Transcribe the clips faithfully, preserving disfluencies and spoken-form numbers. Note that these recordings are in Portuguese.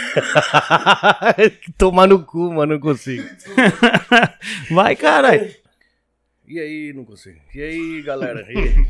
Tomar no cu, mano, não consigo. Vai, caralho. E aí, não consigo. E aí, galera? E aí?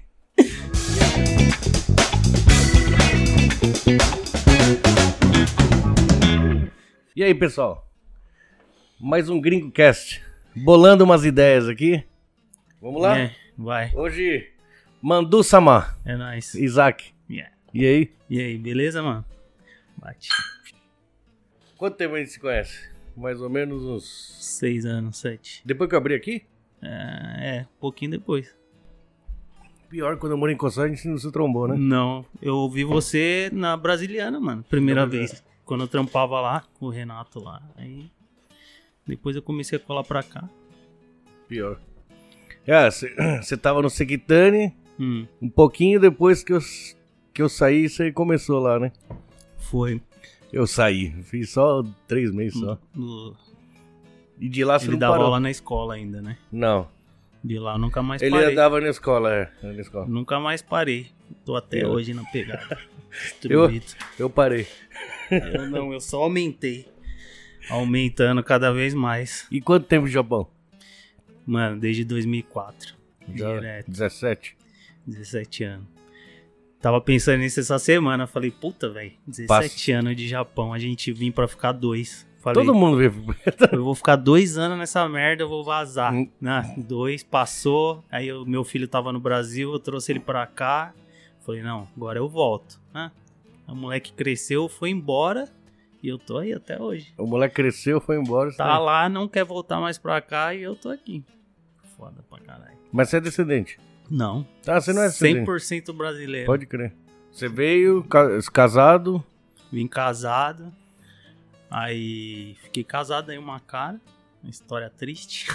E aí, pessoal? Mais um Gringo Cast. Bolando umas ideias aqui. Vamos lá? É, vai. Hoje, Mandu Sama. É nóis. Isaac. Yeah. E aí? E aí, beleza, mano? Bate. Quanto tempo a gente se conhece? Mais ou menos uns... Seis anos, sete. Depois que eu abri aqui? É, é um pouquinho depois. Pior, quando eu morei em Coçá, a gente não se trombou, né? Não, eu ouvi você na Brasiliana, mano. Primeira Na vez. Brasiliana. Quando eu trampava lá com o Renato lá. Aí depois eu comecei a colar pra cá. Pior. É, você tava no Sequitane, Hum, um pouquinho depois que eu, que eu saí, você começou lá, né? foi. Eu saí, fiz só três meses só. No- E de lá você Ele não dava parou? aula na escola ainda, né? Não, De lá eu nunca mais ele parei. andava na escola, é, na escola. Nunca mais parei. Tô até Eu- hoje na pegada. Eu, Destruído. eu parei. Eu não, eu só aumentei. Aumentando cada vez mais. E quanto tempo de Japão? Mano, desde dois mil e quatro. Já Direto, dezessete? dezessete anos. Tava pensando nisso essa semana. Falei, puta, velho, dezessete Passa. anos de Japão. A gente vim pra ficar dois. Falei, Todo mundo veio. eu vou ficar dois anos nessa merda, eu vou vazar. Hum. Né? Dois, passou. Aí o meu filho tava no Brasil, eu trouxe ele pra cá. Falei, não, agora eu volto. Né? O moleque cresceu, foi embora. E eu tô aí até hoje. O moleque cresceu, foi embora. Tá saiu. lá, não quer voltar mais pra cá e eu tô aqui. Foda pra caralho. Mas você é descendente? Não. Ah, você não é cem descendente? por cento brasileiro. Pode crer. Você veio ca- casado, Vim casado. Aí fiquei casado aí uma cara. Uma história triste.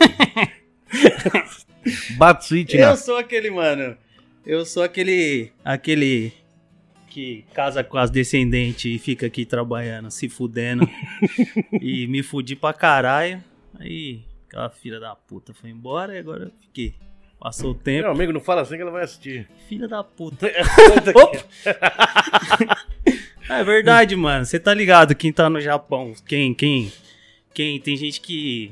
Batsuit, Eu né? sou aquele, mano. Eu sou aquele. Aquele que casa com as descendentes e fica aqui trabalhando, se fudendo. E me fudi pra caralho. Aí aquela filha da puta foi embora e agora eu fiquei. Passou o tempo. Meu amigo, não fala assim que ela vai assistir. Filha da puta. Opa! É verdade, mano. Você tá ligado quem tá no Japão? Quem, quem, quem? Tem gente que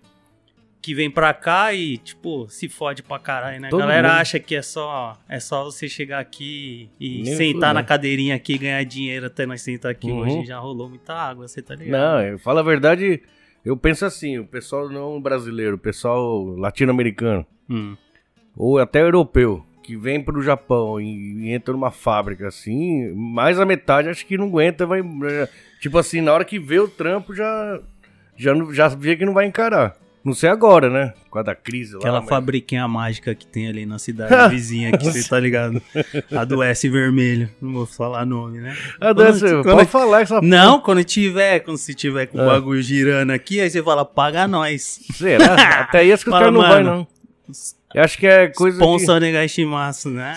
que vem pra cá e, tipo, se fode pra caralho, né? A Todo galera mundo. acha que é só, é só você chegar aqui e Nem sentar tudo, na né? cadeirinha aqui e ganhar dinheiro até nós sentar aqui. Uhum. Hoje já rolou muita água, você tá ligado? Não, eu falo a verdade, eu penso assim, o pessoal não brasileiro, o pessoal latino-americano, Hum. ou até europeu, que vem pro Japão e, e entra numa fábrica assim, mais a metade acho que não aguenta, vai, tipo assim, na hora que vê o trampo já, já, não- já vê que não vai encarar. Não sei agora, né? Por causa da crise lá. Aquela mas- fabriquinha mágica que tem ali na cidade vizinha aqui, você tá ligado? A do S vermelho. Não vou falar nome, né? Ah, Quando- deve ser, quando- pode falar essa Não, quando tiver, quando se tiver com o Ah. bagulho girando aqui, aí você fala, paga nós. Será? Até aí acho que os Fala, caras não vai mano. não. Eu acho que é coisa Sponsor Negashimasu, né?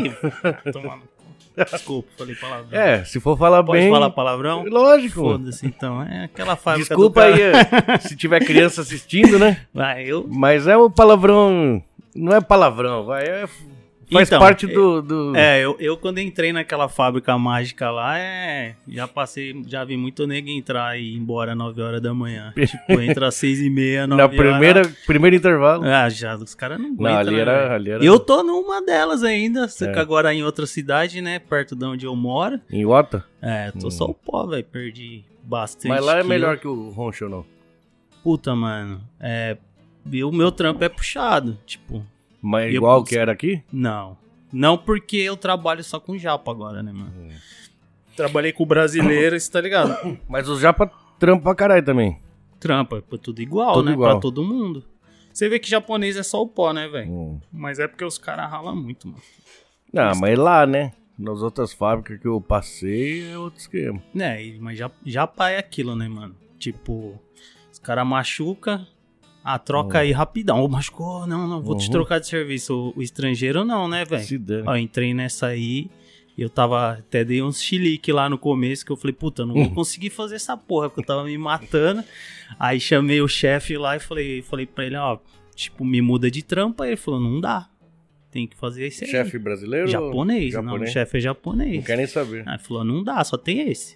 Ih, toma no cu. Desculpa, falei palavrão. que... É, se for falar Pode bem... falar palavrão? Lógico. Foda-se, então. É aquela fábrica Desculpa do aí cara. eh, se tiver criança assistindo, né? Vai, eu... Mas é o palavrão... Não é palavrão, vai. É, faz Então, parte do... do... É, eu, eu quando entrei naquela fábrica mágica lá, é... Já passei, já vi muito nego entrar e ir embora às nove horas da manhã. Tipo, entra às seis e meia, nove Na horas. primeira, primeiro intervalo. Ah, já, os caras não aguentam, Não, ali né, era- velho? ali era- Eu tô numa delas ainda, só É. que agora em outra cidade, né, perto de onde eu moro. Em Ota. É, tô só o pó, velho, perdi bastante Mas lá é quilo. melhor que o Roncho, não? Puta, mano, é... e o meu trampo é puxado, tipo, Mas Eu- igual que era aqui? não. Não porque eu trabalho só com japa agora, né, mano? Hum. Trabalhei com brasileiro, você tá ligado? Mas os japa trampam pra caralho também. Trampa, é tudo igual, Tudo né, igual. pra todo mundo. Você vê que japonês é só o pó, né, velho? Hum. Mas é porque os caras ralam muito, mano. Não, mas lá, né? Nas outras fábricas que eu passei é outro esquema. É, e- mas já, já é aquilo, né, mano? Tipo, os caras machucam, ah, troca aí rapidão. Ô, machucou, não, não, vou te Uhum. trocar de serviço. O, o estrangeiro não, né, velho? Se dane. Ó, eu entrei nessa aí, eu tava, até dei uns chilique lá no começo, que eu falei, puta, não vou Uhum. conseguir fazer essa porra, porque eu tava me matando. Aí chamei o chefe lá e falei, falei pra ele, ó, tipo, me muda de trampa. Aí ele falou, não dá, tem que fazer esse aí. Chefe brasileiro? ou Japonês, não, o japonês? chefe é japonês. Não quer nem saber. Aí falou, não dá, só tem esse.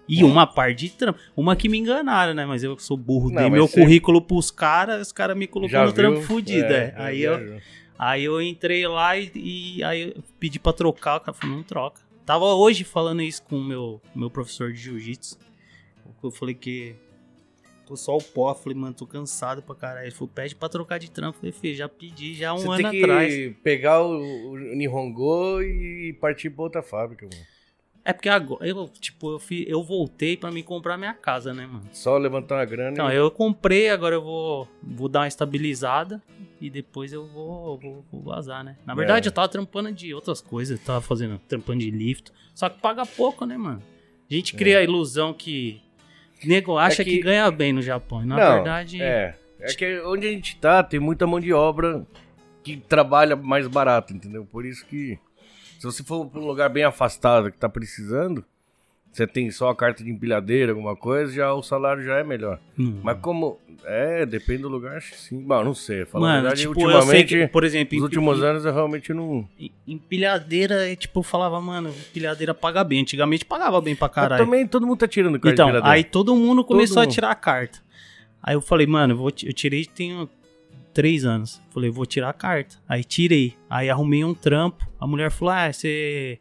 E uma parte de trampo. Uma que me enganaram, né? Mas eu sou burro. Não, Dei mas meu você- currículo pros caras, os caras me colocou Já no trampo viu? fudido, é. É, Aí, já eu, viu. aí eu entrei lá e, e aí eu pedi pra trocar. O cara falou, não troca. Tava hoje falando isso com o meu, meu professor de jiu-jitsu. Eu falei que... Tô só o pó. Falei, mano, tô cansado pra caralho. Ele falou, pede pra trocar de trampo. Eu falei, filho, já pedi já há um Você ano tem que atrás. pegar o, o Nihongo e partir pra outra fábrica, mano. É porque agora, eu, tipo, eu, fui, eu voltei pra me comprar minha casa, né, mano? Só levantar uma grana Então, e... eu comprei, agora eu vou, vou dar uma estabilizada e depois eu vou, vou, vou vazar, né? Na verdade, É. eu tava trampando de outras coisas, eu tava fazendo, trampando de lift, só que paga pouco, né, mano? A gente cria a ilusão que nego acha É que... que- ganha bem no Japão, e na Não, verdade... É, é que onde a gente tá, tem muita mão de obra que trabalha mais barato, entendeu? Por isso que, se você for pra um lugar bem afastado que tá precisando, você tem só a carta de empilhadeira, alguma coisa, já o salário já é melhor. Hum. Mas como... É, depende do lugar, acho que sim. Bom, não sei. Falar a Mano, verdade, tipo, eu sei ultimamente, que, por exemplo, nos em- últimos em- anos eu realmente não... em- empilhadeira, é, tipo, eu falava, mano, empilhadeira paga bem. Antigamente pagava bem pra Mas caralho. também todo mundo tá tirando carta Então, de empilhadeira. aí todo mundo começou mundo. a tirar a carta. Aí eu falei, mano, eu, vou, ti- eu tirei tenho três anos. Falei, vou tirar a carta. Aí tirei. Aí arrumei um trampo. A mulher falou, ah, você...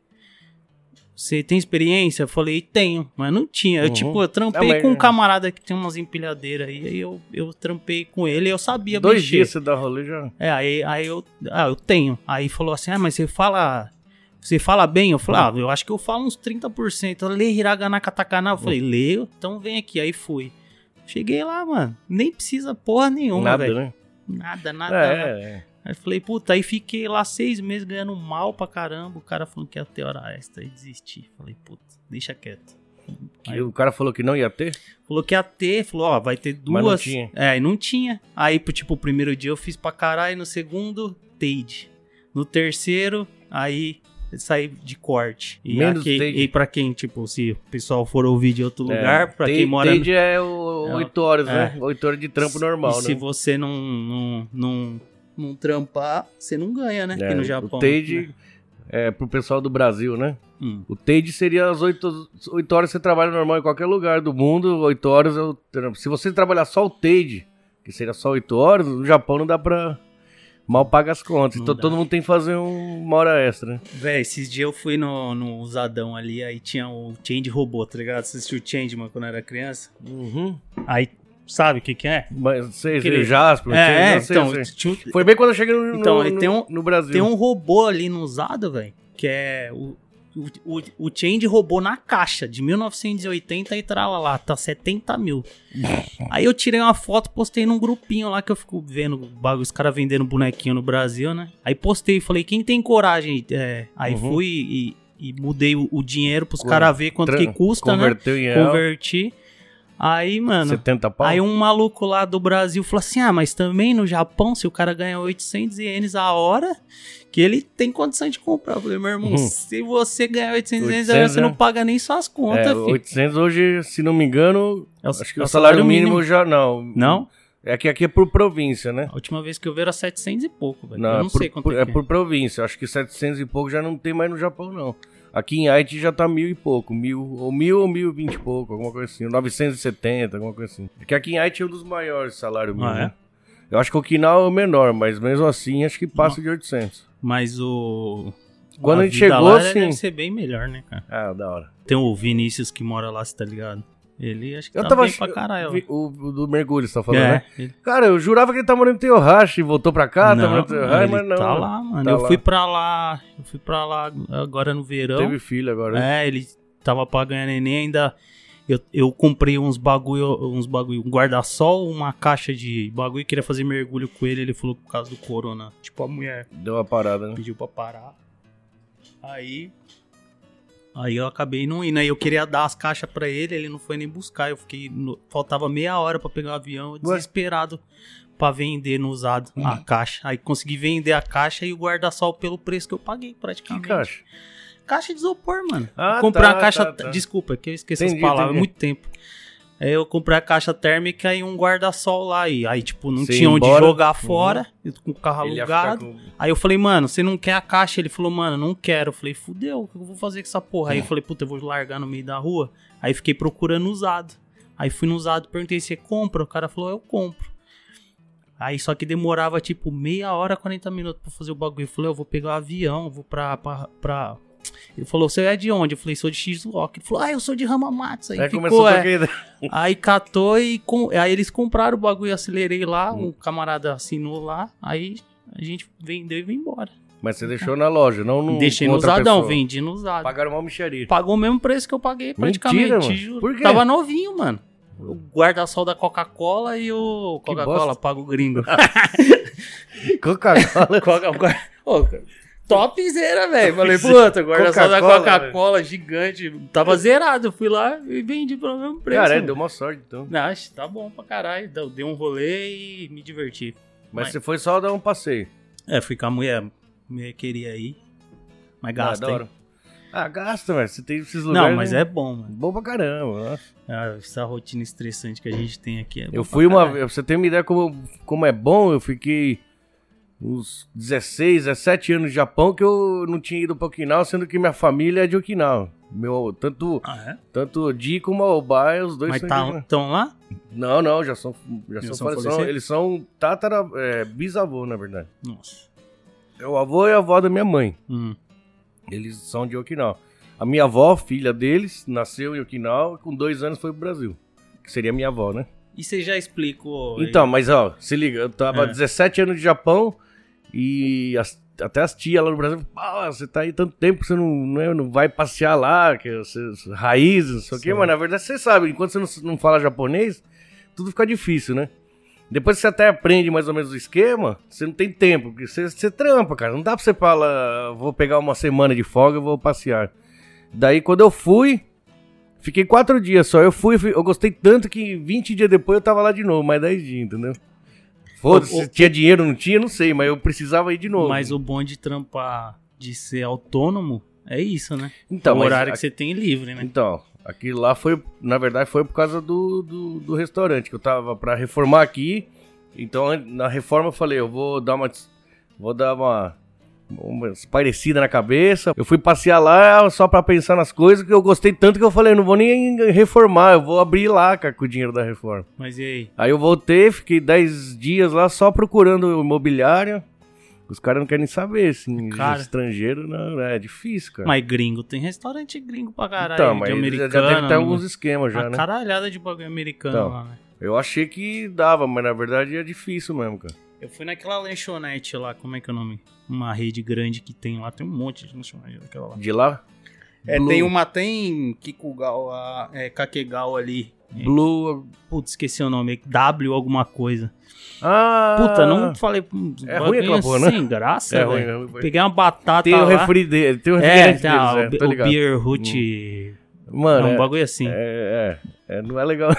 Você tem experiência? Eu falei, tenho. Mas não tinha. Eu, Uhum. tipo, eu trampei Ah, mas- com um camarada que tem umas empilhadeiras aí. Aí eu, eu trampei com ele e eu sabia Dois mexer. dias você dá rolê já... É, aí, aí eu... Ah, eu tenho. Aí falou assim, ah, mas você fala... Você fala bem? Eu falei, ah, eu acho que eu falo uns trinta por cento. Eu leio hiragana katakana. Eu falei, leio, então vem aqui. Aí fui. Cheguei lá, mano. Nem precisa porra nenhuma, Nada, velho. né? Nada, nada. É, nada. é. Aí falei, puta, aí fiquei lá seis meses ganhando mal pra caramba. O cara falou que ia ter hora extra e desisti. Falei, puta, deixa quieto. Aí E o cara falou que não ia ter? falou que ia ter, falou, ó, vai ter duas. Mas não tinha. É, e não tinha. Aí, tipo, o primeiro dia eu fiz pra caralho, no segundo, Tade. No terceiro, aí saí de corte. E, Menos aqui, Tade. e pra quem, tipo, se o pessoal for ouvir de outro lugar, pra Tem- quem mora... Tade é o É, oito horas, é. né? oito horas de trampo normal, e né? se você não, não, não, não trampar, você não ganha, né? Aqui É, no Japão. O Tade né? é pro pessoal do Brasil, né? Hum. O Tade seria as oito horas que você trabalha normal em qualquer lugar do mundo, oito horas é o trampo. Se você trabalhar só o Tade, que seria só oito horas, no Japão não dá pra... Mal paga as contas. Não Então dá. todo mundo tem que fazer um- uma hora extra, né? Véi, esses dias eu fui no, no Usadão ali, aí tinha o Change Robô, tá ligado? Você assistiu o Changeman quando era criança? Uhum. Aí, sabe o que que é? Mas sei, sei, Aquele- o Jasper, sei, É, é, não sei, então, sei. tinha um- Foi bem quando eu cheguei no, Então, no, aí no- tem um- no Brasil. tem um robô ali no Usado, velho, que é o, o, o, o Change Robô na caixa, de mil novecentos e oitenta e trala lá, tá setenta mil. Aí eu tirei uma foto, postei num grupinho lá que eu fico vendo bagulho, os caras vendendo bonequinho no Brasil, né? Aí postei, falei, quem tem coragem? É, aí Uhum. fui e, e mudei o, o dinheiro pros Co- caras ver quanto Tran- que custa, né? Converteu em real, Converti. Aí, mano, setenta pau. aí um maluco lá do Brasil falou assim, ah, mas também no Japão, se o cara ganha oitocentos ienes a hora, que ele tem condição de comprar. Eu falei, meu irmão, Uhum. se você ganhar oitocentos ienes a oitocentos, hora, você né? não paga nem suas contas, É, filho. oitocentos hoje, se não me engano, É o- acho que é o salário mínimo, mínimo. já não. Não? É que aqui é por província, né? A última vez que eu vi era setecentos e pouco, velho. Não, Eu não é por, sei quanto por- é, é que é. por província. Acho que setecentos e pouco já não tem mais no Japão, não. Aqui em Haiti já tá mil e pouco. Mil, ou mil ou mil e vinte e pouco, alguma coisa assim. novecentos e setenta, alguma coisa assim. Porque aqui em Haiti é um dos maiores salários mínimos. Ah, é? né? Eu acho que o Okinawa é o menor, mas mesmo assim acho que passa de oitocentos. Mas o... Quando a gente vida chegou, lá assim- deve ser bem melhor, né, cara? Ah, da hora. Tem o Vinícius que mora lá, você tá ligado? Ele acho que Eu tá tava bem ach- pra caralho. vi- o, o do mergulho, você tá falando, é, né? ele... Cara, eu jurava que ele tá morando em Teohashi e voltou pra cá, tá não, morando em Teohashi, ele mas não. tá lá, mano. Tá eu lá. fui pra lá, eu fui pra lá agora no verão. Teve filho agora. né? É, ele tava pra ganhar neném ainda. Eu, eu comprei uns bagulho, uns bagulho, um guarda-sol, uma caixa de bagulho, queria fazer mergulho com ele. Ele falou por causa do corona. Tipo, a mulher Deu uma parada, né? pediu pra parar. Aí. Aí eu acabei não indo. Aí eu queria dar as caixas pra ele, ele não foi nem buscar. Eu fiquei. no- faltava meia hora pra pegar o avião, eu desesperado pra vender no usado a caixa. Aí consegui vender a caixa e o guarda-sol pelo preço que eu paguei, Que praticamente. caixa? Caixa de isopor, mano. Ah, Comprar tá, uma caixa. tá, tá. Desculpa, que eu esqueci Entendi, as palavras há entendi. muito tempo. Aí eu comprei a caixa térmica e um guarda-sol lá. E aí, tipo, não Você tinha ia onde embora? jogar fora, eu com o carro Ele ia ficar alugado. com- Aí eu falei, mano, você não quer a caixa? Ele falou, mano, não quero. Eu falei, fudeu, o que eu vou fazer com essa porra? Aí eu falei, puta, eu vou largar no meio da rua. Aí fiquei procurando usado. Aí fui no usado, perguntei, você compra? O cara falou, eu compro. Aí só que demorava tipo meia hora, quarenta minutos pra fazer o bagulho. Eu falei, eu vou pegar o avião, vou pra, pra, pra... Ele falou, você é de onde? Eu falei, sou de Shizuoka. Ele falou, ah, eu sou de Hamamatsu. Aí Aí ficou, começou é. a tocar... Aí catou e... Com... Aí eles compraram o bagulho, acelerei lá, Hum. um camarada assinou lá. Aí a gente vendeu e veio embora. Mas você deixou na loja, não no Deixei com no outra usadão, pessoa. vendi no usado. Pagaram uma micharia. Pagou o mesmo preço que eu paguei praticamente. Mentira, mano. Juro. Por quê? Tava novinho, mano. O guarda-sol da Coca-Cola e o Que Coca-Cola bosta. paga o gringo. Coca-Cola. Coca, Ô, cara, topzera, velho. Falei, puta, guarda-sol da Coca-Cola, Coca-Cola gigante. Tava zerado. Eu fui lá e vendi pelo mesmo preço. Cara, é, mano. deu uma sorte, então. Não, acho que tá bom pra caralho. Deu- Dei um rolê e me diverti. Mas, Mas- você foi só dar um passeio. É, fui com a mulher. A mulher queria ir. Mas Ah, gasta, da hein? hora. Ah, gasta, velho. Você tem esses lugares... Não, mas né? é bom, mano. Bom pra caramba, nossa. Ah, essa rotina estressante que a gente tem aqui é bom Eu pra fui uma caralho. vez, pra você ter uma ideia como, como é bom, eu fiquei uns dezesseis, dezessete anos no Japão que eu não tinha ido pra Okinawa, sendo que minha família é de Okinawa. Meu, tanto, Ah, é? tanto o Di como a Obai, os dois Mas são tá, de... tão lá? Não, não, já são, já Já são, são fale- são- falecidos? eles são tatara, é, bisavô, na verdade. Nossa. É o avô e a avó da minha mãe. Hum. Eles são de Okinawa. A minha avó, filha deles, nasceu em Okinawa e com dois anos foi pro Brasil. Que seria minha avó, né? E você já explicou... Então, mas ó, se liga, eu tava É. dezessete anos de Japão e as- até as tias lá no Brasil, ah, você tá aí tanto tempo, você não, não, é- não vai passear lá, que você, raízes, não sei o quê, Sim. mas na verdade você sabe, enquanto você não, não fala japonês, tudo fica difícil, né? Depois que você até aprende mais ou menos o esquema, você não tem tempo, porque você, você trampa, cara. Não dá pra você falar, vou pegar uma semana de folga e vou passear. Daí quando eu fui, fiquei quatro dias só. Eu fui, fui- eu gostei tanto que vinte dias depois eu tava lá de novo, mais dez dias, entendeu? Foda-se, O- o- se tinha dinheiro, não tinha, não sei, mas eu precisava ir de novo. Mas o bom de trampar, de ser autônomo, é isso, né? Então, o mas horário a- que você tem livre, né? Então, aquilo lá foi, na verdade, foi por causa do, do, do restaurante, que eu tava pra reformar aqui. Então, an- na reforma eu falei, eu vou dar uma, vou dar uma, uma espairecida na cabeça. Eu fui passear lá só pra pensar nas coisas, que eu gostei tanto que eu falei, não vou nem reformar, eu vou abrir lá, cara, com o dinheiro da reforma. Mas e aí? Aí eu voltei, fiquei dez dias lá só procurando imobiliária. Os caras não querem saber, assim, Cara. estrangeiro, não, é difícil, cara. Mas gringo, tem restaurante gringo pra caralho, então, de mas já- americano. já deve ter né? alguns esquemas já, Uma né? caralhada de bagulho americano Então. lá, né? Eu achei que dava, mas na verdade é difícil mesmo, cara. Eu fui naquela lanchonete lá, como é que é o nome? Uma rede grande que tem lá, tem um monte de lanchonete daquela lá. De lá, É, Blue. tem uma, tem Kikugawa, é, Kakegawa ali. Blue... Putz, esqueci o nome, W alguma coisa. Ah! Puta, não falei. hum, É bagulho ruim aquela porra, né? sem graça, É ruim, velho. é ruim. Peguei uma batata Tem o lá. refri dele, tem o É, refrigerante tem deles, a- é, o, tô o ligado. Beer Hut. Mano, é um é, bagulho assim. é, é, é, não é legal.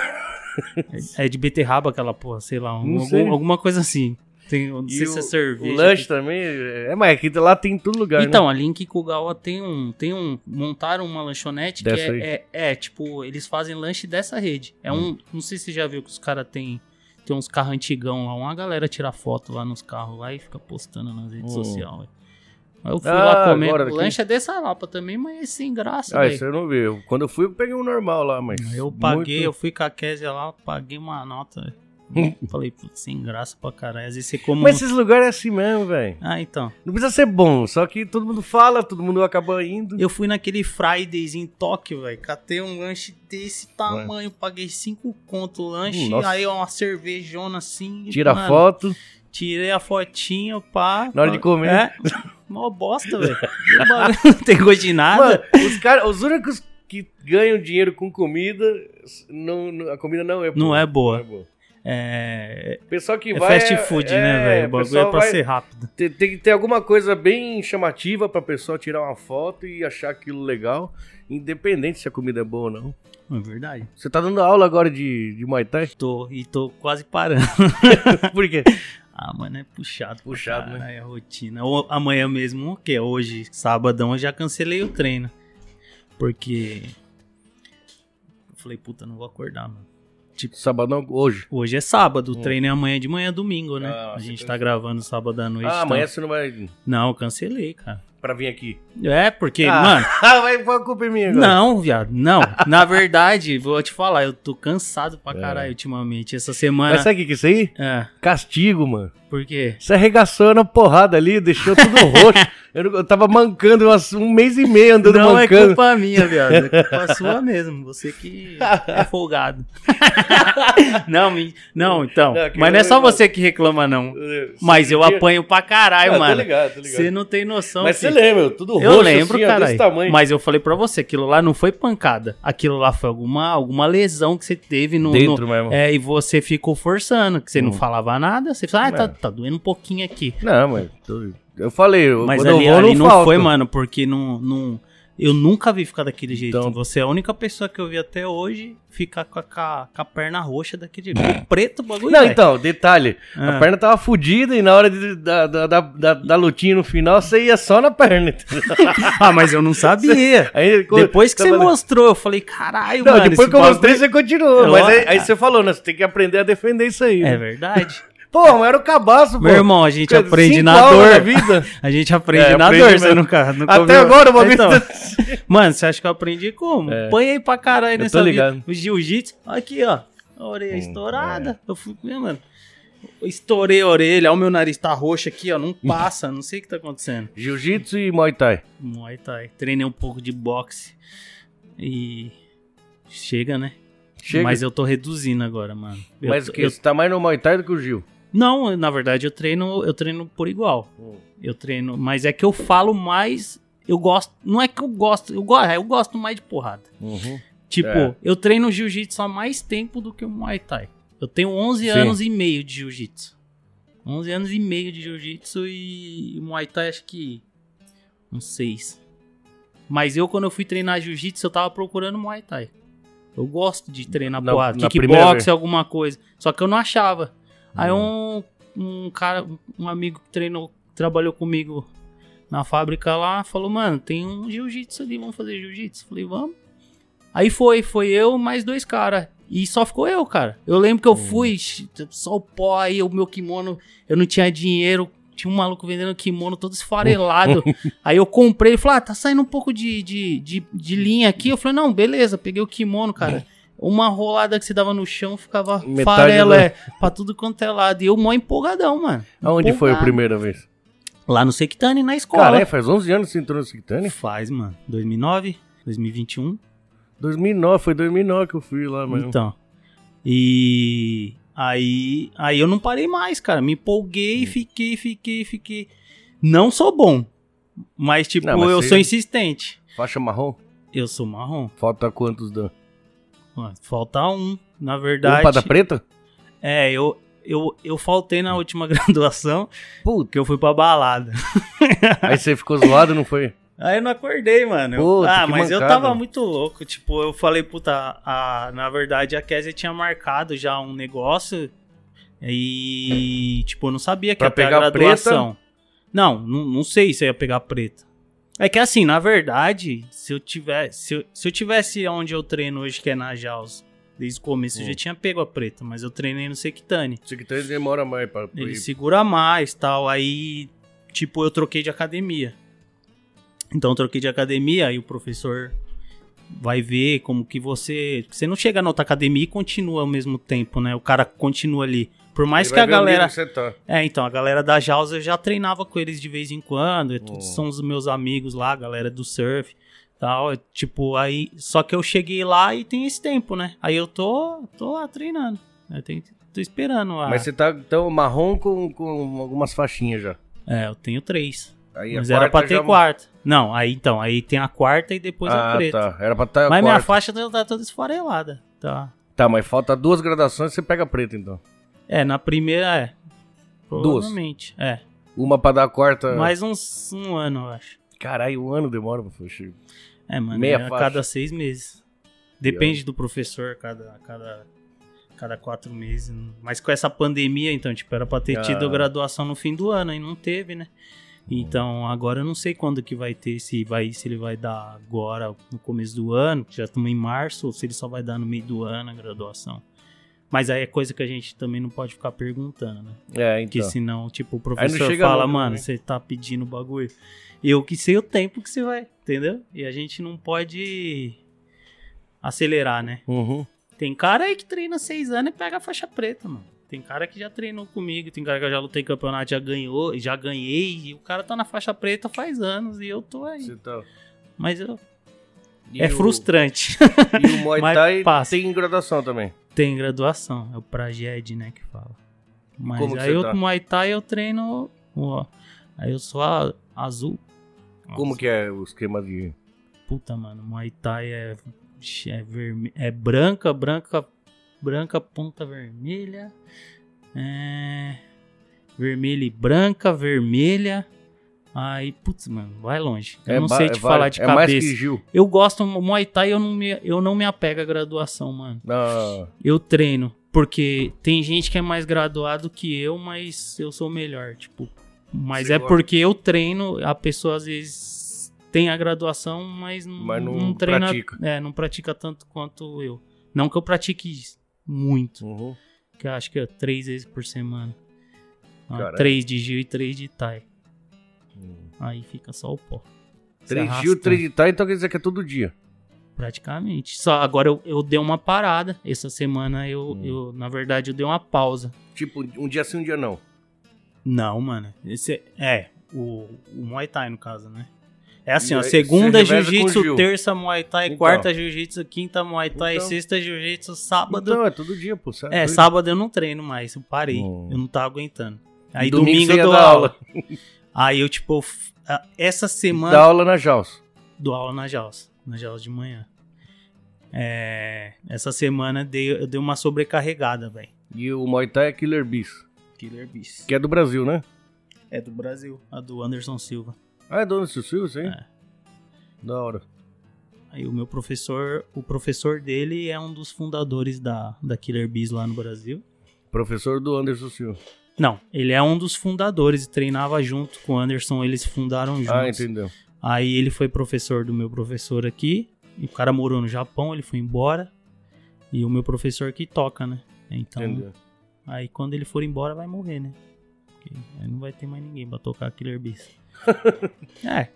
É de beterraba aquela porra, sei lá. Não algum- sei. alguma coisa assim. Tem, não E sei se é o- cerveja. O lanche também, é, mas aqui lá tem em todo lugar, Então, né? ali em Kikugawa tem um, tem um. Montaram uma lanchonete que Dessa aí? é, é, é, tipo, eles fazem lanche dessa rede. É Hum. um. Não sei se você já viu que os caras têm. Tem uns carros antigão lá. Uma galera tira foto lá nos carros lá e fica postando nas redes Hum. sociais. velho. Aí eu fui Ah, lá comer. agora O daqui? lanche é dessa lapa também, mas é sem graça, Ah, velho. isso eu não vi. Eu- Quando eu fui, eu peguei um normal lá, mas... Eu paguei, eu muito- fui com a Kézia lá, paguei uma nota. Falei, putz, sem graça pra caralho. Às vezes você come. Mas um- esses lugares é assim mesmo, velho. Ah, então. Não precisa ser bom, só que todo mundo fala, todo mundo acaba indo. Eu fui naquele Fridays em Tóquio, velho. Catei um lanche desse tamanho, paguei cinco conto o lanche, Hum, nossa. aí uma cervejona assim. Tira mano, foto. Tirei a fotinha, pá. Na hora de comer. É, mó bosta, velho. O bagulho Não tem gosto de nada. Mano, os, cara, os únicos que ganham dinheiro com comida, não, não- a comida não é boa. Não é boa. Não é boa. É, O pessoal que é vai... fast food, né, velho? O bagulho é pessoal pra vai- ser rápido. Tem, tem que ter alguma coisa bem chamativa pra pessoa tirar uma foto e achar aquilo legal, independente se a comida é boa ou não. É verdade. Você tá dando aula agora de, de Muay Thai? Tô, e tô quase parando. Por quê? Ah, mano, é puxado. pra Puxado, né? caralho, É a rotina. Ou, amanhã mesmo, o quê? Hoje, sabadão, eu já cancelei o treino. Porque... Eu falei, puta, não vou acordar, mano. Tipo, Sabadão, hoje. Hoje é sábado, o Hum. treino é amanhã de manhã, domingo, né? Ah, a você gente tá cancelou. gravando sábado à noite. Ah, então- amanhã você não vai Não, eu cancelei, cara. pra vir aqui. É, porque, ah, mano... vai pôr a culpa em mim agora. Não, viado, não. Na verdade, vou te falar, eu tô cansado pra É. caralho ultimamente. Essa semana... Mas sabe o que que é isso aí? É, Castigo, mano. por quê? Você arregaçou na porrada ali, deixou tudo roxo. Eu, não- eu tava mancando umas- um mês e meio andando Não mancando. é culpa minha, viado. É culpa sua mesmo. Você que é folgado. não, me... não, então. Não, que Mas não é eu- só você que reclama, não. Mas eu apanho pra caralho, Ah, tô mano. ligado, tô ligado. Você não tem noção. Mas você filho. lembra, tudo roxo Eu lembro, assim, ó, cara. desse tamanho. Mas eu falei pra você, aquilo lá não foi pancada. Aquilo lá foi alguma, alguma lesão que você teve no. Dentro no- mesmo. É, e você ficou forçando, que você não Hum. falava nada. Você fala, ah, tá, É. tá doendo um pouquinho aqui. Não, mas tô- eu falei, eu- Mas quando ali, eu vou, ali não, não falta. foi, mano, porque não, não, eu nunca vi ficar daquele jeito. Então- Você é a única pessoa que eu vi até hoje ficar com a, com a- com a perna roxa daquele jeito. Ficou preto o bagulho. Não, velho. então, detalhe. Ah. A perna tava fodida e na hora de- da, da, da, da, da lutinha no final, você ia só na perna. entendeu? Ah, mas eu não sabia. Aí, Depois que você tava- mostrou, eu falei, caralho, Não, mano. depois esse que eu bagulho- mostrei, você continuou. É mas aí, lógico. aí você falou, né? Você tem que aprender a defender isso aí. É né? verdade. Pô, mas era o cabaço, pô. Meu irmão, a gente Cinco aprende na aulas dor. na vida. A gente aprende É, na aprende dor, mesmo. você nunca, nunca Até ouviu? agora o bagulho Então, tá- mano, você acha que eu aprendi como? É. Apanhei pra caralho Eu nessa tô vida. ligado. O jiu-jitsu, aqui, ó. A orelha Hum, estourada. Eu fui, mano. Eu estourei a orelha, ó, o meu nariz tá roxo aqui, ó. Não passa, não sei o que tá acontecendo. Jiu-jitsu e Muay Thai. Muay Thai. Treinei um pouco de boxe. E. Chega, né? Chega. Mas eu tô reduzindo agora, mano. Eu Mas tô- o que? eu- Você tá mais no Muay Thai do que o Gil. Não, na verdade eu treino, eu treino por igual. Eu treino, mas é que eu falo mais, eu gosto, não é que eu gosto, eu gosto, eu gosto mais de porrada. Uhum. Tipo, É. eu treino jiu-jitsu há mais tempo do que o Muay Thai. Eu tenho onze Sim. anos e meio de jiu-jitsu. onze anos e meio de jiu-jitsu e Muay Thai acho que uns seis. Mas eu quando eu fui treinar jiu-jitsu, eu tava procurando Muay Thai. Eu gosto de treinar Na- porrada, na primeira vez. kickbox, alguma coisa. Só que eu não achava. Aí Hum. um, um cara, um amigo que treinou, trabalhou comigo na fábrica lá, falou, mano, tem um jiu-jitsu ali, vamos fazer jiu-jitsu? Falei, vamos. Aí foi, foi eu mais dois caras. E só ficou eu, cara. Eu lembro que eu fui, só o pó aí, o meu kimono, eu não tinha dinheiro, tinha um maluco vendendo kimono todo esfarelado. Aí eu comprei, ele falou, ah, tá saindo um pouco de, de, de, de linha aqui. Eu falei, não, beleza, peguei o kimono, cara. Uma rolada que você dava no chão, ficava Metade farelo, da- é, pra tudo quanto é lado. E eu mó empolgadão, mano. Aonde foi a Empolgado. primeira vez? Lá no Sectani, na escola. Cara, é, faz onze anos que você entrou no Sectani? Faz, mano. dois mil e nove, dois mil e vinte e um. dois mil e nove, foi dois mil e nove que eu fui lá mesmo. Então. E aí, aí eu não parei mais, cara. Me Hum. empolguei, fiquei, fiquei, fiquei. Não sou bom, mas tipo, Não, mas eu você- sou insistente. Faixa marrom? Eu sou marrom. Falta quantos dan? Ó, falta um, na Um verdade. pra da preta? É, eu, eu, eu faltei na última graduação, Puta. porque eu fui pra balada. Aí você ficou zoado, não foi? Aí eu não acordei, mano. Eu- Puta, ah, que mas eu mancada. tava muito louco. Tipo, eu falei, puta, a, na verdade a Kézia tinha marcado já um negócio. E, tipo, eu não sabia que Pra ia ter a pegar graduação. Não, não, não sei se eu ia pegar preta. É que assim, na verdade, se eu tivesse, se eu, se eu tivesse onde eu treino hoje, que é na Jaws, desde o começo, eu já Hum. tinha pego a preta, mas eu treinei no Sectani. Sectani demora mais pra... pra Ele ir. segura mais, tal. Aí, tipo, eu troquei de academia. Então, eu troquei de academia e o professor vai ver como que você... Você não chega na outra academia e continua ao mesmo tempo, né? O cara continua ali. Por mais Ele que vai a ver o nível galera... que você tá. É, então, a galera da Jaws eu já treinava com eles de vez em quando. E todos Hum. são os meus amigos lá, a galera do surf. Tal, é, tipo, aí... Só que eu cheguei lá e tem esse tempo, né? Aí eu tô, tô lá treinando. Eu tenho, tô esperando a... Mas você tá, então, marrom com, com algumas faixinhas já. É, eu tenho três. Aí a Mas era pra quarta ter já- quarta. Não, aí então, aí tem a quarta e depois a Ah, preta. tá. Era pra estar a Mas minha quarta. faixa tá, tá toda esfarelada. Tá. Tá, mas falta duas graduações e você pega a preta, então. É, na primeira é. Provavelmente. É. Uma pra dar a quarta... Mais uns um ano, eu acho. Caralho, um ano demora pra fechar. É, mano, Meia é a faixa. cada seis meses. Depende do professor, cada, cada, cada quatro meses. Mas com essa pandemia, então, tipo, era pra ter Ah. tido a graduação no fim do ano, e não teve, né? Então, agora eu não sei quando que vai ter, se, vai, se ele vai dar agora, no começo do ano, que já estamos em março, ou se ele só vai dar no meio do ano a graduação. Mas aí é coisa que a gente também não pode ficar perguntando, né? É, então. Porque senão, tipo, o Aí professor não chega fala, longe, mano, né? você tá pedindo bagulho. Eu que sei o tempo que você vai, entendeu? E a gente não pode acelerar, né? Uhum. Tem cara aí que treina seis anos e pega a faixa preta, mano. Tem cara que já treinou comigo, tem cara que eu já lutei campeonato, já ganhou, já ganhei, e o cara tá na faixa preta faz anos e eu tô aí. Você tá... Mas eu... E é o- frustrante. E o Muay Mas Thai passa. tem graduação também. Tem graduação, é o Praged, né, que fala. Mas Como que aí você o tá? Muay Thai eu treino, ó, aí eu sou a- azul. Como que é o esquema de... Puta, mano, Muay Thai é, é, verme, é branca, branca, branca, ponta vermelha, é, vermelha e branca, vermelha, aí, putz, mano, vai longe. Eu é não ba- sei é te va- falar de é cabeça. mais que Gil. Eu gosto do Muay Thai, eu não, me, eu não me apego à graduação, mano. Ah, Eu treino, porque tem gente que é mais graduado que eu, mas eu sou melhor, tipo. Mas Você é gosta. porque eu treino, a pessoa às vezes tem a graduação, mas não, Mas não treina, pratica. É, não pratica tanto quanto eu. Não que eu pratique muito, uhum. que eu acho que é três vezes por semana. Ah, Caralho. três de Gil e três de Thai. Hum. Aí fica só o pó. Se Três arrasta. Gil, três de Thai, então quer dizer que é todo dia. Praticamente. Só agora eu, eu dei uma parada. Essa semana eu, Hum. eu, na verdade, eu dei uma pausa. Tipo, um dia sim, um dia não. Não, mano. Esse é, é o, o Muay Thai, no caso, né? É assim, E ó. aí, Segunda você reveza com o Jiu-Jitsu, Gil. terça Muay Thai, Então. quarta Jiu-Jitsu, quinta Muay Thai, Então. sexta Jiu-Jitsu, sábado... Então, é todo dia, pô. Sabe? é, Doido. sábado eu não treino mais, eu parei. Hum. Eu não tava aguentando. Aí Domingo domingo, você eu ia dou dar aula. aula. Aí eu, tipo, f- a- essa semana... Dá aula na Jaws. Dou aula na Jaws, na Jaws de manhã. É, essa semana dei, eu dei uma sobrecarregada, velho. E o Muay Thai é Killer Beast. Killer Beast. Que é do Brasil, né? É do Brasil, a do Anderson Silva. Ah, é dono do Silvio, isso aí? É. Da hora. Aí o meu professor, o professor dele é um dos fundadores da, da Killer Bees lá no Brasil. Professor do Anderson Silva. Não, ele é um dos fundadores e treinava junto com o Anderson, eles fundaram juntos. Ah, entendeu. Aí ele foi professor do meu professor aqui, e o cara morou no Japão, ele foi embora, e o meu professor que toca, né? Então, Entendeu. aí quando ele for embora vai morrer, né? Porque aí não vai ter mais ninguém pra tocar Killer Bees. É,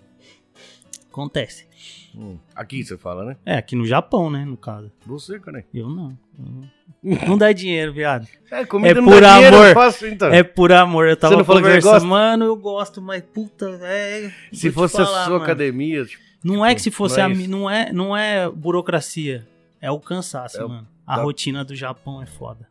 acontece. Hum. Aqui você fala, né? É, aqui no Japão, né, no caso. Você, cara. Eu não. Eu não. Não dá dinheiro, viado. É, comida É não por dá dinheiro, amor. é fácil, então. É por amor. Eu tava Você não falou que você conversando, gosta? mano, eu gosto, mas puta, é. Se vou te fosse falar, a sua mano. academia, tipo, Não é que se fosse não é a isso. mi- não é, não é burocracia, é o cansaço, É o- mano. A dá- rotina do Japão é foda.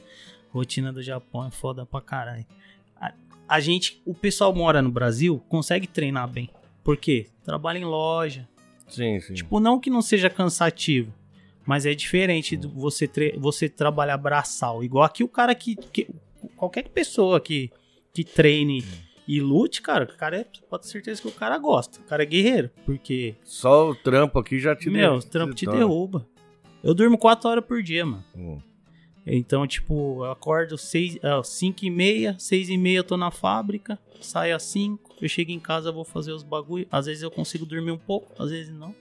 A rotina do Japão é foda pra caralho. A, a gente, o pessoal mora no Brasil, consegue treinar bem. Por quê? Trabalha em loja. sim, sim. Tipo, não que não seja cansativo, mas é diferente do você, tre- você trabalhar braçal. Igual aqui o cara que, que- qualquer pessoa que, que treine e lute, cara, o cara é, pode ter certeza que o cara gosta. O cara é guerreiro, porque, Só o trampo aqui já te meu, deu- o trampo te dá- derruba. Eu durmo quatro horas por dia, mano. Hum. Então, tipo, eu acordo seis, ah, cinco e meia, seis e meia eu tô na fábrica, saio às cinco, eu chego em casa, vou fazer os bagulho. Às vezes eu consigo dormir um pouco, às vezes não.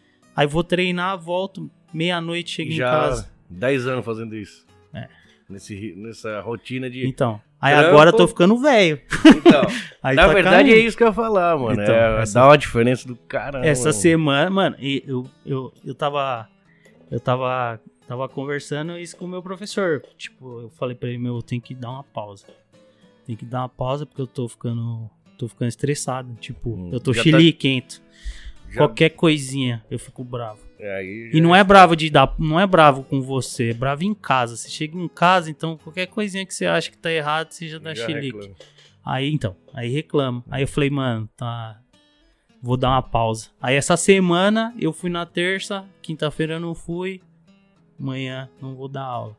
Aí vou treinar, volto, meia-noite, chego Já em casa. dez anos fazendo isso. É. Nesse, ri- nessa rotina de... Então, aí Trampo. agora eu tô ficando velho. Então, Aí na tá verdade caindo. é isso que eu ia falar, mano. Então, é, essa- dá uma diferença do caramba. Essa mano. semana, mano, e eu, eu, eu tava. Eu tava. Tava conversando isso com o meu professor. Tipo, eu falei pra ele, meu, eu tenho que dar uma pausa. Tem que dar uma pausa porque eu tô ficando. Tô ficando estressado. Tipo, Hum, eu tô já chiliquento. Já- Qualquer coisinha, eu fico bravo. é, aí E já- não é bravo de dar. Não é bravo com você, é bravo em casa. Você chega em casa, então qualquer coisinha que você acha que tá errado, você já dá já chilique. reclama. Aí então, aí reclamo. Aí eu falei, mano, tá. Vou dar uma pausa. Aí essa semana eu fui na terça, quinta-feira eu não fui, amanhã não vou dar aula.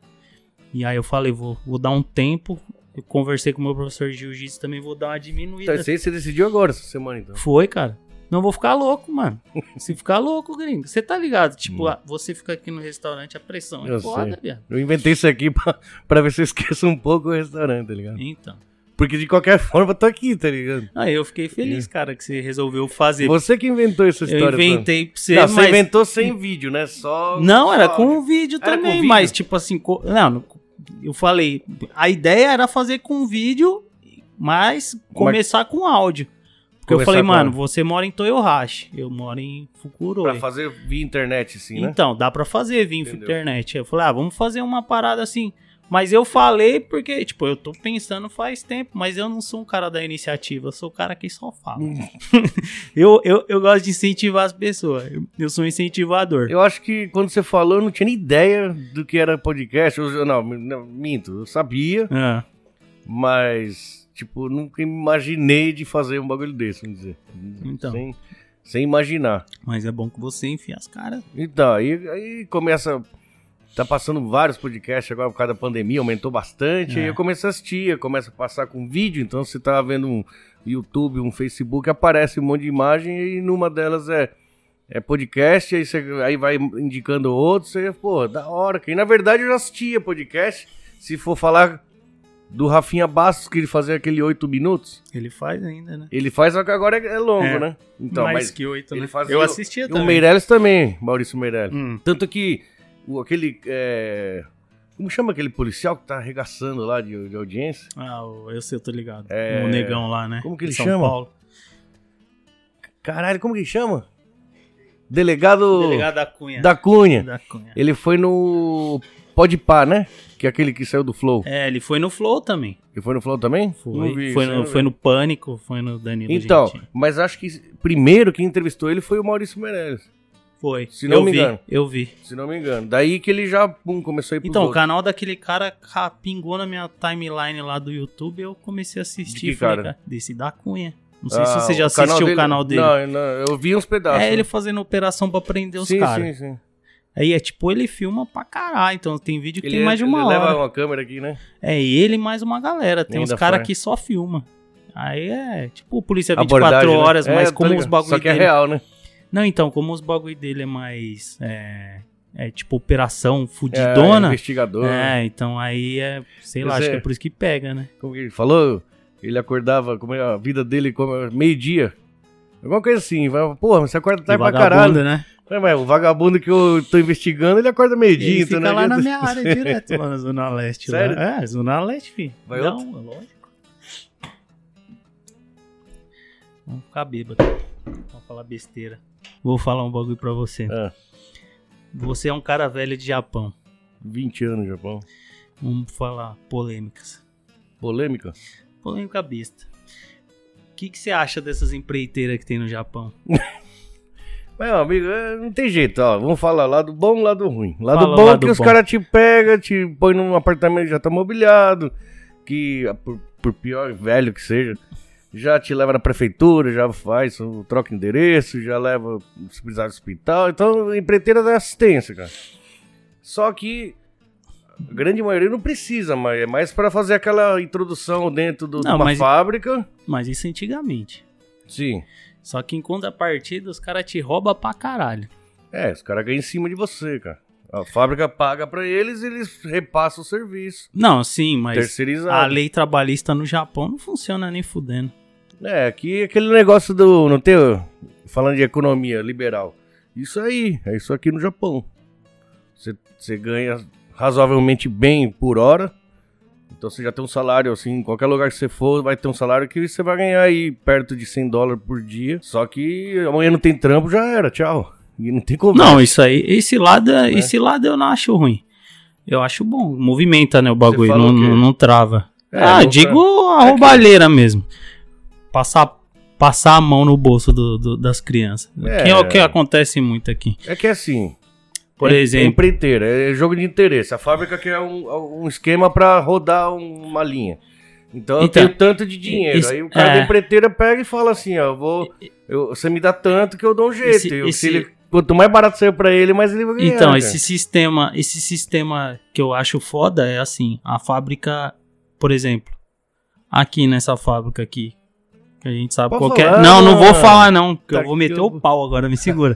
E aí eu falei, vou, vou dar um tempo. Eu conversei com o meu professor de jiu-jitsu também, vou dar uma diminuída. Então, isso aí você decidiu agora, essa semana, então. Foi, cara. Não vou ficar louco, mano. Se ficar louco, gringo. Você tá ligado? Tipo, Hum. ah, você fica aqui no restaurante, a pressão é Eu foda, sei. viado. Eu inventei isso aqui pra, pra ver se eu esqueço um pouco o restaurante, tá ligado? Então. Porque de qualquer forma eu tô aqui, tá ligado? Aí eu fiquei feliz, cara, que você resolveu fazer. Você que inventou essa Eu história. inventei pra você, Não, mas... você inventou sem vídeo, né? Só. Não, só era áudio. com o vídeo Era também, com vídeo? mas tipo assim, co- não, no- eu falei, a ideia era fazer com vídeo, mas começar mas... com áudio. Porque começar eu falei, mano, você mora em Toyohashi, eu moro em Fukuroi. Pra fazer via internet, assim, né? Então, dá pra fazer via Entendeu? internet. Eu falei, ah, vamos fazer uma parada assim. Mas eu falei porque, tipo, eu tô pensando faz tempo, mas eu não sou um cara da iniciativa, eu sou o cara que só fala. eu, eu, eu gosto de incentivar as pessoas, eu, eu sou um incentivador. Eu acho que quando você falou, eu não tinha nem ideia do que era podcast. Eu, não, não, minto, eu sabia, é. mas, tipo, nunca imaginei de fazer um bagulho desse, vamos dizer. Então. Sem, sem imaginar. Mas é bom que você enfie as caras. Então, aí, aí começa... Tá passando vários podcasts agora por causa da pandemia, aumentou bastante, é. aí eu comecei a assistir, começa a passar com vídeo, então você tá vendo um YouTube, um Facebook, aparece um monte de imagem e numa delas é, é podcast, aí, você, aí vai indicando outros, você, pô, da hora. E na verdade eu já assistia podcast, se for falar do Rafinha Bastos, que ele fazia aquele oito minutos. Ele faz ainda, né? Ele faz, só que agora é longo, é. né? Então, Mais mas que oito, né? Ele fazia, eu assistia o, também. O Meirelles também, Maurício Meirelles. Hum. Tanto que o, aquele... É... Como chama aquele policial que tá arregaçando lá de, de audiência? Ah, eu sei, eu tô ligado. É... O negão lá, né? Como que ele São chama? Paulo. Caralho, como que ele chama? Delegado... Delegado da Cunha. Da Cunha. Da Cunha. Ele foi no Podpah, né? Que é aquele que saiu do Flow. É, ele foi no Flow também. Ele foi no Flow também? Foi, Não vi, foi, no, foi no Pânico, foi no Danilo Então, Gentili. mas acho que primeiro quem entrevistou ele foi o Maurício Meirelles. Foi. Se não eu me vi, engano. Eu vi. Se não me engano. Daí que ele já pum, começou a ir pros Então, outros. o canal daquele cara pingou na minha timeline lá do YouTube, eu comecei a assistir. De que falei, cara? Desse da Cunha. Não sei Ah, se você já o canal assistiu dele... o canal dele. Não, não, eu vi uns pedaços. É ele fazendo operação pra prender os sim, caras. Sim, sim, sim. Aí é tipo, ele filma pra caralho, então tem vídeo que ele tem mais de uma ele hora. leva uma câmera aqui, né? É ele mais uma galera, tem Ainda uns caras foi. que só filma. Aí é tipo Polícia vinte e Abordagem, quatro horas, né? mas É, como tá os ligado. bagulho Só que é dele... real, né? Não, então, como os bagulho dele é mais... É, é tipo operação É, fudidona. investigador. É, então aí é... Sei lá, Quer acho dizer, que é por isso que pega, né? Como que ele falou? Ele acordava, como é a vida dele, como meio-dia. Alguma coisa assim. Vai, porra, você acorda tarde pra caralho. Né? É, mas o vagabundo que eu tô investigando, ele acorda meio-dia. Ele então, fica né? lá na minha área direto, lá na Zona Leste. Sério? Lá. É, Zona Leste, filho. Vai Não, outro? é lógico. Vamos ficar bêbado. Vamos falar besteira. Vou falar um bagulho pra você. Ah, Você é um cara velho de Japão. vinte anos no Japão. Vamos falar polêmicas. Polêmica? Polêmica besta. O que, que você acha dessas empreiteiras que tem no Japão? Meu amigo, é, não tem jeito, ó. Vamos falar lado bom e lado ruim. Lado Fala o bom é lado que os bom. caras te pegam, te põem num apartamento que já tá mobiliado, que por, por pior velho que seja, já te leva na prefeitura, já faz, troca endereço, já leva se precisar do hospital. Então, empreiteira dá assistência, cara. Só que a grande maioria não precisa, mas é mais pra fazer aquela introdução dentro do, Não, de uma mas- fábrica. Mas isso antigamente. Sim. Só que em contrapartida, os caras te roubam pra caralho. É, os caras ganham em cima de você, cara. A fábrica paga pra eles e eles repassam o serviço. Não, sim, mas Terceirizado. a lei trabalhista no Japão não funciona nem fudendo. É, aqui aquele negócio do... Não tem... Falando de economia liberal. Isso aí, é isso aqui no Japão. Você, você ganha razoavelmente bem por hora. Então você já tem um salário, assim, em qualquer lugar que você for, vai ter um salário que você vai ganhar aí perto de cem dólares por dia. Só que amanhã não tem trampo, já era, tchau. E não tem como. Não, isso aí, esse lado, esse lado eu não acho ruim. Eu acho bom. Movimenta, né, o bagulho, fala não, o quê? não, não trava. É, ah, não digo a roubalheira mesmo. Passar, passar a mão no bolso do, do- das crianças. É. Que é o que acontece muito aqui. É que é assim... Por é, É exemplo, empreiteira, é jogo de interesse. A fábrica quer um, um esquema pra rodar um- uma linha. Então eu Então, tenho tanto de dinheiro. esse- Aí o cara é. da empreiteira pega e fala assim, ó, eu vou, eu- você me dá tanto que eu dou um jeito. Esse- Eu- esse- se ele, quanto mais barato saiu pra ele, mais ele vai ganhar. então, cara. esse sistema, esse sistema que eu acho foda é assim, a fábrica, por exemplo, aqui nessa fábrica aqui, que a gente sabe Pode qualquer... falar, não, não vou mano. falar não, que Tá eu vou meter que o eu- pau agora, me segura.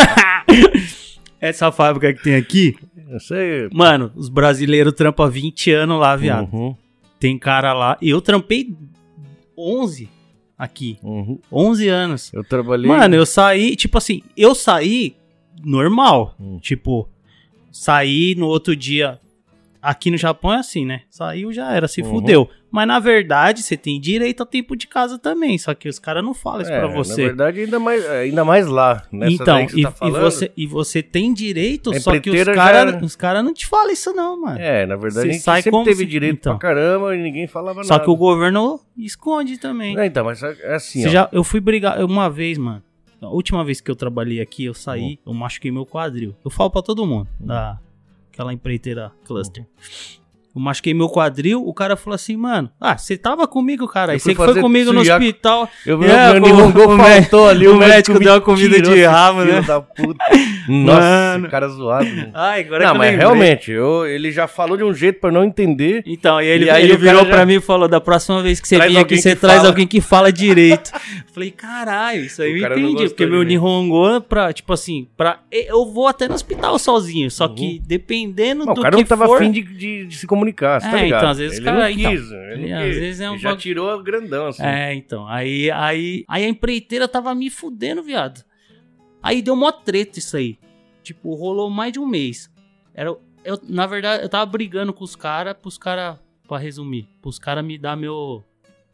Essa fábrica que tem aqui, Eu sei. mano, os brasileiros trampam vinte anos lá, viado. Uhum, Tem cara lá, eu trampei onze aqui, uhum. onze anos. Eu trabalhei... Mano, eu saí, tipo assim, eu saí normal. Hum. Tipo, saí no outro dia, aqui no Japão é assim, né? Saiu, já era, se Uhum. fudeu. Mas na verdade, você tem direito a tempo de casa também, só que os caras não falam isso É, pra você. Na verdade, ainda mais, ainda mais lá, nessa Então, daí que você e, tá e, falando. você, e você tem direito, A só que os empreiteira caras já- os cara não te falam isso não, mano. É, na verdade, Você a gente sai sempre como teve se- direito então. pra caramba e ninguém falava Só nada. que o governo esconde também. É, então, mas é assim, Você ó. já, eu fui brigar uma vez, mano. A última vez que eu trabalhei aqui, eu saí, eu machuquei meu quadril. Eu falo pra todo mundo, da aquela empreiteira cluster. Eu machuquei meu quadril, o cara falou assim, mano, ah, você tava comigo, cara. Eu Aí fui você que foi fazer comigo no tsuyaku. hospital. Eu vi É, o meu pô, Nihongo o mé- faltou ali, o o médico me deu uma comida tirou de esse rabo, filho né? da puta. Nossa, Mano. cara zoado. Mano. Ai, agora Não, que eu mas lembrei. realmente, eu, ele já falou de um jeito pra eu não entender. Então, e ele, E aí ele o cara virou já- pra mim e falou, da próxima vez que você Traz vir aqui, alguém você que traz fala. alguém que fala direito. Falei, caralho, isso aí O eu cara não entendi. gostou Porque de meu mim. Nihongo, pra, tipo assim, pra, eu vou até no hospital sozinho, só que dependendo Não, do o cara que não tava for... afim de, de, de se comunicar, você tá É, ligado? então, às vezes ele o cara- não quis, então, ele é, não às quis. vezes é um Ele já bagulho- tirou grandão, assim. É, então, aí, aí, aí a empreiteira tava me fudendo, viado. Aí deu mó treta isso aí. Tipo, rolou mais de um mês. Era, eu, na verdade, eu tava brigando com os caras, pros caras, pra resumir, pros caras me dar meu...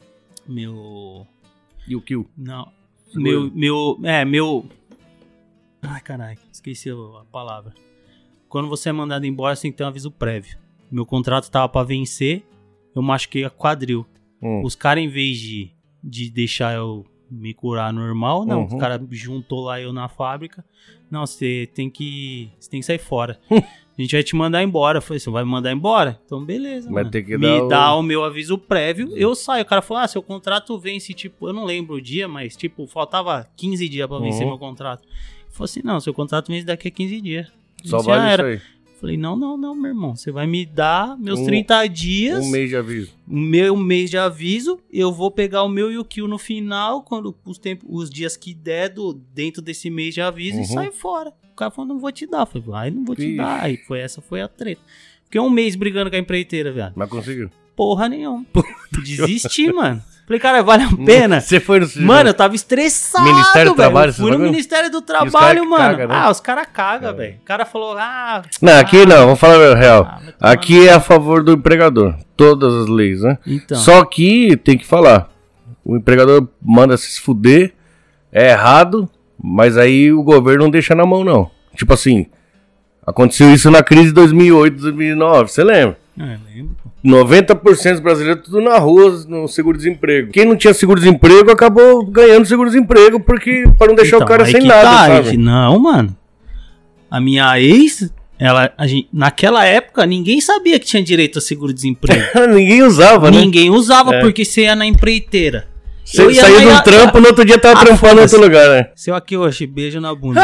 Meu... E o kill? Não. Segura. Meu, meu, é, meu... Ai, caralho, esqueci a palavra. Quando você é mandado embora, você tem que ter um aviso prévio. Meu contrato tava pra vencer, eu machuquei a quadril. Hum. Os caras, em vez de, de deixar eu me curar normal, não. Uhum. Os caras juntou lá eu na fábrica. Não, você tem que. Você tem que sair fora. A gente vai te mandar embora. Eu falei, você vai me mandar embora? Então, beleza. Vai mano. ter que me dar o- dá o meu aviso prévio, eu saio. O cara falou, ah, seu contrato vence, tipo, eu não lembro o dia, mas, tipo, faltava quinze dias pra vencer Uhum. meu contrato. Eu falei assim, não, seu contrato vence daqui a quinze dias. Só Isso vale já era. isso aí. Falei, não, não, não, meu irmão. Você vai me dar meus Um- trinta dias. Um mês de aviso. O meu mês de aviso, eu vou pegar o meu e o kill no final, quando os, tempos, os dias que der do, dentro desse mês de aviso Uhum. e sai fora. O cara falou, não vou te dar. Eu falei, vai, não vou te Ixi. dar. Aí foi, essa foi a treta. Fiquei um mês brigando com a empreiteira, viado. Mas conseguiu. Porra nenhuma. Desisti, mano. Falei, cara, vale a pena? Você foi no... Mano, eu tava estressado, Ministério do velho. Trabalho, Eu esses fui no bagulho? Ministério do os cara Trabalho, que mano. caga, né? Ah, os caras cagam, É. velho. O cara falou, ah... Não, aqui ah, não, vamos falar a real. ah, vai tomar Aqui é a favor do empregador. Todas as leis, né? Então. Só que tem que falar. O empregador manda se fuder, é errado, mas aí o governo não deixa na mão, não. Tipo assim, aconteceu isso na crise de dois mil e oito, dois mil e nove, você lembra? É, lembro. noventa por cento dos brasileiros tudo na rua no seguro-desemprego. Quem não tinha seguro-desemprego acabou ganhando seguro-desemprego porque para não deixar Então, o cara aí sem que nada, tá, sabe? gente. Não, mano. A minha ex, ela, a gente, naquela época, ninguém sabia que tinha direito a seguro-desemprego. Ninguém usava, né? Ninguém usava É. porque você ia na empreiteira. Você Eu ia saía lá de e um a- trampo, no outro dia tava Ah, trampando em outro foda-se. lugar, né? Seu Akiyoshi, beijo na bunda.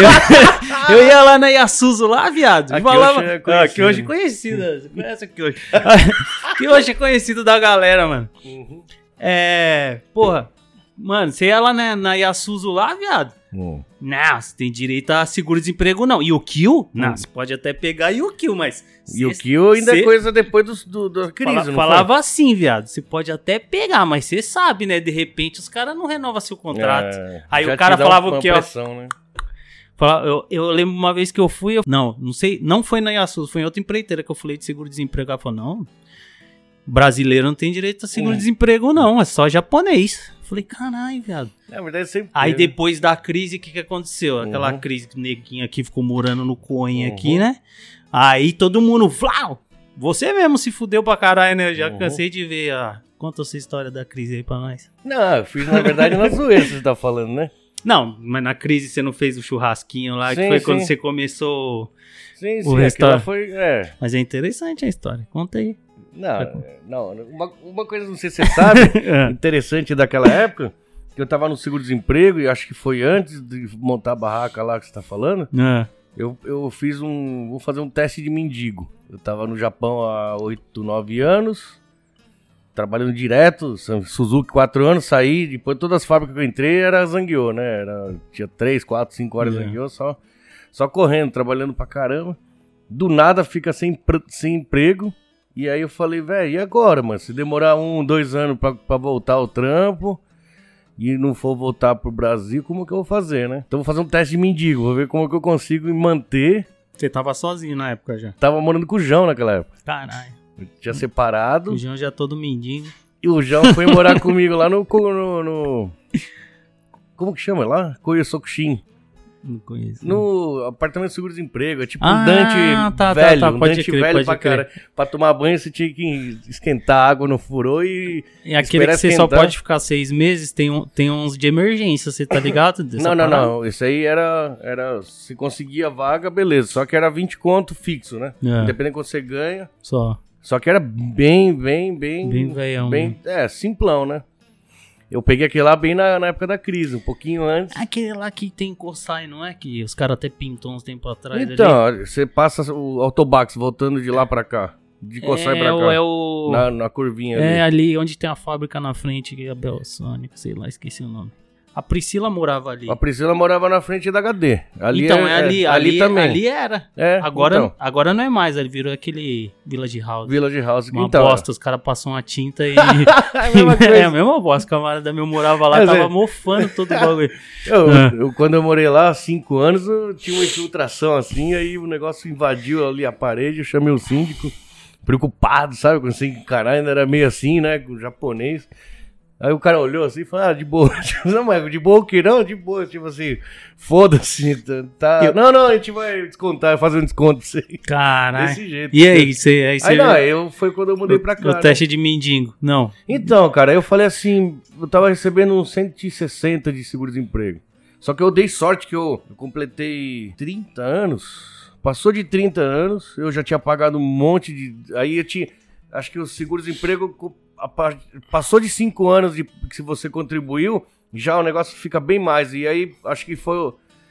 eu, eu ia lá na Yasuzo lá, viado. e Akiyoshi falava, é ah, conhecido. Akiyoshi conhecida. Você conhece o Akiyoshi? Akiyoshi é conhecido da galera, mano. É. Porra. Mano, você ia lá na, na Yasuzo lá, viado. Hum. Não, você tem direito a seguro-desemprego, não. E o kill? Não, Hum. você pode até pegar e o kill, mas... E o cê- Kill ainda cê é coisa depois do, do, da crise, fala- não falava assim, viado. Você pode até pegar, mas você sabe, né? De repente os caras não renovam seu foi? contrato. É, Aí já o cara te dá falava uma o quê, ó? pressão, né? Fala- Eu, eu lembro uma vez que eu fui... eu- não, não sei... Não foi na Yasuo, foi em outra empreiteira que eu falei de seguro-desemprego. Ela falou, não... Brasileiro não tem direito a seguro-desemprego, não. É só japonês. Eu falei, caralho, viado. Na verdade, sempre Aí teve. depois da crise, o que que aconteceu? Aquela Uhum. crise que o neguinho aqui ficou morando no coin Uhum. aqui, né? Aí todo mundo, flau! Você mesmo se fudeu pra caralho, né? Eu já Uhum. cansei de ver a... Conta essa história da crise aí pra nós. Não, eu fiz na verdade na zoeira, você tá falando, né? Não, mas na crise você não fez o churrasquinho lá, que Sim, foi sim. quando você começou... Sim, O sim, aquilo restaurante. foi... É, Mas é interessante a história, conta aí. não, é, não uma, uma coisa, não sei se você sabe, interessante daquela época, que eu tava no seguro-desemprego, e acho que foi antes de montar a barraca lá que você tá falando, É. eu, eu fiz um... Vou fazer um teste de mendigo. Eu tava no Japão há oito, nove anos, trabalhando direto, Suzuki quatro anos, saí, depois todas as fábricas que eu entrei era Zangueô, né? Era, tinha três, quatro, cinco horas É. Zangueô, só, só correndo, trabalhando pra caramba. Do nada fica sem, pr- sem emprego. E aí eu falei, velho, e agora, mano? Se demorar um, dois anos pra, pra voltar ao trampo e não for voltar pro Brasil, como que eu vou fazer, né? Então eu vou fazer um teste de mendigo, vou ver como que eu consigo me manter Você tava sozinho na época já? Tava morando com o João naquela época. Caralho. Eu tinha separado. O João já todo mendigo. E o João foi morar comigo lá no, no, no... Como que chama lá? Koyosokushin. Não conheço. No apartamento de seguro-desemprego. É tipo Ah, um Dante tá, velho. tá, tá, um pode Dante crer, velho pode pra crer. cara. Pra tomar banho você tinha que esquentar a água no furô e... E aquele que esperar você só esquentar. pode ficar seis meses, tem, um, tem uns de emergência, você tá ligado? Dessa Não, não, parada? não. Isso aí era, era... Se conseguia vaga, beleza. Só que era vinte conto fixo, né? É. Independente de quanto você ganha. Só. Só que era bem, bem, bem... Bem velhão, Bem, é, simplão, né? Eu peguei aquele lá bem na, na época da crise, um pouquinho antes. Aquele lá que tem Corsai, não é? Que os caras até pintou uns tempos atrás ali. Então, você passa o Autobax voltando de lá pra cá. De Coçai é, pra cá. o- é o... Na, na curvinha É ali. ali onde tem a fábrica na frente, que é a Belsonic, sei lá, esqueci o nome. A Priscila morava ali. A Priscila morava na frente da H D. Ali então, é, é ali, é, ali, também. ali era. É, Agora, então. agora não é mais, ele virou aquele Village House. Village House. Uma então, bosta, os caras passam uma tinta e... É a mesma coisa. É a mesma bosta, o camarada meu morava lá, Mas tava é. mofando todo o bagulho. Eu, É. eu, quando eu morei lá, há cinco anos, eu tinha uma infiltração assim, aí o negócio invadiu ali a parede, eu chamei o síndico, preocupado, sabe? Quando você encarar, ainda era meio assim, né? Com o japonês. Aí o cara olhou assim e falou, ah, de boa. Não, mas de boa o que não? De boa, tipo assim, foda-se, tá... Eu- Não, não, a gente vai descontar, fazer um desconto pra você. Caralho. Desse jeito. E aí, você... Aí, cê Aí não, eu, foi quando eu mudei pra cá, O né? teste de mendigo. Não. Então, cara, eu falei assim, eu tava recebendo uns cento e sessenta de seguro-desemprego. Só que eu dei sorte que eu, eu completei trinta anos. Passou de trinta anos, eu já tinha pagado um monte de... Aí eu tinha... Acho que o seguro-desemprego co- a par- passou de cinco anos de que se você contribuiu, já o negócio fica bem mais. E aí, acho que foi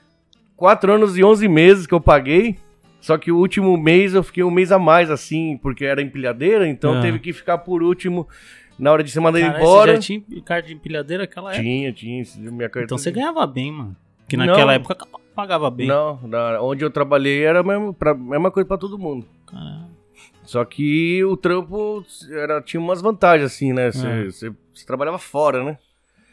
quatro anos e onze meses que eu paguei. Só que o último mês eu fiquei um mês a mais, assim, porque era empilhadeira. Então Ah. teve que ficar por último, na hora de ser mandado Caralho, embora. você já tinha carta de empilhadeira naquela época? Tinha, tinha. Minha carta... Então você ganhava bem, mano. Que Não. naquela época pagava bem. Não, na- onde eu trabalhei era a mesma, pra, mesma coisa pra todo mundo. Caralho. Só que o trampo era, tinha umas vantagens, assim, né? Você É. você- você trabalhava fora, né?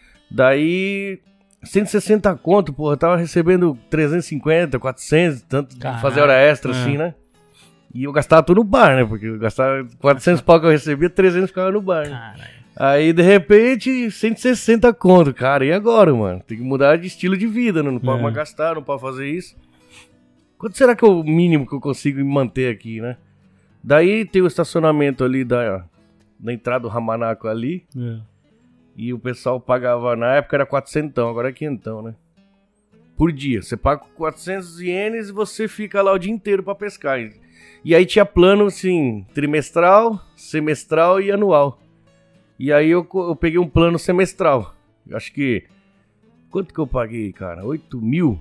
Daí, cento e sessenta conto, porra, eu tava recebendo trezentos e cinquenta, quatrocentos, tanto de Caralho. fazer hora extra, É. assim, né? E eu gastava tudo no bar, né? Porque eu gastava quatrocentos pau que eu recebia, trezentos ficava no bar. Né? Caralho. Aí, de repente, cento e sessenta conto, cara. E agora, mano? Tem que mudar de estilo de vida, né? Não pode É. mais gastar, não pode fazer isso. Quanto será que é o mínimo que eu consigo me manter aqui, né? Daí tem o estacionamento ali da, da entrada do Ramanaco ali. É. E o pessoal pagava, na época era quatrocentos, agora é quinhentos, né? Por dia. Você paga quatrocentos ienes e você fica lá o dia inteiro pra pescar. E aí tinha plano, assim, trimestral, semestral e anual. E aí eu, co- eu peguei um plano semestral. Eu acho que... Quanto que eu paguei, cara? oito mil?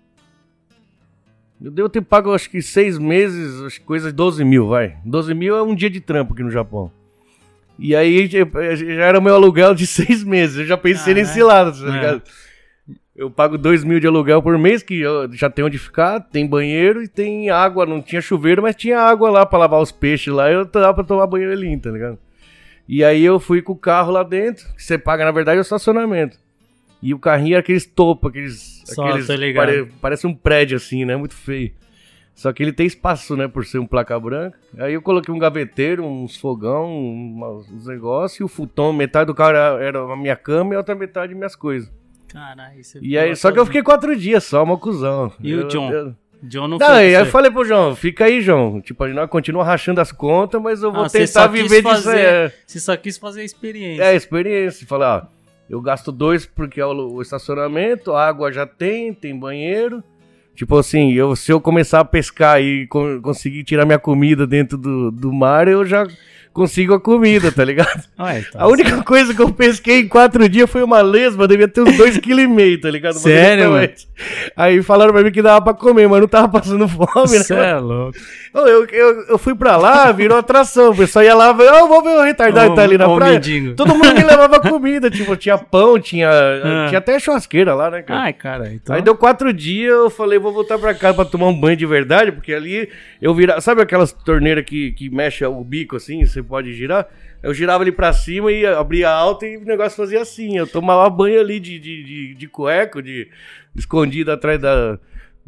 Eu devo ter pago, acho que seis meses, acho que coisa de doze mil, vai. doze mil é um dia de trampo aqui no Japão. E aí já já era o meu aluguel de seis meses. Eu já pensei Caralho. nesse lado, tá É. ligado? Eu pago dois mil de aluguel por mês, que eu já tem onde ficar, tem banheiro e tem água. Não tinha chuveiro, mas tinha água lá pra lavar os peixes lá. Eu dava pra tomar banho ali, tá ligado? E aí eu fui com o carro lá dentro, que você paga, na verdade, é o estacionamento. E o carrinho era aqueles topos, aqueles... Só, aqueles tô ligado. pare- parece um prédio assim, né? Muito feio. Só que ele tem espaço, né? Por ser um placa branca. Aí eu coloquei um gaveteiro, uns fogão, uns, uns negócios. E o futon, metade do carro era, era a minha cama e a outra metade minhas coisas. Caralho. Você E aí, ficou só que eu todo- fiquei quatro dias só, uma cuzão. E o Eu- John? eu- John não Não, foi aí com eu você. falei pro João, fica aí, João. Tipo, a gente continua rachando as contas, mas eu vou Ah, você tentar só quis viver disso fazer- aí. É. Você só quis fazer a experiência. É, experiência. Falar, ó, eu gasto dois porque é o, o estacionamento, a água já tem, tem banheiro. Tipo assim, eu, se eu começar a pescar e co- conseguir tirar minha comida dentro do, do mar, eu já consigo a comida, tá ligado? Ué, tá A única coisa que eu pesquei em quatro dias foi uma lesma, devia ter uns dois vírgula cinco quilos, tá ligado? Sério, mano? Aí falaram pra mim que dava pra comer, mas não tava passando fome, né? Você é louco. Ô, Eu, eu, eu fui pra lá, virou atração. O pessoal ia lá, eu vou ver o retardado que tá ali na Ô, ô, praia. mendigo. Todo mundo me levava comida, tipo, tinha pão, tinha, Ah. tinha até churrasqueira lá, né, cara? Ai, cara, então... Aí deu quatro dias, eu falei, vou voltar pra casa pra tomar um banho de verdade, porque ali eu virava, sabe aquelas torneiras que, que mexe o bico assim, você pode girar? Eu girava ali pra cima e abria alta e o negócio fazia assim, eu tomava banho ali de, de, de, de cueco, de, escondido atrás da...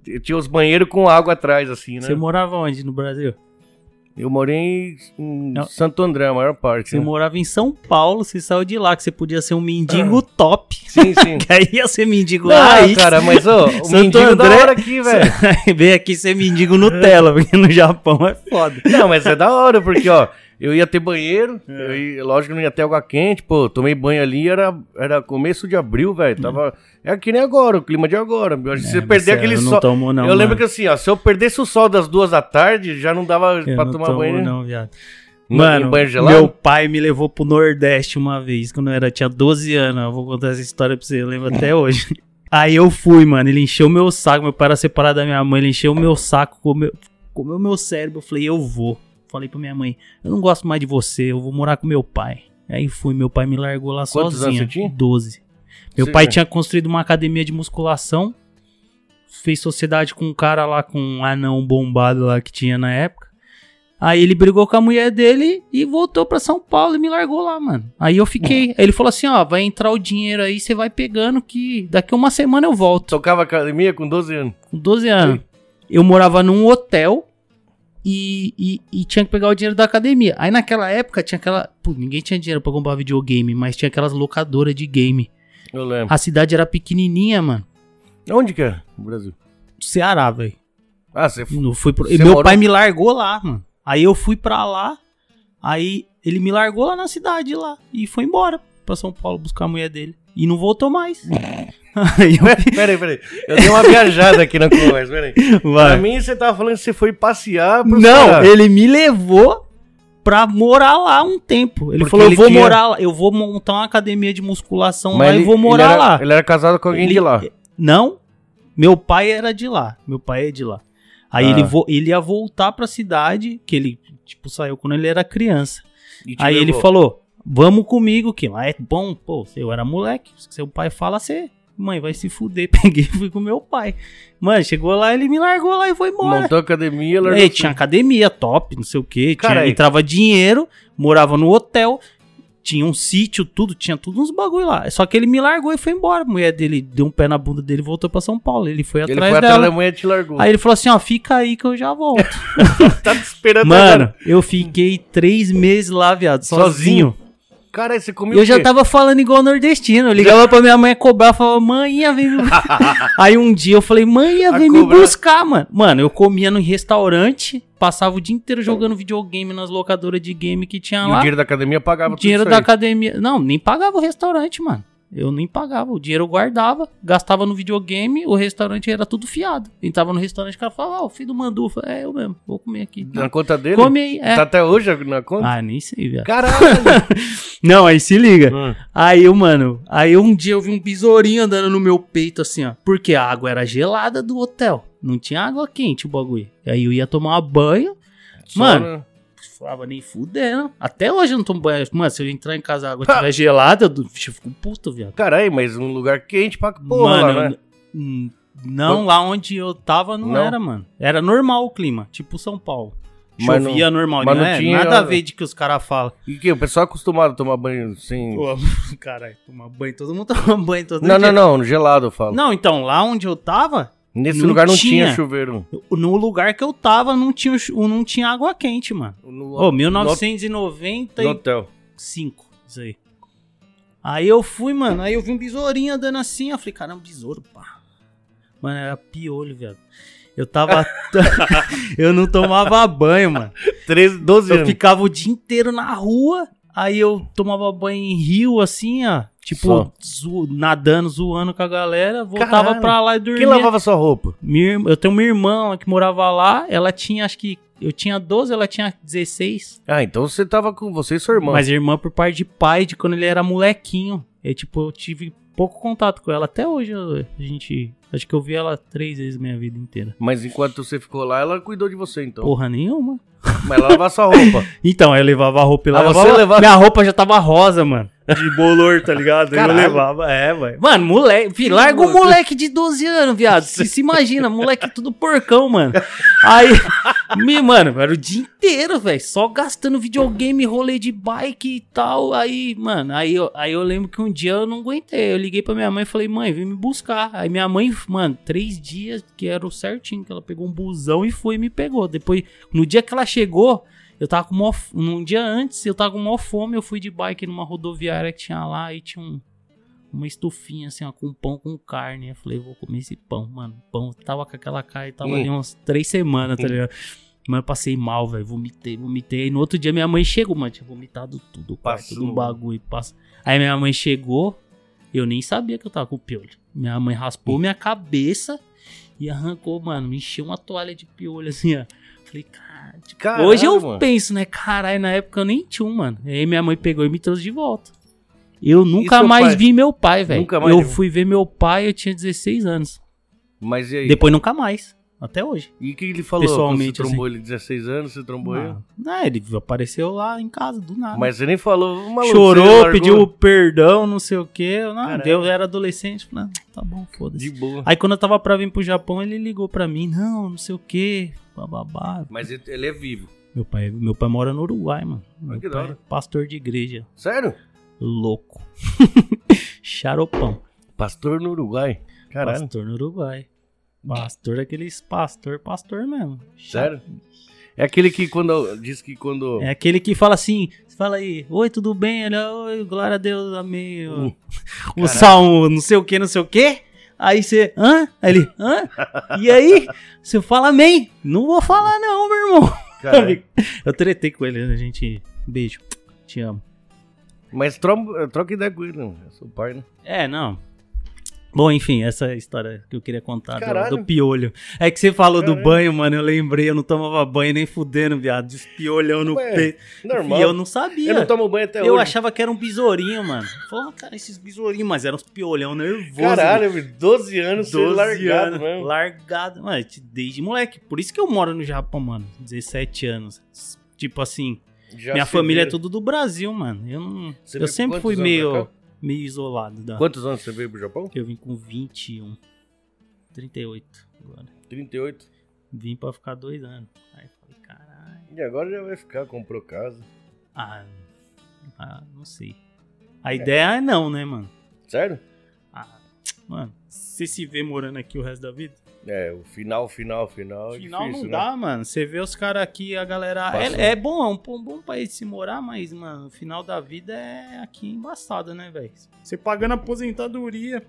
tinha os banheiros com água atrás, assim, né? Você morava onde no Brasil? Eu morei em Santo André, a maior parte. Você né? morava em São Paulo, você saiu de lá, que você podia ser um mendigo top. Sim, sim. Que aí ia ser mendigo Não, raiz. cara, mas ó, o Santo mendigo André, da hora aqui, velho. Vem aqui ser mendigo Nutella, porque no Japão é foda. Não, mas é da hora, porque, ó, eu ia ter banheiro, eu ia, lógico que não ia ter água quente, pô, tomei banho ali, era, era começo de abril, velho, tava, é que nem agora, o clima de agora, eu acho que se É, você perder mas aquele eu não sol, tomo não, eu lembro mano. que assim, ó, se eu perdesse o sol das duas da tarde, já não dava Eu pra não tomar tomo banho, não, viado. No- Mano, em banho gelado? meu pai me levou pro Nordeste uma vez, quando eu era, tinha doze anos. Eu vou contar essa história pra você, eu lembro até hoje. Aí eu fui, mano, ele encheu meu saco, meu pai era separado da minha mãe, ele encheu meu saco, comeu, comeu meu cérebro, eu falei, eu vou. Falei pra minha mãe, eu não gosto mais de você, eu vou morar com meu pai. Aí fui, meu pai me largou lá Quantos sozinho. anos você tinha? doze. Meu Você pai vê. tinha construído uma academia de musculação, fez sociedade com um cara lá, com um anão bombado lá que tinha na época. Aí ele brigou com a mulher dele e voltou pra São Paulo e me largou lá, mano. Aí eu fiquei. Aí ele falou assim, ó, vai entrar o dinheiro aí, você vai pegando que daqui uma semana eu volto. Tocava academia com doze anos. Com doze anos. Sim. Eu morava num hotel e, e, e tinha que pegar o dinheiro da academia. Aí naquela época tinha aquela... Pô, ninguém tinha dinheiro pra comprar videogame, mas tinha aquelas locadoras de game. Eu lembro. A cidade era pequenininha, mano. Onde que é? No Brasil. Ceará, velho. Ah, você Não fui pro... Você Meu morou- pai me largou lá, mano. Aí eu fui pra lá, aí ele me largou lá na cidade lá e foi embora pra São Paulo buscar a mulher dele. E não voltou mais. Aí eu... Peraí, peraí. Eu dei uma viajada aqui na conversa, peraí. Pra Vai. mim, você tava falando que você foi passear pro Não, Ceará. ele me levou pra morar lá um tempo. Ele Porque falou, ele eu vou tinha- morar lá, eu vou montar uma academia de musculação Mas lá ele- e vou morar ele era, lá. Ele era casado com alguém Ele- de lá. Não, meu pai era de lá. Meu pai é de lá. Aí Ah. ele, vo... ele ia voltar pra cidade, que ele, tipo, saiu quando ele era criança. E te Aí ele levou. falou, vamos comigo, que lá é bom, pô, eu era moleque, se seu pai fala, você, mãe, vai se fuder. Peguei e fui com meu pai. Mano, chegou lá, ele me largou lá e foi embora. Montou academia, largou Ele tudo. tinha academia top, não sei o que, Cara, aí- entrava dinheiro, morava no hotel, tinha um sítio, tudo, tinha tudo uns bagulho lá. Só que ele me largou e foi embora. A mulher dele deu um pé na bunda dele e voltou pra São Paulo. Ele foi Ele atrás foi dela. atrás da mulher e te largou. Aí ele falou assim, ó, fica aí que eu já volto. Tá te esperando Mano, agora. eu fiquei três meses lá, viado, sozinho. Sozinho? Cara, você comeu Eu o já quê? tava falando igual nordestino. Eu ligava pra minha mãe cobrar, falava, mãe, vem me... Aí um dia eu falei, mãe, A vem me cobrar. buscar, mano. Mano, eu comia no restaurante, passava o dia inteiro jogando videogame nas locadoras de game que tinha E o lá. dinheiro da academia pagava O dinheiro tudo da isso aí. academia... Não, nem pagava o restaurante, mano. Eu nem pagava. O dinheiro eu guardava, gastava no videogame, o restaurante era tudo fiado. Entrava no restaurante, o cara falava, ó, o filho do Mandu. Eu falei, é, eu mesmo, vou comer aqui. Na conta dele? Come aí, é. Tá até hoje na conta? Ah, nem sei, velho. Caralho! Não, aí se liga. Hum. Aí eu, mano, aí um dia eu vi um besourinho andando no meu peito assim, ó. Porque a água era gelada do hotel. Não tinha água quente o bagulho. Aí eu ia tomar banho. Só, Mano, né? falava nem fudendo. Até hoje eu não tomo banho. Mano, se eu entrar em casa e a água estiver gelada, eu do- eu fico puto, viado. Caralho, mas um lugar quente pra porra Mano, lá, né? n- não, lá onde eu tava não, Não? era, mano. Era normal o clima, tipo São Paulo. Mas Chovia normal, mas não, não é? tinha- Nada a ver de que os caras falam. E que o pessoal é acostumado a tomar banho sem... Pô, caralho, tomar banho, todo mundo toma banho todo Não, dia. não, não, gelado eu falo. Não, então, lá onde eu tava, Nesse não lugar não tinha, tinha. chuveiro. no lugar que eu tava, não tinha, chu- não tinha água quente, mano. No, Ô, mil novecentos e noventa no e hotel. cinco, isso aí. Aí eu fui, mano, aí eu vi um besourinho andando assim, eu falei, caramba, besouro, pá. Mano, era piolho, velho. Eu tava... eu não tomava banho, mano. treze, doze Eu anos. ficava o dia inteiro na rua, aí eu tomava banho em rio, assim, ó. Tipo, Só. zo- nadando, zoando com a galera, voltava Caralho. pra lá e dormia. Quem lavava sua roupa? Minha irmã- eu tenho uma irmã que morava lá, ela tinha, acho que, eu tinha doze, ela tinha dezesseis. Ah, então você tava com você e sua irmã. Mas a irmã por parte de pai, de quando ele era molequinho. E, tipo, eu tive pouco contato com ela. Até hoje, eu- a gente... Acho que eu vi ela três vezes minha vida inteira. Mas enquanto você ficou lá, ela cuidou de você, então. Porra nenhuma. Mas ela lavava sua roupa. Então, eu levava a roupa e Ah, ela você levava... levava- Minha roupa já tava rosa, mano. de bolor, tá ligado? Caralho. Eu levava, é, velho. Mano, moleque, filho, larga um moleque de doze anos, viado. Você se imagina, moleque tudo porcão, mano. Aí, me, mano, era o dia inteiro, velho, só gastando videogame, rolê de bike e tal. Aí, mano, aí eu, aí eu lembro que um dia eu não aguentei. Eu liguei pra minha mãe e falei, mãe, vem me buscar. Aí minha mãe, mano, três dias, que era o certinho, que ela pegou um busão e foi e me pegou. Depois, no dia que ela chegou, eu tava com mó, um dia antes, eu tava com mó fome, eu fui de bike numa rodoviária que tinha lá e tinha um, uma estufinha assim, ó, com pão com carne. Eu falei, vou comer esse pão, mano. O pão tava com aquela carne, tava hum. ali umas três semanas, tá ligado? Mas eu passei mal, velho, vomitei, vomitei. Aí no outro dia minha mãe chegou, mano, tinha vomitado tudo, quarto, tudo um bagulho. Passa. Aí minha mãe chegou, eu nem sabia que eu tava com piolho. Minha mãe raspou minha cabeça e arrancou, mano, me encheu uma toalha de piolho assim, ó. Falei, cara, tipo, Caralho, hoje eu mano. penso, né, caralho, na época eu nem tinha um, mano. Aí minha mãe pegou e me trouxe de volta. Eu nunca seu mais pai? vi meu pai, velho. Nunca mais Eu viu? fui ver meu pai, eu tinha dezesseis anos. Mas e aí? Depois nunca mais, até hoje. E o que ele falou? Pessoalmente, Quando você trombou assim. ele dezesseis anos, você trombou ele? Não, não, ele apareceu lá em casa, do nada. Mas você nem falou, maluco, você Chorou, largou pediu perdão, não sei o quê. Não, Caralho. eu era adolescente, falei, ah, tá bom, foda-se. de boa. Aí quando eu tava pra vir pro Japão, ele ligou pra mim, não, não sei o quê, bababá. Mas ele, ele é vivo. Meu pai, meu pai mora no Uruguai, mano. Meu que da pai hora. é pastor de igreja. Sério? Louco. Xaropão. Pastor no Uruguai. Caralho. Pastor no Uruguai. Pastor daqueles pastor, pastor mesmo. Sério? É aquele que quando diz que quando É aquele que fala assim, você fala aí, oi, tudo bem? Ele, oi, glória a Deus, amém. O, Hum. o salmo, não sei o que, não sei o que. Aí você, hã? Aí ele, hã? E aí, você fala amém. Não vou falar não, meu irmão. Caralho. Eu tretei com ele, a gente, beijo, te amo. Mas troca, troca ideia com ele, não. É seu pai, né? É, não. Bom, enfim, essa é a história que eu queria contar do, Caralho. do piolho. É que você falou Caralho. do banho, mano, eu lembrei, eu não tomava banho nem fudendo, viado, de piolhão no Ué, peito. normal. E eu não sabia. Eu não tomo banho até Eu hoje. achava que era um besourinho, mano. Falei, cara, esses besourinhos, mas eram uns piolhão nervosos. Caralho, eu, doze anos, você doze largado anos, mesmo. largado, mano, desde moleque. Por isso que eu moro no Japão, mano, dezessete anos. Tipo assim, Já minha se família é vira. tudo do Brasil, mano. Eu não, Você eu veio sempre com fui quantos anos pra meio, cá? meio isolado. Da... Quantos anos você veio pro Japão? Eu vim com vinte e um, trinta e oito agora. trinta e oito. Vim pra ficar dois anos. Aí falei, caralho. E agora já vai ficar, comprou casa. Ah, ah, não sei. A ideia é não, né, mano? Sério? Ah, mano, você se vê morando aqui o resto da vida? É, o final, final, final é Final difícil, não né? dá, mano. Você vê os caras aqui, a galera. Passou. É, é bom, é um, um bom país de se morar, mas, mano, o final da vida é aqui embaçado, né, velho? Você pagando aposentadoria.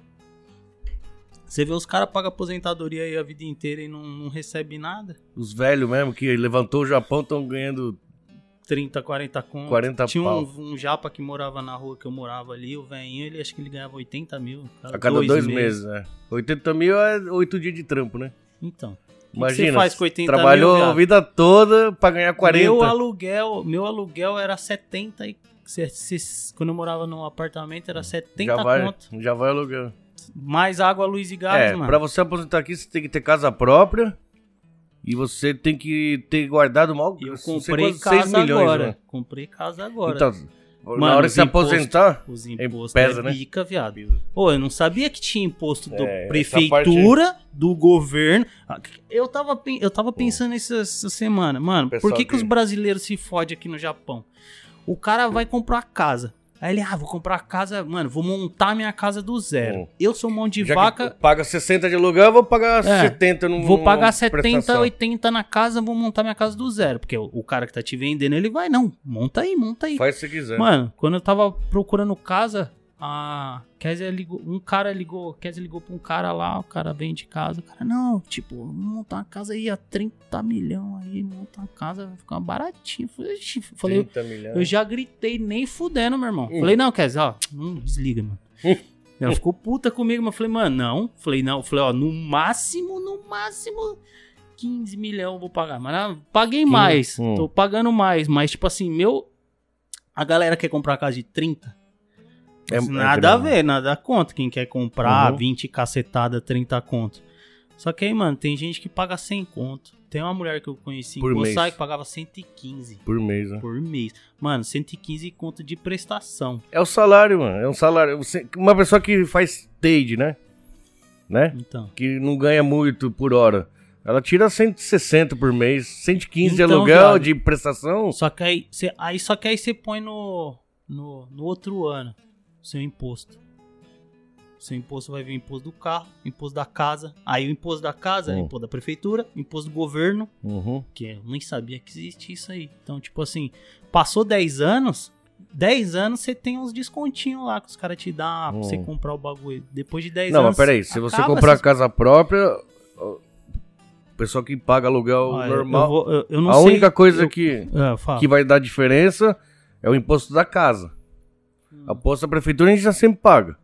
Você vê os caras pagam aposentadoria aí a vida inteira e não, não recebe nada. Os velhos mesmo que levantou o Japão estão ganhando trinta, quarenta conto. quarenta Tinha pau. um, um japa que morava na rua que eu morava ali, o velhinho, ele acho que ele ganhava oitenta mil. a cada dois, meses, né? oitenta mil é oito dias de trampo, né? Então. Imagina, você faz com oitenta trabalhou mil, a viado? vida toda pra ganhar quarenta. Meu aluguel, meu aluguel era setenta e se- se- quando eu morava num apartamento era setenta já vai, conto. já vai alugar. Mais água, luz e gás, É, mano. pra você aposentar aqui, você tem que ter casa própria e você tem que ter guardado mal. Eu não sei comprei quantos, casa seis milhões, agora. né? Comprei casa agora. Então, Mano, na hora que os você impostos- aposentar, Os impostos pesa, é né? bica, viado. Pô, eu não sabia que tinha imposto da É, essa prefeitura, do governo. Eu tava, pen- eu tava pensando essa, essa semana, mano, por Pessoal que, que os que- brasileiros se fodem aqui no Japão? O cara vai comprar casa. Aí ele, ah, vou comprar casa, mano, vou montar minha casa do zero. Hum. Eu sou mão de já vaca, que paga sessenta de aluguel, eu vou pagar É, setenta no vou pagar numa setenta, prestação. oitenta na casa, vou montar minha casa do zero. Porque o, o cara que tá te vendendo, ele vai, não, monta aí, monta aí. Faz se quiser. Mano, quando eu tava procurando casa, a Kézia ligou, um cara ligou, Kézia ligou pra um cara lá, o cara vende casa, o cara, não, tipo, vamos montar uma casa aí a trinta milhão aí, montar uma casa, vai ficar baratinho. Falei, "Ixi", falei, trinta milhões. eu já gritei nem fudendo, meu irmão. Hum. Falei, não, Kézia, ó, não desliga, mano. Hum. Ela ficou puta comigo, mas eu falei, mano, não. Falei, não, falei, ó, no máximo, no máximo, quinze milhões eu vou pagar. Mas não, paguei mais, Hum. tô pagando mais, mas tipo assim, meu, a galera quer comprar casa de trinta. É- é nada a grana. ver, nada conta. Quem quer comprar Uhum. vinte cacetada, trinta conto. Só que aí, mano, tem gente que paga cem conto. tem uma mulher que eu conheci em Por mês. Boçai que pagava cento e quinze Por mês, né? por mês. Mano, cento e quinze conto de prestação. É o salário, mano. É um salário. Você- Uma pessoa que faz trade, né? Né? Então. Que não ganha muito por hora. Ela tira cento e sessenta por mês, cento e quinze de Então, aluguel, viado. de prestação. Só que aí, cê, aí só que aí você põe no, no, no outro ano seu imposto. Seu imposto vai vir o imposto do carro, imposto da casa. Aí o imposto da casa é o Hum. imposto da prefeitura, imposto do governo, Uhum. que eu nem sabia que existia isso aí. Então, tipo assim, passou dez anos, dez anos você tem uns descontinhos lá que os caras te dão pra Hum. você comprar o bagulho. Depois de dez Não, anos. mas peraí, se você acaba comprar essas- casa própria, o pessoal que paga aluguel Olha, eu normal, vou- eu- eu não a sei- única coisa eu- que, Ah, fala. que vai dar diferença é o imposto da casa. Hum. A imposto da prefeitura a gente já sempre paga.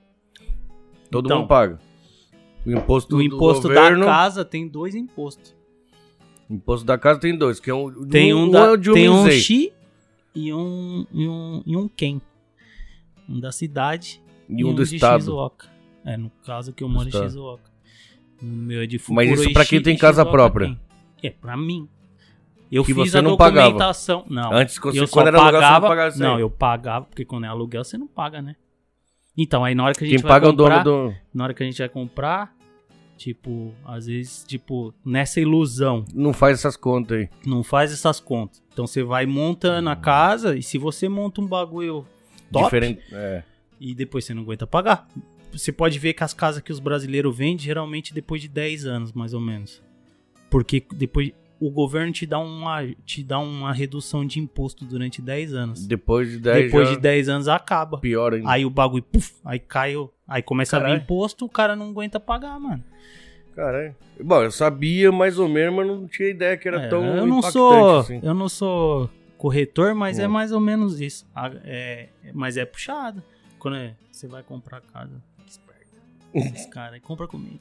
Todo Então, mundo paga. O imposto, O imposto do governo, da casa tem dois impostos. o imposto da casa tem dois, que é um, Tem um, um da, é de tem um isento. Xi e um, e um, e um Ken. Um da cidade E um do de estado. Shizuoka. É, no caso que eu moro em Estado. Shizuoka. O meu é de Mas isso Fukuroishi pra quem tem e casa Shizuoka própria. Ken. É, pra mim. Eu Que fiz você a não pagava. documentação. Não, Antes, quando eu você- só quando era aluguel, você não pagava. pagava isso aí. Não, eu pagava, porque quando é aluguel você não paga, né? Então, aí na hora que a gente Quem vai paga é o comprar, dono do... na hora que a gente vai comprar, tipo, às vezes, tipo, nessa ilusão, Não faz essas contas aí. não faz essas contas. Então você vai montando a casa e se você monta um bagulho top Diferente. É. e depois você não aguenta pagar. Você pode ver que as casas que os brasileiros vendem geralmente depois de dez anos, mais ou menos. Porque depois o governo te dá uma, te dá uma redução de imposto durante dez anos. Depois de dez Depois já de dez anos acaba. pior ainda. Aí o bagulho, puf, aí cai, o- aí começa a Caralho. vir imposto, o cara não aguenta pagar, mano. Caralho. Bom, eu sabia mais ou menos, mas não tinha ideia que era É, tão eu não impactante sou, assim. eu não sou corretor, mas Hum. é mais ou menos isso. A- é- mas é puxado. Quando é- você vai comprar casa, esperto. Esses caras aí, compra comigo.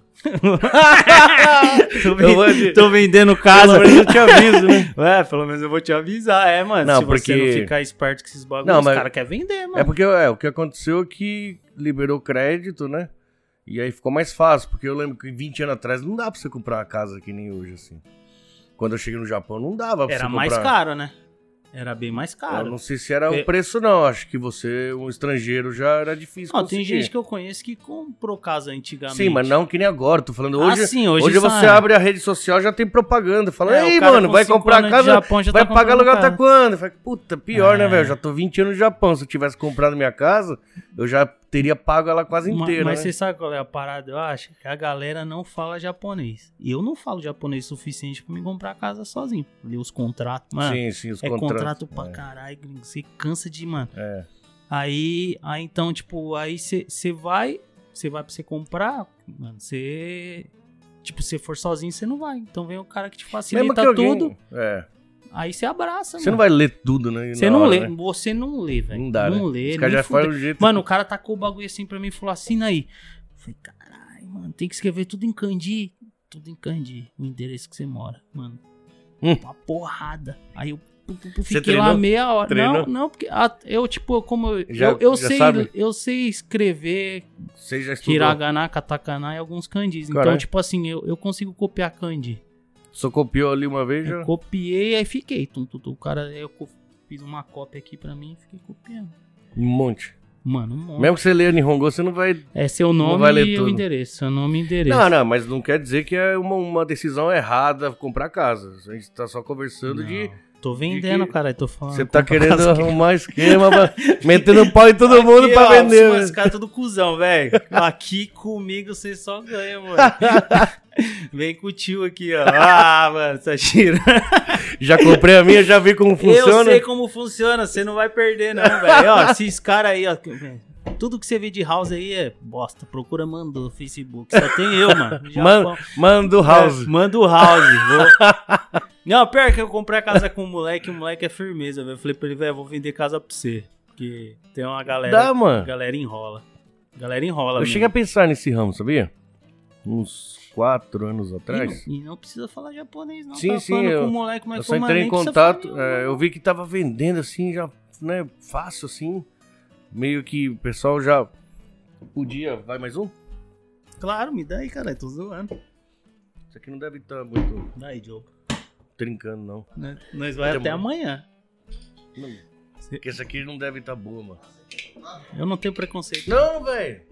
tô, ven- Eu vou te- tô vendendo Pelo casa. menos eu te aviso, né? É, pelo menos eu vou te avisar. É, mano, Não, se você porque- não ficar esperto com esses bagulhos, Não, os mas- caras querem vender, mano. É porque é, o que aconteceu é que liberou crédito, né? E aí ficou mais fácil, porque eu lembro que vinte anos atrás não dá pra você comprar uma casa que nem hoje, assim. Quando eu cheguei no Japão, não dava pra Era você mais comprar. caro, né? Era bem mais Eu caro. não sei se era É- o preço, não. Acho que você, um estrangeiro, já era difícil Não, tem conseguir. gente que eu conheço que comprou casa antigamente. Sim, mas não que nem agora. Tô falando hoje. Ah, sim, hoje hoje sai. você abre a rede social, já tem propaganda. Fala, É, o ei, cara mano, com vai cinco comprar anos de casa, Japão já vai tá pagar comprando aluguel até casa. quando? Eu falei, puta, pior, É. né, velho? Já tô vinte anos no Japão. Se eu tivesse comprado minha casa, eu já teria pago ela quase Ma- inteira, Mas né? você sabe qual é a parada? Eu acho que a galera não fala japonês. E eu não falo japonês suficiente pra me comprar a casa sozinho. Ler os contratos. Mano, Sim, sim, os é contratos. contrato pra é. caralho, gringo. Você cansa de, mano. É. Aí, aí então, tipo, aí você vai, você vai pra você comprar, mano, você... Tipo, se for sozinho, você não vai. Então vem o cara que te Mesmo facilita que alguém... tudo, É. aí você abraça, Você mano. não vai ler tudo, né? Você na não hora, lê, né? você não lê, velho. Não dá, não né? lê, Os caras nem já fazem fudeu. o jeito... Mano, o cara tacou o bagulho assim pra mim e falou, assina aí. Eu falei, caralho, mano, tem que escrever tudo em kanji. Tudo em kanji, o endereço que você mora, mano. Hum. Uma porrada. Aí eu pu, pu, pu, Você fiquei treinou? lá meia hora. Treinou? Não, não, porque ah, eu, tipo, como eu, Já- eu, eu já sei, sabe? eu sei escrever Você já estudou. hiragana, katakana e alguns kanjis. Então, Caralho. tipo assim, eu, eu consigo copiar kanji. Só copiou ali uma vez, já... Eu copiei, aí fiquei. Tum, tum, tum. O cara, eu co- fiz uma cópia aqui pra mim e fiquei copiando. Um monte. Mano, um monte. Mesmo que você leia Nihongo, você não vai... É seu Não nome vai ler e o tudo. endereço. Seu nome e endereço. Não, não, mas não quer dizer que é uma, uma decisão errada comprar casa. A gente tá só conversando Não, de... Tô vendendo, que cara. Tô falando. Você tá compra querendo casa aqui. arrumar esquema, pra... metendo pau em todo mundo Aqui, pra ó, vender. Os né? caras tudo cuzão, velho. Aqui comigo você só ganha, mano. Vem com o tio aqui, ó. Ah, mano, tá tirando. Já comprei a minha, já vi como Eu funciona. sei como funciona, você não vai perder, não, velho. Ó, esses caras aí, ó. Tudo que você vê de house aí é bosta. Procura Mando no Facebook. Só tem eu, mano. Japão. Man, manda o house. É, manda o house. Vou... Não, pior que eu comprei a casa com o moleque, o moleque é firmeza, velho. Eu falei pra ele, velho, vou vender casa pra você. Porque tem uma galera. Dá, mano. A galera enrola. A galera enrola. Eu mesmo. cheguei a pensar nesse ramo, sabia? Uns quatro anos E atrás. não, e não precisa falar japonês, não. Sim, tá sim, falando eu- com o moleque, mas Eu só como entrei nem em precisa contato, falar é, nenhum, eu vi que tava vendendo assim, já, né, fácil assim. Meio que o pessoal já podia... Vai mais um? Claro, me dá aí, cara. Tô zoando. Isso aqui não deve estar muito... Dá aí, Diogo. trincando, não. Né? Nós vai até amanhã. Não, porque essa aqui não deve estar boa, mano. Eu não tenho preconceito. Não, velho.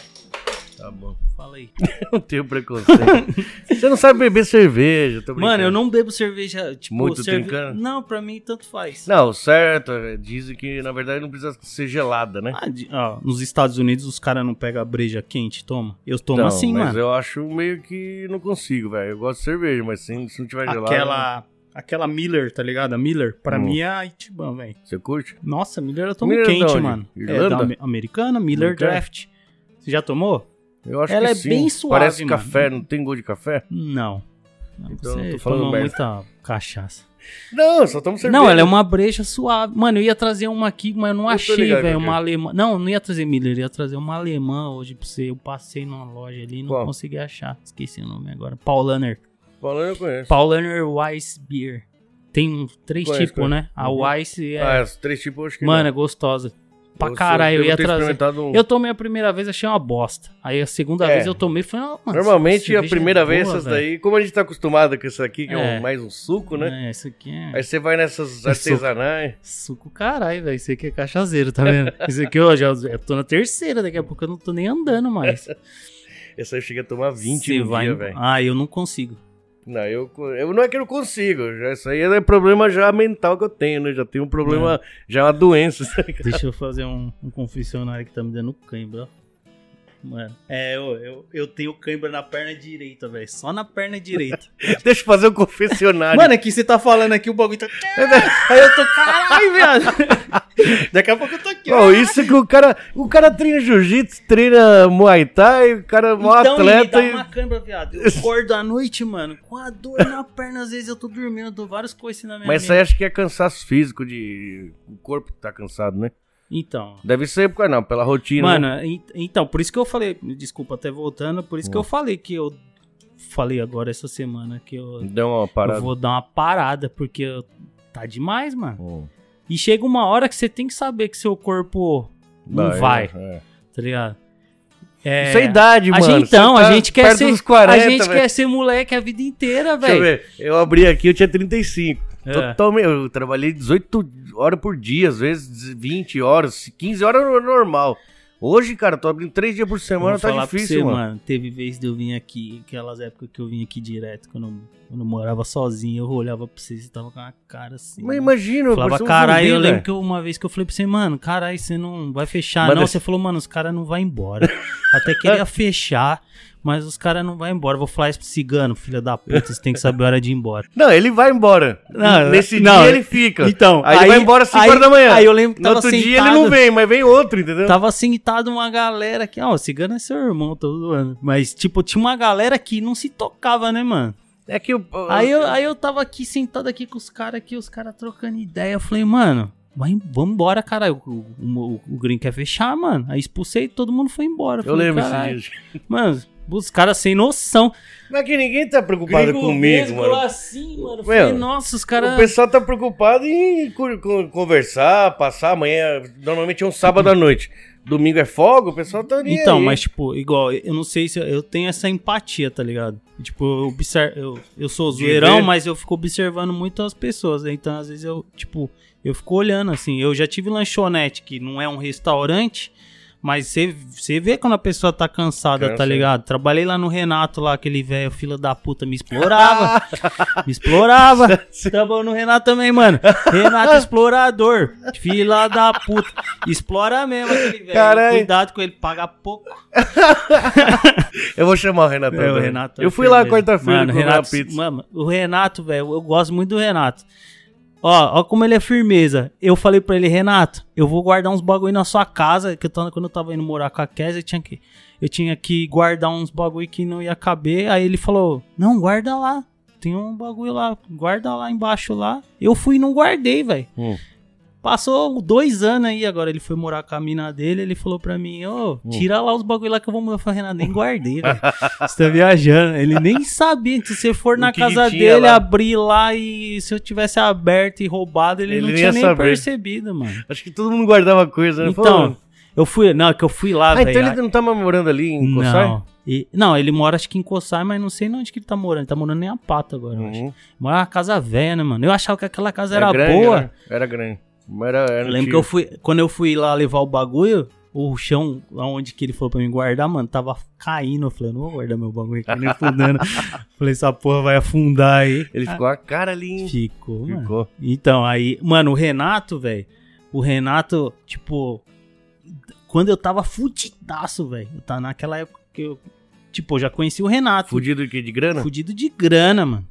Tá bom. Fala aí. Não tenho preconceito. Você não sabe beber cerveja, tô brincando. Mano, eu não bebo cerveja, tipo... Muito cerve... trincando? Não, pra mim tanto faz. Não, certo. Dizem que, na verdade, não precisa ser gelada, né? Ah, de... ó, nos Estados Unidos, os caras não pegam a breja quente e toma. Eu tomo Não, assim, mas mano. eu acho meio que não consigo, velho. Eu gosto de cerveja, mas se, se não tiver gelada... Aquela... Aquela Miller, tá ligado? A Miller, pra Hum. mim é a Ichiban, velho. Você curte? Nossa, Miller eu tomo Miller é da quente, onde? mano. Irlanda? É da ame- americana, Miller Americana? Draft. Você já tomou? Eu acho Ela que é sim. bem suave, Parece mano. café, não tem gosto de café? Não. Não, Então, você tô falando toma merda. muita cachaça. Não, só tomo cerveja. Não, ela é uma breja suave. Mano, eu ia trazer uma aqui, mas eu não Eu tô achei, ligado velho, qual que uma é. alemã. Não, não ia trazer Miller, ia trazer uma alemã hoje pra você. Eu passei numa loja ali e não Qual? consegui achar. Esqueci o nome agora. Paulaner. Falando eu conheço. Paulaner Weiss Beer. Tem um- três Conheço, tipos, né? conheço. A Uhum. Weiss é... Ah, as três tipos eu acho que Mano, não. é gostosa. Pra Eu caralho, eu devo ia ter trazer. experimentado um- Eu tomei a primeira vez, achei uma bosta. Aí a segunda É. vez eu tomei e falei, ah, mano, Normalmente essa a primeira cerveja é vez boa, essas velho. daí, como a gente tá acostumado com isso aqui, que é, É. um- mais um suco, né? É, isso aqui é... Aí você vai nessas suco. artesanais. Suco caralho, velho. Isso aqui é cachaceiro, tá vendo? Isso aqui eu já eu tô na terceira, daqui a pouco eu não tô nem andando mais. Essa aí eu cheguei a tomar vinte Você no vai dia, em- velho. Ah, eu não consigo. Não, eu, eu não é que eu não consigo. Já, isso aí é problema já mental que eu tenho, né? Já tenho um problema, já é uma doença. Deixa eu fazer um, um confessionário que tá me dando cãibra, ó. Mano, é, eu, eu, eu tenho cãibra na perna direita, velho. Só na perna direita. Deixa eu fazer um confessionário. Mano, é que você tá falando aqui, o bagulho tá... Aí eu tô, caralho, viado. Daqui a pouco eu tô aqui, ó. Pô, isso que o cara, o cara treina jiu-jitsu, treina muay thai, o cara é um Então, atleta. me dá e- uma cãibra, viado. Eu acordo à noite, mano, com a dor na perna. Às vezes eu tô dormindo, eu dou vários coices na minha Mas isso aí acho que é cansaço físico, de o corpo tá cansado, né? Então... Deve ser, porque não, pela rotina. Mano, né? en- então, por isso que eu falei, desculpa até voltando, por isso que eu falei que eu falei agora essa semana que eu, Deu uma eu parada. vou dar uma parada, porque eu- tá demais, mano. Hum. E chega uma hora que você tem que saber que seu corpo não Não, é, vai, é. tá ligado? É, Isso é idade, a mano. gente, então, Você a tá gente quer perto ser, dos quarenta, a gente velho. quer ser moleque a vida inteira, Deixa eu velho. ver. Eu abri aqui, eu tinha trinta e cinco. É. Totalmente. Eu trabalhei dezoito horas por dia, às vezes vinte horas, quinze horas é normal. Hoje, cara, tô abrindo três dias por semana, Vou tá falar pra difícil, você, mano. Teve vez de eu vir aqui, aquelas épocas que eu vim aqui direto, quando eu, quando eu morava sozinho, eu olhava pra você e tava com a cara assim. Mas imagina, eu Falava, parecia um caralho, zumbi, eu lembro velho. que eu- uma vez que eu falei pra você, mano, caralho, você não vai fechar, Mas não. desse- Você falou, mano, os caras não vão embora. Até queria fechar, mas os caras não vão embora. Vou falar isso pro cigano, filha da puta, você tem que saber a hora de ir embora. Não, ele vai embora. Não, Nesse não, dia ele fica. Então, aí, aí- ele vai embora às cinco aí- horas da manhã. aí eu lembro que No tava outro dia ele sentado- não vem, mas vem outro, entendeu? Tava sentado uma galera aqui, ó, o cigano é seu irmão, tô zoando. Mas, tipo, tinha uma galera que não se tocava, né, mano? É que eu... Aí eu, aí eu tava aqui sentado aqui com os caras aqui, os caras trocando ideia. Eu falei, mano, vai, vamos embora, caralho. O, o, o, o Green quer fechar, mano. Aí expulsei e todo mundo foi embora. Eu falei, lembro caralho. esses dias. Mano, os caras sem noção. Mas que ninguém tá preocupado Gringo comigo, mesmo, mano. assim, mano. Eu falei, Meu, nossa, os O caras... pessoal tá preocupado em co- co- conversar, passar amanhã. Normalmente é um sábado à noite. Domingo é folga, o pessoal tá nem Então, aí. mas tipo, igual, eu não sei se eu, eu tenho essa empatia, tá ligado? Tipo, eu observo, eu, eu sou De zoeirão, ver. mas eu fico observando muito as pessoas, né? Então às vezes eu, tipo, eu fico olhando assim. Eu já tive lanchonete que não é um restaurante, mas você você vê quando a pessoa tá cansada, Cansa. tá ligado? Trabalhei lá no Renato, lá, aquele velho filho da puta, me explorava. me explorava. Trabalhou no Renato também, mano. Renato explorador. Filha da puta. Explora mesmo aquele velho. Caralho. Cuidado com ele, paga pouco. Eu vou chamar o Renato. É, o também. Renato é eu fui lá firmeza. quarta-feira Mano, comer Renato, uma pizza. Mano, o Renato, velho, eu gosto muito do Renato. Ó, ó como ele é firmeza. Eu falei pra ele, Renato, eu vou guardar uns bagulho na sua casa, que eu tava, quando eu tava indo morar com a Kézia, eu tinha que, eu tinha que guardar uns bagulho que não ia caber. Aí ele falou, não, guarda lá. Tem um bagulho lá, guarda lá embaixo lá. Eu fui e não guardei, velho. Hum. Passou dois anos aí, agora ele foi morar com a mina dele, ele falou pra mim, ô, tira lá os bagulho lá que eu vou mudar. Eu falei, Renato, nem guardei, velho. Você tá viajando. Ele nem sabia que se você for O na que casa que tinha dele, lá? abrir lá e se eu tivesse aberto e roubado, ele, Ele não nem tinha ia nem saber. percebido, mano. Acho que todo mundo guardava coisa, né? Então, Falou, Eu fui, não, é que eu fui lá, Ah, velho. então ele não tá mais morando ali em Coçai? Não, e, não, ele mora acho que em Coçai, mas não sei onde que ele tá morando. Ele tá morando em Apata agora, eu acho. Uhum. Mora numa casa velha, né, mano? Eu achava que aquela casa era, Era grande, boa. Era, era grande. Mas Era, era Eu lembro antigo. que eu fui, quando eu fui lá levar o bagulho, o chão, onde que ele falou pra mim guardar, mano, tava caindo. Eu falei, não vou guardar meu bagulho aqui, nem fudendo. Falei, essa porra vai afundar aí. Ele ficou a cara ali, hein? Ficou, mano. Ficou. Então, aí, mano, o Renato, velho, o Renato, tipo, quando eu tava fudidaço, velho, eu tava naquela época que eu, tipo, eu já conheci o Renato. Fudido de quê? De grana? Fudido de grana, mano.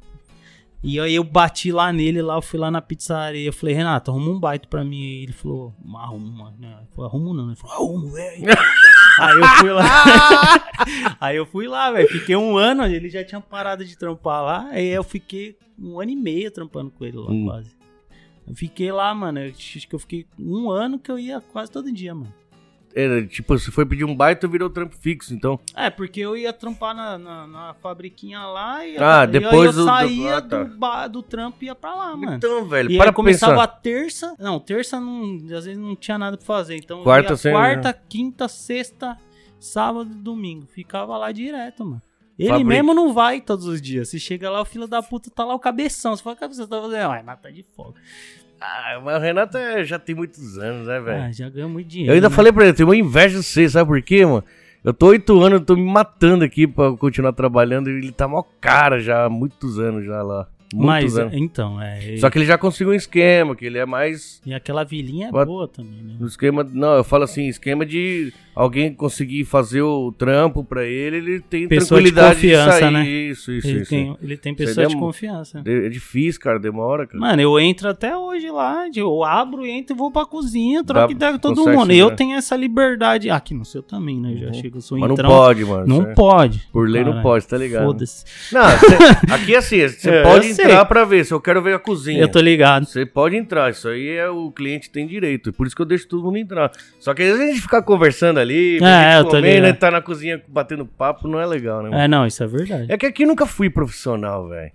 E aí eu bati lá nele, lá eu fui lá na pizzaria, eu falei, Renato, arruma um baito pra mim. Aí ele falou, arruma, né? Eu falei, arrumo não. Ele falou, arrumo, velho. Aí eu fui lá. Aí eu fui lá, velho. Fiquei um ano, ele já tinha parado de trampar lá. Aí eu fiquei um ano e meio trampando com ele lá, Hum. quase. Eu fiquei lá, mano. Eu acho que eu fiquei um ano que eu ia quase todo dia, mano. Era, tipo, você foi pedir um baita, virou trampo fixo, então. É, porque eu ia trampar na, na, na fabriquinha lá e Ah, e depois aí do- eu do- saía ah, tá. do, ba- do trampo e ia pra lá, mano. Então, velho, E para aí pra começava pensar. a terça. Não, terça não, às vezes não tinha nada pra fazer. Então eu Quarta, ia sem- quarta, quinta, sexta, sábado e domingo. Ficava lá direto, mano. Ele Fabrica. mesmo não vai todos os dias. Você chega lá, o filho da puta tá lá o cabeção. Você fala, que você tá fazendo? Ai, mas tá de folga. Ah, mas o Renato é- já tem muitos anos, né, velho? Ah, já ganhou muito dinheiro. Eu ainda né? falei pra ele, eu tenho uma inveja de você, sabe por quê, mano? Eu tô oito anos, eu tô me matando aqui pra continuar trabalhando e ele tá mó cara já há muitos anos já lá. Muitos Mas, anos. então, é. Só que ele já conseguiu um esquema, que ele é mais... E aquela vilinha é What? boa também, né? Um esquema... Não, eu falo assim, esquema de alguém conseguir fazer o trampo pra ele, ele tem Pessoa de tranquilidade de, confiança, sair. né? Isso, isso, Ele isso. tem, ele tem Isso aí pessoa de demo- confiança. É difícil, cara, demora, cara. Mano, eu entro até hoje lá, eu abro, entro e vou pra cozinha, troco Dá- ideia com todo consegue mundo. se Eu virar. tenho essa liberdade. Ah, aqui no seu também, né? Eu já Uhum. chego, eu sou Mas não entrão. pode, mano. Não isso é- pode. Por lei não Caralho, pode, tá ligado? Foda-se. Não, cê- aqui é assim, você É, pode eu sei. entrar pra ver, se eu quero ver a cozinha. Eu tô ligado. Você pode entrar, isso aí é o cliente tem direito, por isso que eu deixo todo mundo entrar. Só que às vezes a gente ficar conversando ali, É, eu tô comendo, ligado. né, tá na cozinha batendo papo, não é legal, né? mano? É, não, isso é verdade. É que aqui nunca fui profissional, velho.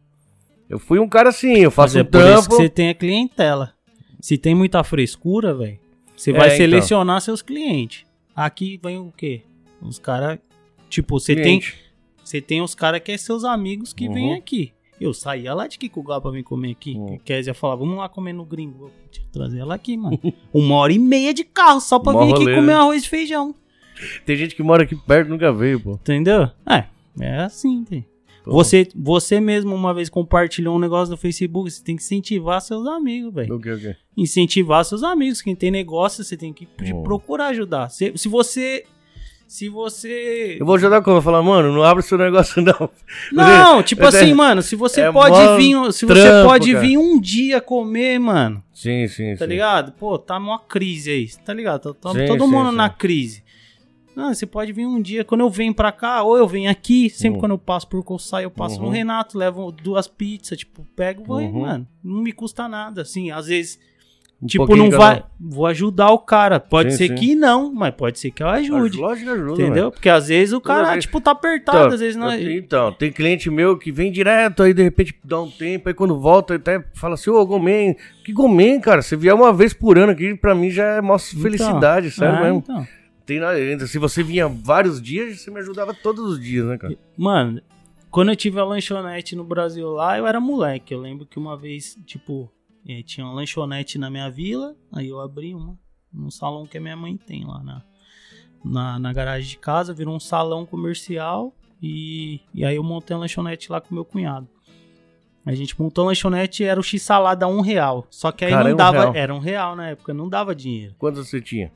Eu fui um cara assim, eu faço Mas é um por isso trampo. que você tem a clientela. Se tem muita frescura, velho, você É, vai então. selecionar seus clientes. Aqui vem o quê? Os caras. Tipo, você tem, cliente. você tem os caras que é seus amigos que Uhum. vêm aqui. Eu saía lá de Kikugal pra vir comer aqui. Uhum. A Kézia falava, vamos lá comer no gringo. Vou te trazer ela aqui, mano. Uma hora e meia de carro só pra Mó vir aqui rolê, comer né? arroz e feijão. Tem gente que mora aqui perto e nunca veio, pô. Entendeu? É, é assim, tem. Pô. Você, você mesmo uma vez compartilhou um negócio no Facebook, você tem que incentivar seus amigos, velho. O que, o que? Incentivar seus amigos. Quem tem negócio, você tem que Hum. procurar ajudar. Se, se você... Se você... Eu vou ajudar como? Eu vou falar, mano, não abre seu negócio não. Não, tipo Mas é- assim, mano, se você é pode mó vir, se você trampo, pode cara. vir um dia comer, mano, Sim, sim, tá sim. ligado? Pô, tá uma crise aí, tá ligado? Tá, tá Sim, todo sim, mundo sim. na crise. Não, você pode vir um dia, quando eu venho pra cá, ou eu venho aqui, sempre Uhum. quando eu passo por Coçai, eu passo Uhum. no Renato, levo duas pizzas, tipo, pego, vou aí, Uhum. mano, não me custa nada, assim, às vezes, Um tipo, pouquinho não de vai, cada vou ajudar o cara, pode Sim, ser sim. que não, mas pode ser que eu um. ajude, Lógico que ajuda, entendeu? velho. Porque às vezes o Toda cara, vez- tipo, tá apertado, Então, às vezes não é... eu- então, tem cliente meu que vem direto, aí de repente dá um tempo, aí quando volta até fala assim, ô, Gomen, que Gomen, cara, você vier uma vez por ano aqui, pra mim já é mostra Então, felicidade, sério é, mesmo. então. Tem nada, ainda, se você vinha vários dias, você me ajudava todos os dias, né, cara? Mano, quando eu tive a lanchonete no Brasil lá, eu era moleque. Eu lembro que uma vez, tipo, eh, tinha uma lanchonete na minha vila, aí eu abri uma, num salão que a minha mãe tem lá na, na, na garagem de casa, virou um salão comercial e, e aí eu montei a lanchonete lá com meu cunhado. A gente montou a lanchonete e era o X-salada um real. Só que aí Cara, é não um dava, real. era um real na época, não dava dinheiro. Quantos você tinha?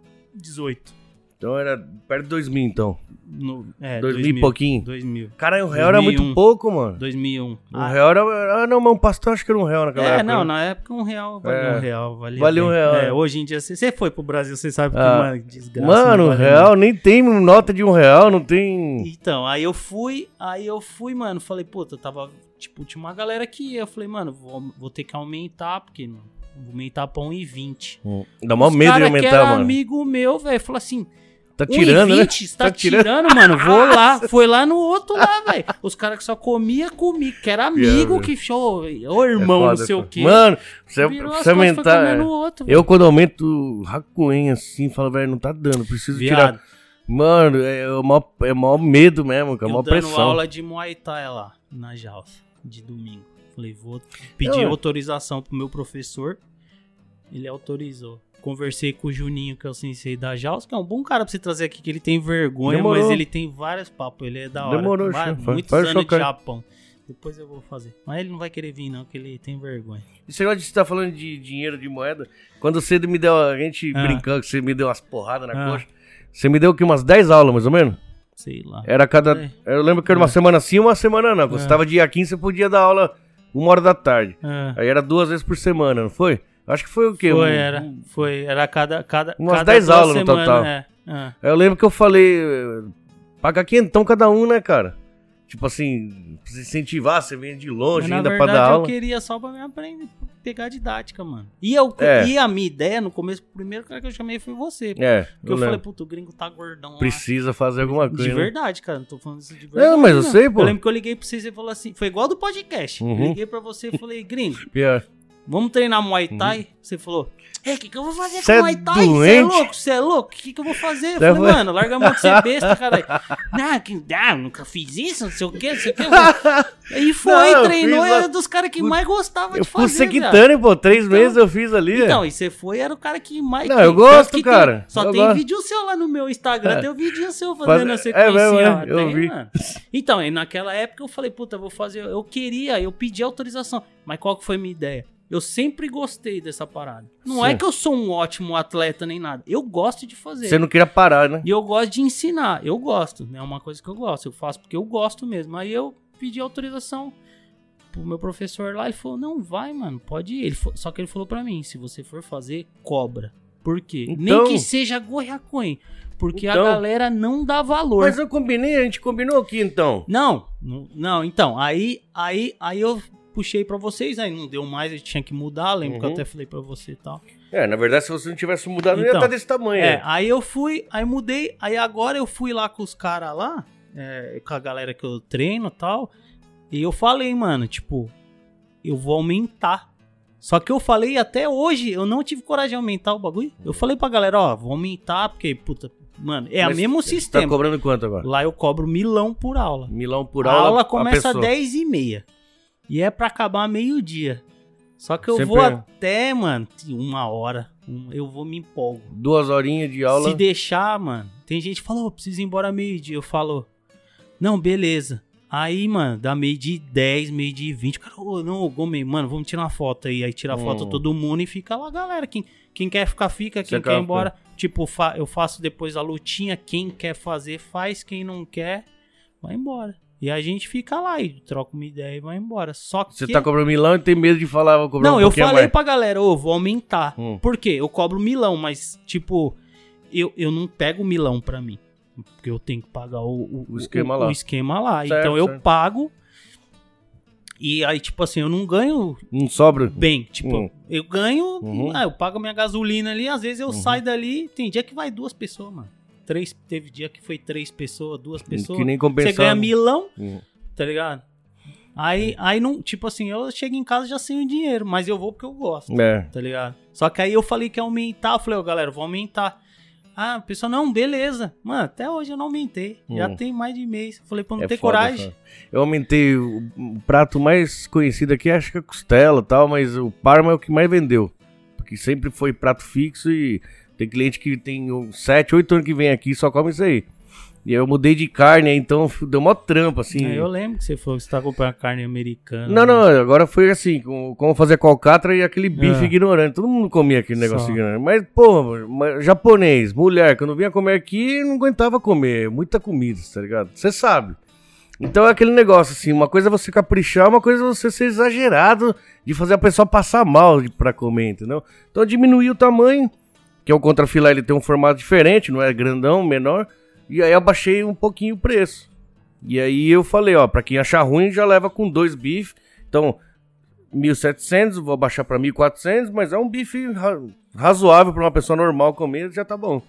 dezoito. Então era perto de dois mil, então. No, é, Dois mil e pouquinho? dois mil. Cara, um real era dois mil e um. muito pouco, mano. dois mil e um. Um Ah, real era... Ah, não, mas um pastel acho que era um real naquela É, época. não, né? na época um real valia É. um real. Valia, Valia um bem. real, É, é. hoje em dia, você foi pro Brasil, você sabe que Ah. uma desgraça. Mano, não um vale real, nem tem nota de um real, não tem... nada. Então, aí eu fui, aí eu fui, mano, falei, puta, eu tava, tipo, tinha uma galera que ia, eu falei, mano, vou, vou ter que aumentar, porque não, vou aumentar pra um e vinte. Dá maior medo de cara que aumentar, era mano. amigo meu, velho, falou assim, Tá tirando, um e né? vinte, você tá, tá tirando, tirando, mano. Vou lá, foi lá no outro lá, velho. Os caras que só comia, comia, que era amigo, que show, ô irmão, é foda, não sei o quê. Mano, você precisa aumentar. Outro, eu, quando aumento Hakuin assim, falo, velho, não tá dando, preciso Viado. tirar. Mano, é o maior, é o maior medo mesmo, é a maior pressão. Eu dando aula de Muay Thai lá, na Jalsa, de domingo. Falei, vou pedir eu... autorização pro meu professor. Ele autorizou. Conversei com o Juninho, que é o sensei da Jaws, que é um bom cara pra você trazer aqui, que ele tem vergonha, Demorou. mas ele tem vários papos, ele é da hora. Demorou, Vai, faz, muitos faz anos de Japão. Depois eu vou fazer. Mas ele não vai querer vir, não, porque ele tem vergonha. E você gosta de estar falando de dinheiro, de moeda? Quando você me deu, a gente ah. brincando, que você me deu umas porradas na ah. coxa, você me deu o quê? Umas dez aulas, mais ou menos? Sei lá. Era cada... É. Eu lembro que era uma é. semana sim, uma semana não. Quando é. você tava dia quinze, você podia dar aula uma hora da tarde. É. Aí era duas vezes por semana, não foi? Acho que foi o quê? Foi, um, era. Foi, era cada... cada umas dez aulas no total. É. É. Eu lembro que eu falei, paga quentão cada um, né, cara? Tipo assim, pra se incentivar, você vem de longe Mas, ainda verdade, pra dar aula. eu queria só pra me aprender, pegar a didática, mano. E, eu, é. e a minha ideia, no começo, o primeiro cara que eu chamei foi você. É. Porque eu, eu falei, puto, o gringo tá gordão Precisa lá. fazer alguma coisa. De verdade, cara, não tô falando isso de verdade. Não, mas eu não. sei, pô. Eu lembro que eu liguei pra você e você falou assim, foi igual do podcast. Uhum. Eu liguei pra você e falei, gringo, Pior. vamos treinar Muay Thai? Uhum. Você falou... É, o que, que eu vou fazer cê com o Muay Thai? Você é louco? Você é louco? O que, que eu vou fazer? Eu falei, foi... mano, larga a mão de ser besta, caralho. Não, que, não, nunca fiz isso, não sei o que, não sei o que. Aí foi, não, treinou, era dos caras que mais gostava de fazer. Eu fui sequitâneo, pô, três então, meses eu fiz ali. Então, e você foi, era o cara que mais... Não, eu gosto, cara. Tem, só eu tem gosto. vídeo seu lá no meu Instagram, é. tem um vídeo seu fazendo Faz... a sequência. É mesmo, é, eu tem, vi. Mano. Então, aí naquela época eu falei, puta, eu vou fazer... Eu queria, eu pedi autorização. Mas qual que foi a minha ideia? Eu sempre gostei dessa parada. Não Sim. é que eu sou um ótimo atleta nem nada. Eu gosto de fazer. Você não queria parar, né? E eu gosto de ensinar. Eu gosto. É uma coisa que eu gosto. Eu faço porque eu gosto mesmo. Aí eu pedi autorização pro meu professor lá. Ele falou, não, vai, mano. Pode ir. Ele falou, só que ele falou pra mim, se você for fazer, cobra. Por quê? Então... Nem que seja gorracoin. Porque então... a galera não dá valor. Mas eu combinei, a gente combinou aqui, então. Não, não, não então. Aí, aí, aí eu... puxei pra vocês, aí não deu mais, eu tinha que mudar, lembro uhum. que eu até falei pra você e tal. É, na verdade, se você não tivesse mudado, então, não ia estar desse tamanho. É, aí eu fui, aí mudei, aí agora eu fui lá com os caras lá, é, com a galera que eu treino e tal, e eu falei, mano, tipo, eu vou aumentar. Só que eu falei até hoje, eu não tive coragem de aumentar o bagulho. Eu falei pra galera, ó, vou aumentar, porque, puta, mano, é o mesmo sistema. Tá cobrando quanto agora? Lá eu cobro milão por aula. Milão por a aula? A aula começa às dez e meia. E é pra acabar meio-dia. Só que eu Sempre vou é. até, mano, uma hora. Eu vou me empolgo. Duas horinhas de aula. Se deixar, mano. Tem gente que fala, oh, preciso ir embora meio-dia. Eu falo, não, beleza. Aí, mano, dá meio-dia e dez, meio-dia e vinte. O cara, oh, não, Gomes, mano, vamos tirar uma foto aí. Aí tira a hum. foto todo mundo e fica lá, galera. Quem, quem quer ficar, fica. Quem Você quer ir embora, tipo, fa- eu faço depois a lutinha. Quem quer fazer, faz. Quem não quer, vai embora. E a gente fica lá e troca uma ideia e vai embora. Só que... Você tá cobrando milão e tem medo de falar, vou cobrar Não, um eu pouquinho falei mais. pra galera, ô, oh, vou aumentar. Hum. Por quê? Eu cobro milão, mas, tipo, eu, eu não pego milão pra mim. Porque eu tenho que pagar o, o, o esquema o, lá. O esquema lá. Certo, então eu certo. pago e aí, tipo assim, eu não ganho... Não sobra? Bem, tipo, hum. eu ganho, uhum. ah, eu pago a minha gasolina ali, às vezes eu uhum. saio dali, tem dia que vai duas pessoas, mano. Três, teve dia que foi três pessoas, duas pessoas. Que nem compensava. Você ganha milão... Uhum. Tá ligado? Aí, aí não, tipo assim, eu chego em casa já sem o dinheiro, mas eu vou porque eu gosto, é. tá ligado? Só que aí eu falei que ia aumentar, eu falei, ó, oh, galera, vou aumentar. Ah, a pessoa, não, beleza. Mano, até hoje eu não aumentei, hum. já tem mais de mês. Eu falei, pô, não é ter foda, coragem. Cara. Eu aumentei, o, o prato mais conhecido aqui, acho que é costela e tal, mas o Parma é o que mais vendeu. Porque sempre foi prato fixo e tem cliente que tem sete, oito anos que vem aqui e só come isso aí. E aí eu mudei de carne, então deu mó trampo, assim. É, eu lembro que você falou que você tá comprando carne americana. Não, não, agora foi assim, como, como fazer com alcatra e aquele bife é. ignorante. Todo mundo comia aquele negócio Só. ignorante. Mas, pô, japonês, mulher, quando vinha comer aqui, não aguentava comer. Muita comida, tá ligado? Você sabe. Então é aquele negócio, assim, uma coisa é você caprichar, uma coisa é você ser exagerado de fazer a pessoa passar mal pra comer, entendeu? Então diminuir o tamanho, que é o contrafilé, ele tem um formato diferente, não é grandão, menor. E aí eu baixei um pouquinho o preço. E aí eu falei, ó, pra quem achar ruim, já leva com dois bifes. Então, mil e setecentos, vou baixar pra mil e quatrocentos, mas é um bife ra- razoável pra uma pessoa normal comer, já tá bom.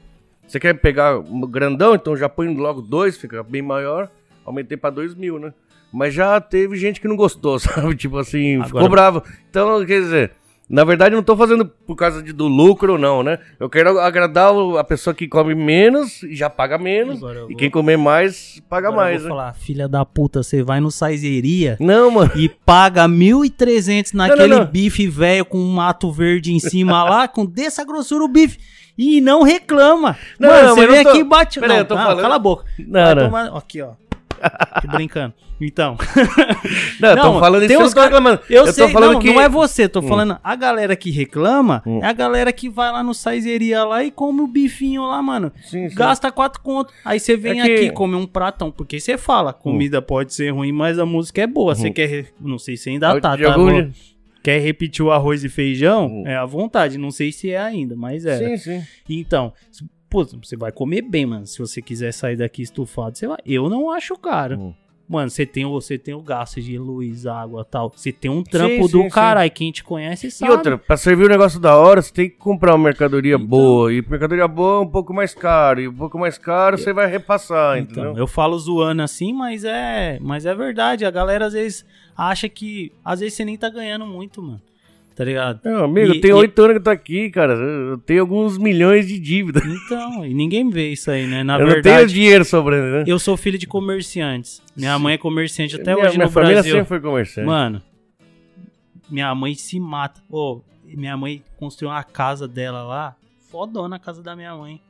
Você quer pegar um grandão, então já põe logo dois, fica bem maior. Aumentei pra dois mil, né? Mas já teve gente que não gostou, sabe? Tipo assim, Agora... ficou bravo. Então, quer dizer... Na verdade, eu não tô fazendo por causa de, do lucro, não, né? Eu quero agradar a pessoa que come menos e já paga menos. E vou... quem comer mais, paga Agora mais, eu vou né? falar, filha da puta, você vai no Saizeria não, mano. e paga mil e trezentos naquele não, não, não. bife velho com um mato verde em cima lá, com dessa grossura o bife, e não reclama. Não, mano, não, você vem tô... aqui e bate... Pera não, aí, eu tô não, falando... cala a boca. Não, vai não. tomar... Aqui, ó. Tô brincando. Então. Não, eu tô falando isso, eu não tô reclamando. Eu, eu sei, tô falando não, que... não é você, tô hum. falando a galera que reclama, hum. é a galera que vai lá no Saizeria lá e come o bifinho lá, mano. Sim, sim. Gasta quatro conto. Aí você vem é que... aqui come um pratão, porque você fala, comida hum. pode ser ruim, mas a música é boa. Você hum. quer, não sei se ainda tá, tá? Algum... Quer repetir o arroz e feijão? Hum. É à vontade, não sei se é ainda, mas é. Sim, sim. Então... Pô, você vai comer bem, mano. Se você quiser sair daqui estufado, você vai. Eu não acho caro. Hum. Mano, você tem, você tem o gasto de luz, água e tal. Você tem um trampo sim, do caralho. Quem te conhece sabe. E outra, pra servir um negócio da hora, você tem que comprar uma mercadoria então, boa. E mercadoria boa é um pouco mais caro. E um pouco mais caro eu, você vai repassar, então, entendeu? Eu falo zoando assim, mas é, mas é verdade. A galera às vezes acha que... Às vezes você nem tá ganhando muito, mano. Tá ligado? Meu amigo, e, eu tenho oito anos que eu tô aqui, cara. Eu tenho alguns milhões de dívida. Então, e ninguém vê isso aí, né? Na eu verdade, não tenho dinheiro sobrando, né? Eu sou filho de comerciantes. Minha mãe é comerciante até minha, hoje minha no Brasil. Minha família sempre foi comerciante. Mano, minha mãe se mata. Ô, oh, minha mãe construiu uma casa dela lá. Fodona a casa da minha mãe.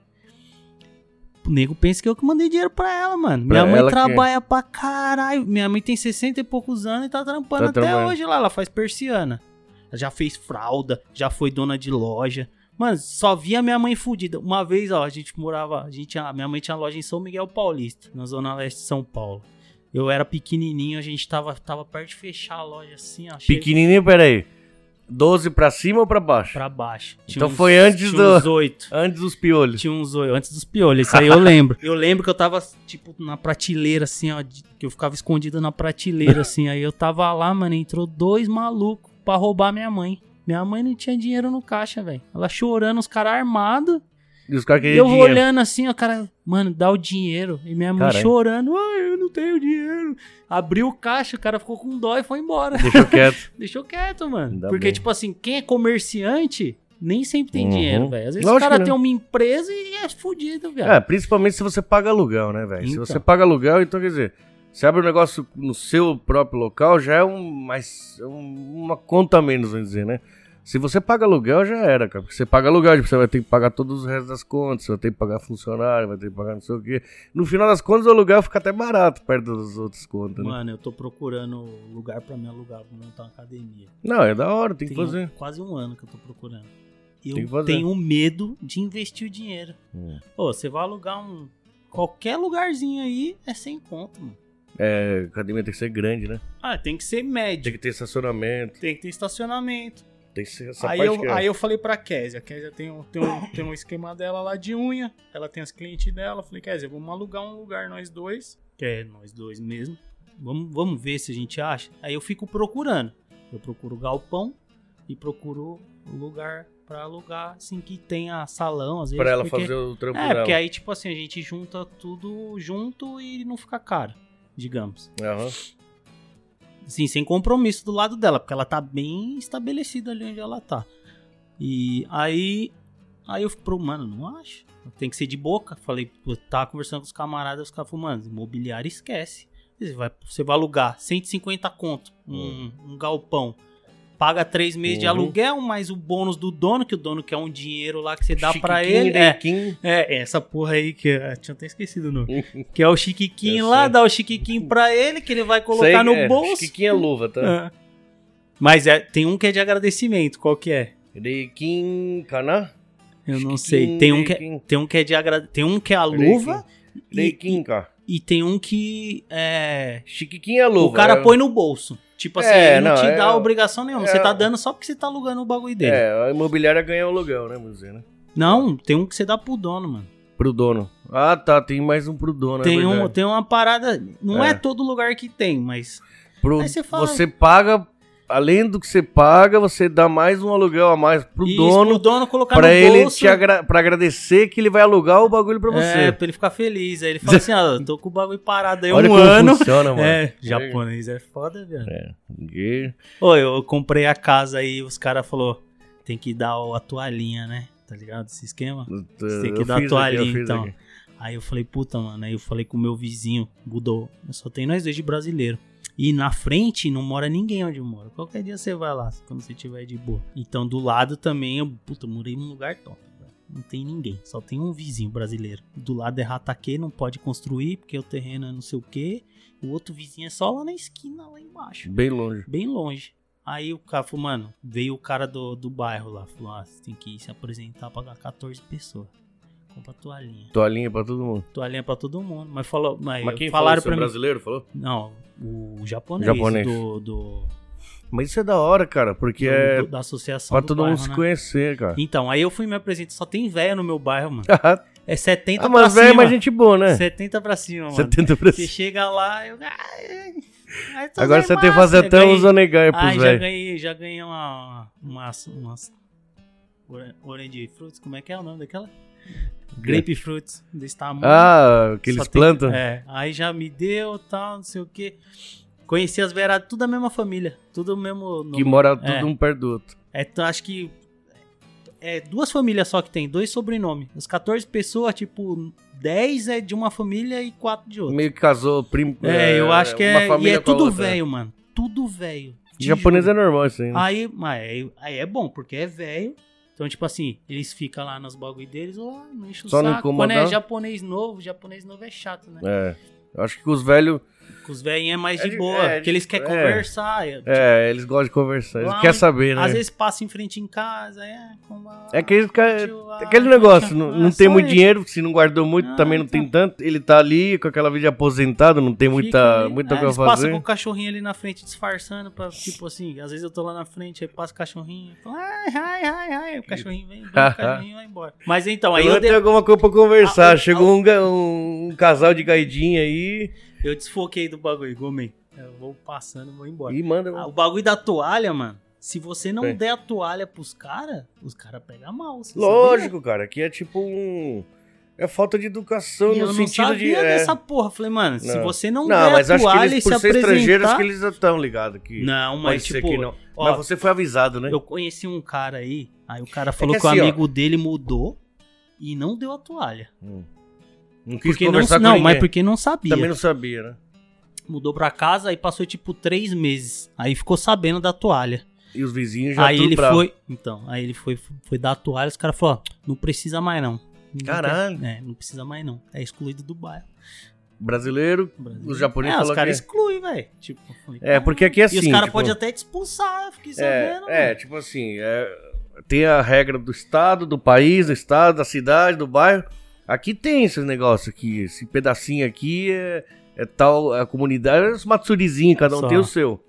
O nego pensa que eu que mandei dinheiro pra ela, mano. Pra minha mãe trabalha que... pra caralho. Minha mãe tem sessenta e poucos anos e tá trampando tá até trabalhando. Hoje lá. Ela faz persiana. Já fez fralda, já foi dona de loja. Mano, só via minha mãe fudida. Uma vez, ó, a gente morava... A gente tinha, minha mãe tinha loja em São Miguel Paulista, na zona leste de São Paulo. Eu era pequenininho, a gente tava, tava perto de fechar a loja assim, ó. Pequenininho, chega... peraí. doze pra cima ou pra baixo? Pra baixo. Tinha então uns, foi antes tinha do... uns oito. Antes dos piolhos. Tinha uns oito, antes dos piolhos. Isso aí eu lembro. Eu lembro que eu tava, tipo, na prateleira, assim, ó. Que eu ficava escondido na prateleira, assim. Aí eu tava lá, mano, entrou dois malucos pra roubar minha mãe. Minha mãe não tinha dinheiro no caixa, velho. Ela chorando, os caras armados. E os caras queriam eu dinheiro. olhando assim, ó, cara, mano, dá o dinheiro. E minha mãe Caramba. chorando, ai, eu não tenho dinheiro. Abriu o caixa, o cara ficou com dó e foi embora. Deixou quieto. Deixou quieto, mano. Ainda Porque, bem. tipo assim, quem é comerciante nem sempre tem uhum. dinheiro, velho. Às vezes Lógico o cara tem uma empresa e é fudido, velho. É, principalmente se você paga aluguel, né, velho? Então. Se você paga aluguel, então quer dizer... Você abre um negócio no seu próprio local, já é um, mais, uma conta a menos, vamos dizer, né? Se você paga aluguel, já era, cara. Porque você paga aluguel, você vai ter que pagar todos os restos das contas, você vai ter que pagar funcionário, vai ter que pagar não sei o quê. No final das contas, o aluguel fica até barato perto das outras contas, né? Mano, eu tô procurando lugar pra me alugar, pra montar uma academia. Não, é da hora, tem, tem que fazer. Um, quase um ano que eu tô procurando. E eu tenho medo de investir o dinheiro. Hum. Pô, você vai alugar um... Qualquer lugarzinho aí é sem conto, mano. É, a academia tem que ser grande, né? Ah, tem que ser médio. Tem que ter estacionamento. Tem que ter estacionamento. Tem que ser essa aí, parte eu, que é. aí eu falei pra Kézia. A Kézia tem, um, tem, um, tem um esquema dela lá de unha. Ela tem as clientes dela. Eu falei, Kézia, vamos alugar um lugar nós dois. Que é nós dois mesmo. Vamos, vamos ver se a gente acha. Aí eu fico procurando. Eu procuro galpão e procuro lugar pra alugar, assim, que tenha salão, às vezes. Pra ela porque... fazer o trampo É, dela. porque aí, tipo assim, a gente junta tudo junto e não fica caro, digamos. Aham. Uhum. Sim, sem compromisso do lado dela, porque ela tá bem estabelecida ali onde ela tá. E aí, aí eu fico pro, mano, não acho. Tem que ser de boca. Falei, eu tava conversando com os camaradas, os caras falaram, mano, imobiliário esquece. Você vai, você vai alugar cento e cinquenta conto, um, uhum. um galpão. Paga três meses uhum. de aluguel, mais o bônus do dono, que o dono quer um dinheiro lá que você dá pra ele. É, é, essa porra aí que eu tinha até esquecido o nome. Que é o chiquiquinho lá, dá o chiquiquinho pra ele, que ele vai colocar aí, no é, bolso. Chiquiquinho é luva, tá? É. Mas é, tem um que é de agradecimento, qual que é? Reikin Kana? Eu não sei. Tem um, que é, tem um que é de agradecimento. Tem um que é a luva. Reikin, e, e tem um que é. Chiquiquinho é luva. O cara é... põe no bolso. Tipo assim, é, ele não, não te é, dá obrigação nenhuma. É, você tá dando só porque você tá alugando o bagulho dele. É, a imobiliária ganha o aluguel, né, vamos dizer, né? Não, tem um que você dá pro dono, mano. Pro dono. Ah, tá, tem mais um pro dono, tem é um, Tem uma parada, não é. é todo lugar que tem, mas... Pro, aí você fala... Você paga além do que você paga, você dá mais um aluguel a mais pro Isso, dono. pro dono colocar pra no ele bolso. te agra- pra agradecer que ele vai alugar o bagulho pra você. É, pra ele ficar feliz. Aí ele fala assim, ó, tô com o bagulho parado aí Olha um como ano. funciona, mano. É, japonês é foda, velho. É. E- Ô, eu, eu comprei a casa aí, os caras falaram, tem que dar a toalhinha, né? Tá ligado? Esse esquema? Você tem que eu dar a fiz toalhinha, aqui, eu fiz então. aqui. Aí eu falei, puta, mano. Aí eu falei com o meu vizinho, mudou. Só tem nós dois de brasileiro. E na frente não mora ninguém onde eu moro. Qualquer dia você vai lá, quando você tiver de boa. Então do lado também, eu, puta, morei num lugar top. Véio. Não tem ninguém, só tem um vizinho brasileiro. Do lado é rataque, não pode construir, porque o terreno é não sei o quê. O outro vizinho é só lá na esquina, lá embaixo. Bem longe. Bem longe. Aí o cara falou, mano, veio o cara do, do bairro lá. Falou, ah, você tem que se apresentar, pagar quatorze pessoas. Compra toalhinha. Toalhinha pra todo mundo. Toalhinha pra todo mundo. Mas falou. Mas, Mas quem falaram falou? pra Seu mim. brasileiro falou? Não, o japonês, Japonês. Do, do, Mas isso é da hora, cara, porque do- é do- da associação pra do todo bairro, mundo se né? conhecer, cara. Então, aí eu fui me apresentar. Só tem velho no meu bairro, mano. É setenta ah, pra mas cima. velho é mais gente boa, né? setenta pra cima, mano. setenta pra Você cima. chega lá, eu. Ai, ai, tô Agora bem você tem que massa. fazer Eu até ganhei- um Zonegai pros Ai, já velhos. ganhei, já ganhei uma. Umas. umas ora- Orange fruits, como é que é o nome daquela? Grapefruits, desse tamanho. Ah, que Só eles tem- plantam? É, aí já me deu, tal, não sei o que. Conheci as veradas, tudo da mesma família. Tudo mesmo. Que no- mora tudo é. um perto do outro. É, tu- acho que. É duas famílias só que tem, dois sobrenomes. As quatorze pessoas, tipo, dez é de uma família e quatro de outra. Meio que casou primo. É, eu acho que uma é. E família é com a tudo outra. velho, mano. Tudo velho. Te Japonês juro. é normal isso aí, né? Aí, mas aí, aí é bom, porque é velho. Então, tipo assim, eles ficam lá nos bagulho deles, lá, não enche o Só não saco. Quando incomodar. é japonês novo, japonês novo é chato, né? É. Eu acho que os velhos. Com os velhinhos é mais É de de- boa, é, porque eles querem é. conversar. é, tipo, É, eles gostam de conversar. Eles lá, querem saber, né? Às vezes passa em frente em casa, é... como a- É que eles, ca- tio, ah, aquele negócio, não, ah, não só tem muito isso. dinheiro, se não guardou muito, Ah, também não então. tem tanto. Ele tá ali com aquela vida de aposentado, não tem Fica muita, ali. muita É, coisa eles a passam fazer. com o cachorrinho ali na frente disfarçando pra, tipo assim, às vezes eu tô lá na frente, aí passa o cachorrinho, eu falo, ai, ai, ai, ai, o cachorrinho vem, vem o cachorrinho vai embora. Mas então, aí Aí eu, tem de- alguma coisa pra conversar. Ah, eu- Chegou um, ga- um- um casal de gaidinha aí eu desfoquei do bagulho, gomei. Eu vou passando, vou embora. e manda. Ah, o bagulho da toalha, mano, se você não É. der a toalha pros caras, os caras pegam mal. você Lógico, cara, que é tipo um. É falta de educação sabia? E no eu não sentido sabia de. É... dessa porra. Falei, mano, se Não. você não, Não, der mas a acho que toalha eles, e se por ser estrangeiros, apresentar... que eles já estão ligados aqui. Não, Pode mas ser tipo... que não. ó, Mas você foi avisado, né? eu conheci um cara aí, aí o cara falou que que, assim, o ó, amigo dele mudou e não deu a toalha. Hum. Não quis Porque não, conversar com não ninguém. mas porque não sabia. Também não sabia, né? Mudou pra casa, aí passou tipo três meses. Aí ficou sabendo da toalha. E os vizinhos já Aí tudo ele bravo. foi. Então, aí ele foi, foi dar a toalha, os caras falaram, ó, não precisa mais não. Não Caralho. quer- É, não precisa mais não. É excluído do bairro. Brasileiro, Brasil. os japoneses É, os falaram caras que... excluem, velho. Tipo, eu falei, É, porque aqui é assim, E os caras tipo- podem até te expulsar, eu fiquei É, sabendo. é, mano. tipo assim, é, tem a regra do estado, do país, do estado, da cidade, do bairro. Aqui tem esses negócios aqui, esse pedacinho aqui é, é tal, é a comunidade, é os matsurizinhos, cada um Só. tem o seu.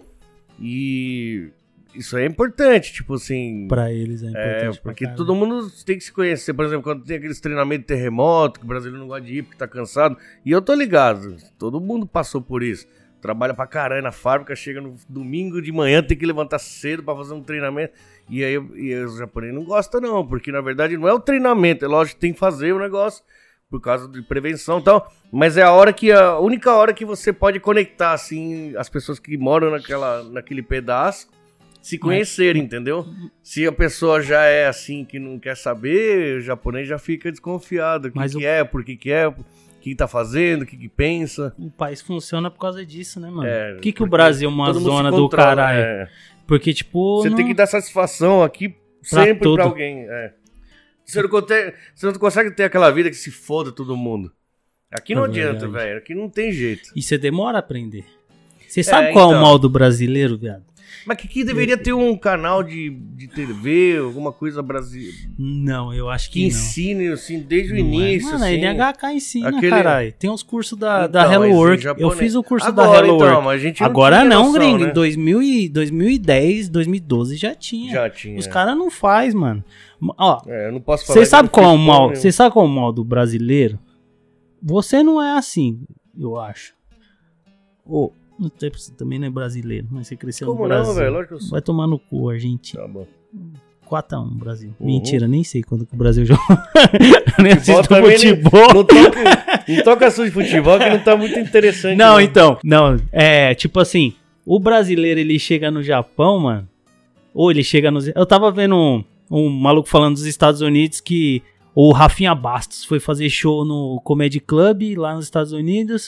E isso aí é importante, tipo assim... Pra eles é É, importante. pra porque caralho. todo mundo tem que se conhecer. Por exemplo, quando tem aqueles treinamentos de terremoto, que o brasileiro não gosta de ir porque tá cansado. E eu tô ligado, todo mundo passou por isso. Trabalha pra caralho na fábrica, chega no domingo de manhã, tem que levantar cedo pra fazer um treinamento. E aí e os japoneses não gostam não, porque na verdade não é o treinamento, é lógico que tem que fazer o negócio por causa de prevenção e tal. Mas é a hora que, a única hora que você pode conectar, assim, as pessoas que moram naquela, naquele pedaço, se conhecerem, entendeu? Se a pessoa já é assim, que não quer saber, o japonês já fica desconfiado. O que, Mas que o- é, por que que é, o que tá fazendo, o que que pensa. O país funciona por causa disso, né, mano? É, Por que, que o porque Brasil é uma todo mundo se zona do controla, caralho? é. Porque, tipo. Você não... tem que dar satisfação aqui Pra sempre tudo. pra alguém. É. Você, não conte- você não consegue ter aquela vida que se foda todo mundo. Aqui não É adianta, verdade. velho. Aqui não tem jeito. E você demora a aprender. Você sabe É, qual é então. o mal do brasileiro, viado? Mas que aqui deveria ter um canal de, de T V, alguma coisa brasileira. Não, eu acho Que que, ensine, assim, desde o não. Não é. início. Mano, a assim. N H K ensina, Aquele- caralho. Tem uns cursos da, da Então, Hello esse Work. Eu japonês. fiz o curso Agora, da Hello então, Work. mas a gente não Agora tinha não, noção, gringo. né? Em dois mil e, dois mil e dez, dois mil e doze já tinha. Já tinha. Os caras não faz, mano. Ó, É, eu não posso falar. você que sabe eu qual é o fiz mal? porra Você sabe qual é o mal do brasileiro? Você não é assim, eu acho. Ô, Não tem- Você também não é brasileiro, mas você cresceu Como no não, Brasil. velho? Lógico que eu sou. Vai tomar no cu, Argentina. Tá bom. quatro a um, Brasil. Uhum. Mentira, nem sei quando que o Brasil jogou. Eu nem Futebol assisto também futebol. Não toca, não toca assunto de futebol que não tá muito interessante. Não, então. Não, é tipo assim. O brasileiro, ele chega no Japão, mano. Ou ele chega nos... Eu tava vendo um, um maluco falando dos Estados Unidos que o Rafinha Bastos foi fazer show no Comedy Club lá nos Estados Unidos.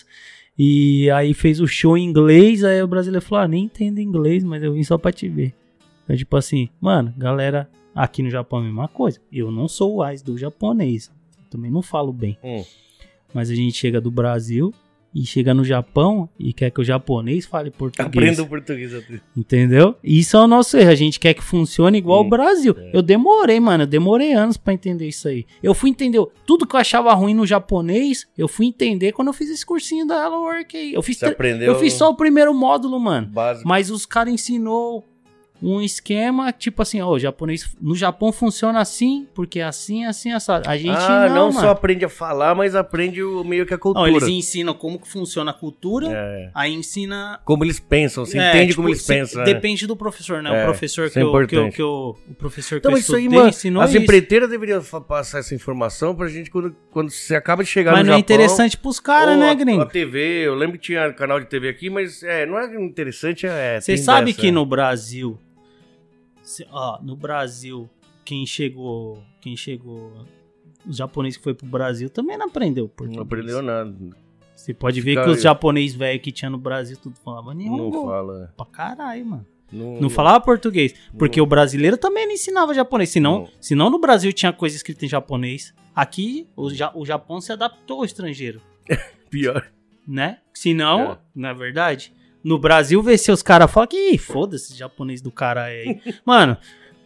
E aí fez o show em inglês. Aí o brasileiro falou, ah, nem entendo inglês, mas eu vim só pra te ver. É tipo assim, mano, galera, aqui no Japão é a mesma coisa. Eu não sou o ais do japonês. Também não falo bem. Hum. Mas a gente chega do Brasil e chega no Japão e quer que o japonês fale português. Aprenda o português. Até. Entendeu? Isso é o nosso erro. A gente quer que funcione igual Hum, o Brasil. é. Eu demorei, mano. Eu demorei anos pra entender isso aí. Eu fui entender tudo que eu achava ruim no japonês. Eu fui entender quando eu fiz esse cursinho da Hello Work aí. Eu fiz, Você tre- aprendeu eu fiz só o primeiro módulo, mano. básico. Mas os caras ensinou um esquema, tipo assim, ó, o japonês, no Japão funciona assim, porque é assim, assim, assado. A gente Ah, não, não, mano. só aprende a falar, mas aprende o meio que a cultura. Não, eles ensinam como que funciona a cultura, É. aí ensina... Como eles pensam, você É, entende tipo, como eles se- pensam. né? Depende do professor, né? É, o professor isso que é eu, que eu, importante. que eu, o professor Então, que eu isso aí, estudei mano, ensinou as isso. empreiteiras deveriam fa- passar essa informação pra gente quando, quando você acaba de chegar Mas no não é Japão. interessante pros caras, ou né, a- gringo? A T V, eu lembro que tinha canal de T V aqui, mas é, não é interessante, é... Você tem sabe dessa, que é. no Brasil, cê- ó, no Brasil, quem chegou, quem chegou, os japoneses que foi pro Brasil também não aprendeu português. Não aprendeu nada, Você pode ver Cara, que os japoneses velhos que tinha no Brasil tudo falavam não Nihongo. fala. Pra caralho, mano. Não, Não falava português. Porque Não. o brasileiro também não ensinava japonês. Senão, Não. senão no Brasil tinha coisa escrita em japonês. Aqui, o, ja- o Japão se adaptou ao estrangeiro. Pior. Né? Senão, É. na verdade, no Brasil, vê se os caras falam que "Ih, foda-se esse japonês do cara aí. Mano,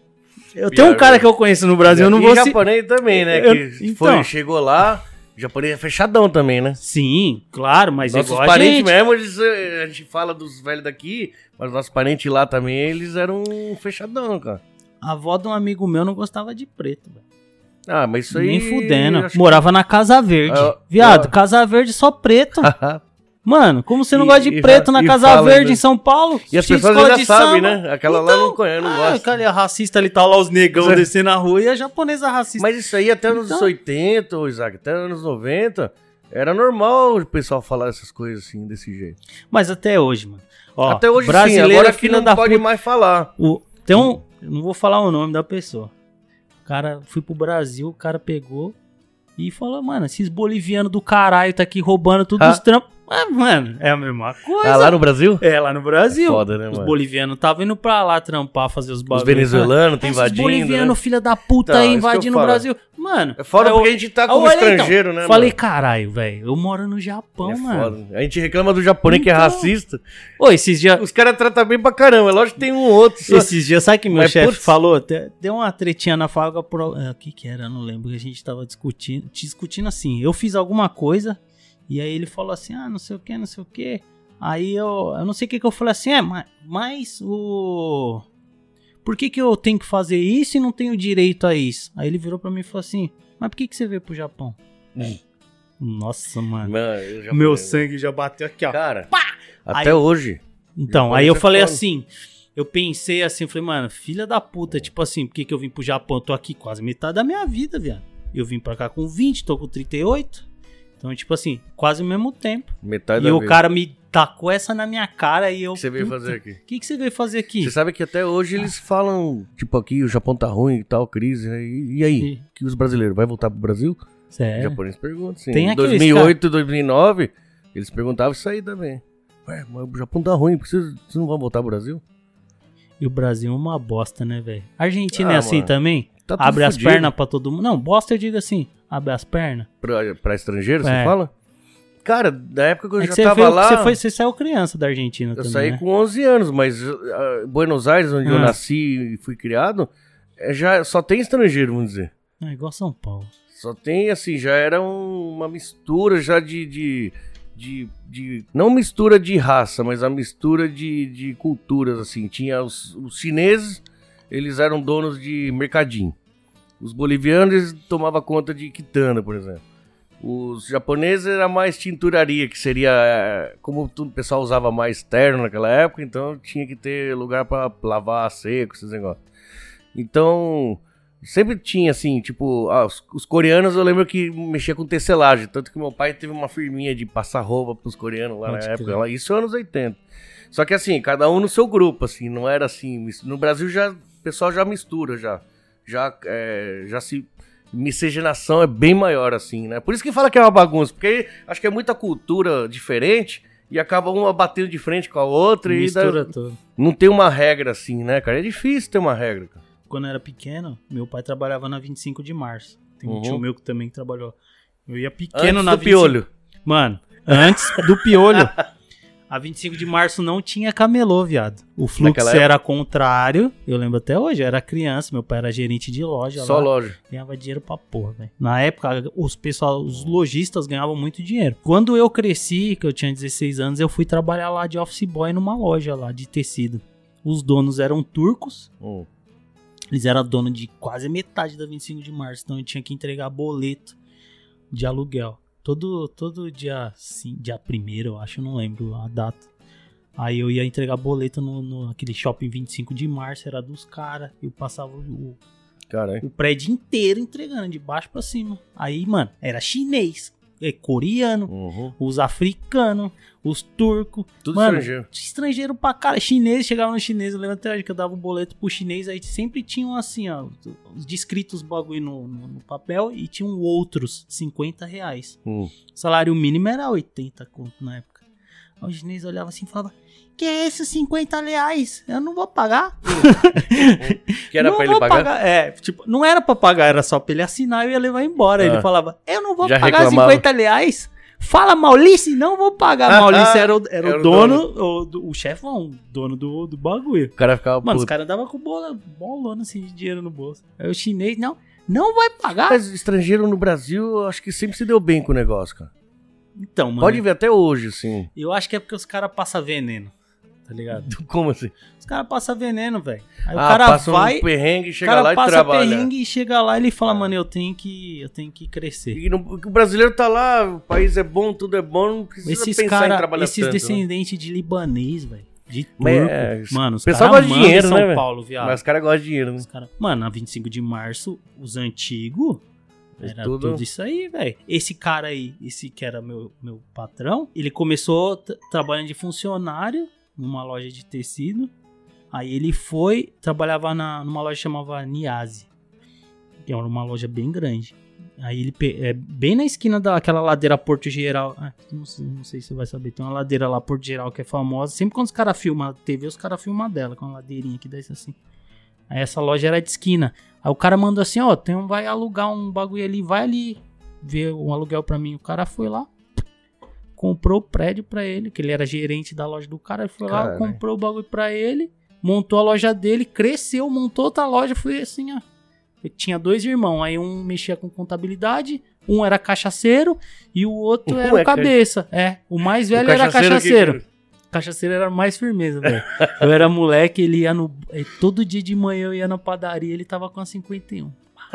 eu tenho um Pior, cara velho. que eu conheço no Brasil, eu não e vou... ci- japonês também, né? Eu- que então. foi, chegou lá, o japonês é fechadão também, né? Sim, claro, mas Nossos igual a parentes gente. mesmo, eles, eh, a gente fala dos velhos daqui, mas nossos parentes lá também, eles eram fechadão, cara. A avó de um amigo meu não gostava de preto, velho. Ah, mas isso aí... Nem fudendo. acho que- Morava na Casa Verde. Ah, Viado, ah. Casa Verde só preto. Mano, como você não E- gosta de e preto fa- na e Casa fala Verde ainda. em São Paulo? E as Tinha pessoas escola ainda de sabem, samba. né? Aquela lá não conhece, não Ah, gosta. cara, é racista ali, tá lá os negão Mas é- descendo na rua e a japonesa racista. Mas isso aí até nos Então- anos oitenta, ô Isaac, até nos anos noventa, era normal o pessoal falar essas coisas assim, desse jeito. Mas até hoje, mano. Ó, até hoje sim, brasileiro agora é que filho não da pode puta. mais falar. O, tem um, eu não vou falar o nome da pessoa. O cara, fui pro Brasil, o cara pegou e falou, mano, esses bolivianos do caralho tá aqui roubando tudo Ah. os trampos. Ah, mano, é a mesma coisa. Ah, lá no Brasil? É, lá no Brasil. É foda, né, Os mano? bolivianos estavam indo pra lá trampar, fazer os Os bagulhos. venezuelanos tá Esses invadindo, bolivianos, né? filha da puta, Então, aí isso que eu invadindo o falo. Brasil. Mano. É foda aí porque eu- a gente tá aí eu como olhei, estrangeiro, então, né, Falei, mano? caralho, velho, eu moro no Japão, É mano. foda. A gente reclama do japonês que é Então. racista. Ô, esses dias... Os caras tratam bem pra caramba. É lógico que tem um outro. Só... Esses dias, sabe que meu Mas, chefe putz. falou? falou? Te- Deu uma tretinha na folga pro... é, o que que era? Eu não lembro. A gente tava discutindo, discutindo assim. Eu fiz alguma coisa e aí ele falou assim, ah, não sei o que, não sei o que. Aí eu, eu não sei o que que eu falei assim, é, mas, mas o... Por que que eu tenho que fazer isso e não tenho direito a isso? Aí ele virou pra mim e falou assim, mas por que que você veio pro Japão? Hum. Nossa, mano. Mano, eu já Meu falei, sangue já bateu aqui, ó. Cara, Aí- até hoje. Então, Japonês aí eu é falei foda. assim, eu pensei assim, eu falei, mano, filha da puta, tipo assim, por que que eu vim pro Japão? Eu tô aqui quase metade da minha vida, viado. Eu vim pra cá com vinte, tô com trinta e oito. Então, tipo assim, quase o mesmo tempo. Metade e da o vida. cara me tacou essa na minha cara e eu... O que você veio puta, fazer aqui? O que que você veio fazer aqui? Você sabe que até hoje eles falam, tipo, aqui o Japão tá ruim e tal, crise, né? E, e aí? E- Que os brasileiros vai voltar pro Brasil? O Sério? japonês pergunta, sim. Tem Em aqueles dois mil e oito, dois mil e nove, eles perguntavam isso aí também. Ué, mas o Japão tá ruim, por que vocês, vocês não vão voltar pro Brasil? E o Brasil é uma bosta, né, velho? A Argentina Ah, é assim mano, também? Tá tudo Abre as fudido. pernas pra todo mundo. Não, bosta eu digo assim, abre as pernas. Pra, pra estrangeiro, É. você fala? Cara, da época que eu É já que você, tava veio- lá, você, foi, você saiu criança da Argentina eu também, saí né? com onze anos, mas uh, Buenos Aires, onde eu Ah. nasci e fui criado, é, já só tem estrangeiro, vamos dizer. É igual São Paulo. Só tem, assim, já era um- uma mistura já de, de, de, de- não mistura de raça, mas a mistura de, de culturas, assim. Tinha os, os chineses, eles eram donos de mercadinho. Os bolivianos, eles tomavam conta de quitanda, por exemplo. Os japoneses era mais tinturaria, que seria, é, como tudo, o pessoal usava mais terno naquela época, então tinha que ter lugar pra lavar a seco, esses negócios. Então, sempre tinha assim, tipo, ah, os, os coreanos eu lembro que mexia com tecelagem, tanto que meu pai teve uma firminha de passar roupa pros coreanos lá Pode na época, lá, isso anos oitenta. Só que assim, cada um no seu grupo, assim, não era assim, no Brasil já, o pessoal já mistura, já, já, é, já se... miscigenação é bem maior, assim, né? Por isso que fala que é uma bagunça, porque acho que é muita cultura diferente e acaba uma batendo de frente com a outra Mistura e dá... tudo. Não tem uma regra assim, né, cara? É difícil ter uma regra, cara. Quando eu era pequeno, meu pai trabalhava na vinte e cinco de março. Tem um Uhum. tio meu que também trabalhou. Eu ia pequeno Antes na do piolho. Mano, antes do piolho. A vinte e cinco de março não tinha camelô, viado. O fluxo Naquela era época? contrário. Eu lembro até hoje, eu era criança, meu pai era gerente de loja. Só lá, loja. Ganhava dinheiro pra porra, velho. Na época, os pessoal, os lojistas ganhavam muito dinheiro. Quando eu cresci, que eu tinha dezesseis anos, eu fui trabalhar lá de office boy numa loja lá de tecido. Os donos eram turcos. Hum. Eles eram donos de quase metade da vinte e cinco de março. Então eu tinha que entregar boleto de aluguel. Todo, todo dia, sim, dia primeiro, eu acho, não lembro a data. Aí eu ia entregar boleto no, no aquele shopping vinte e cinco de março, era dos caras. Eu passava o, Caralho. o prédio inteiro entregando, de baixo pra cima. Aí, mano, era chinês, é, coreano, Uhum. os africanos, os turcos. Tudo mano, estrangeiro. Estrangeiro pra cara. Chinês, chegava no chinês, eu lembro até hoje que eu dava um boleto pro chinês, aí sempre tinham assim, ó, os descritos bagulho no, no, no papel e tinham outros cinquenta reais. Hum. O salário mínimo era oitenta conto na época. Aí o chinês olhava assim e falava: que é esses cinquenta reais? Eu não vou pagar. Que era não pra ele vou pagar? pagar? É, tipo, não era pra pagar, era só pra ele assinar e eu ia levar embora. Ah. Ele falava: eu não vou Já pagar reclamava. cinquenta reais. Fala, Maurício, não vou pagar. Maurício era o, era o Era o dono, o, do- o chefão, o dono do, do bagulho. O cara ficava Mano, os puto. caras andavam com bola, bolona assim de dinheiro no bolso. Aí o chinês, não, não vai pagar. Mas estrangeiro no Brasil, eu acho que sempre se deu bem com o negócio, cara. Então, mano, Pode ver até hoje, assim. eu acho que é porque os caras passam veneno, tá ligado? Como assim? Os caras passam veneno, velho. Aí ah, o cara passa vai, um perrengue, o chega cara lá e passa trabalha. perrengue e chega lá e ele fala, É. mano, eu tenho que, eu tenho que crescer. E no, o brasileiro tá lá, o país é bom, tudo é bom, não precisa Esses pensar em cara, trabalhar esses tanto, né? descendentes de libanês, velho, de turco, Mas é, mano, os o pessoal caras gosta de mandam em dinheiro, São né, velho? Paulo, viado. Mas os caras gostam de dinheiro, né? Os cara... Mano, na vinte e cinco de março, os antigos, era Tudo- tudo... isso aí, velho. Esse cara aí, esse que era meu, meu patrão, ele começou t- trabalhando de funcionário numa loja de tecido. Aí ele foi, trabalhava na, numa loja que chamava Niase, que era uma loja bem grande. Aí ele, pe- é, bem na esquina daquela ladeira Porto Geral, ah, não, sei, não sei se você vai saber, tem uma ladeira lá, Porto Geral, que é famosa. Sempre quando os caras filmam a T V, os caras filmam dela, com uma ladeirinha que desce assim. Aí essa loja era de esquina. Aí o cara mandou assim, ó, tem um, vai alugar um bagulho ali, vai ali ver um aluguel pra mim. O cara foi lá, comprou o prédio pra ele, que ele era gerente da loja do cara. Ele foi lá, Caralho. comprou o bagulho pra ele, montou a loja dele, cresceu, montou outra loja, foi assim, ó. Ele tinha dois irmãos, aí um mexia com contabilidade, um era cachaceiro e o outro Um era o é ca- cabeça. É, o mais O velho era cachaceiro que- cachaceiro. Cachaceiro era mais firmeza, velho. Eu era moleque, ele ia no. eh, Todo dia de manhã eu ia na padaria, ele tava com a cinquenta e um.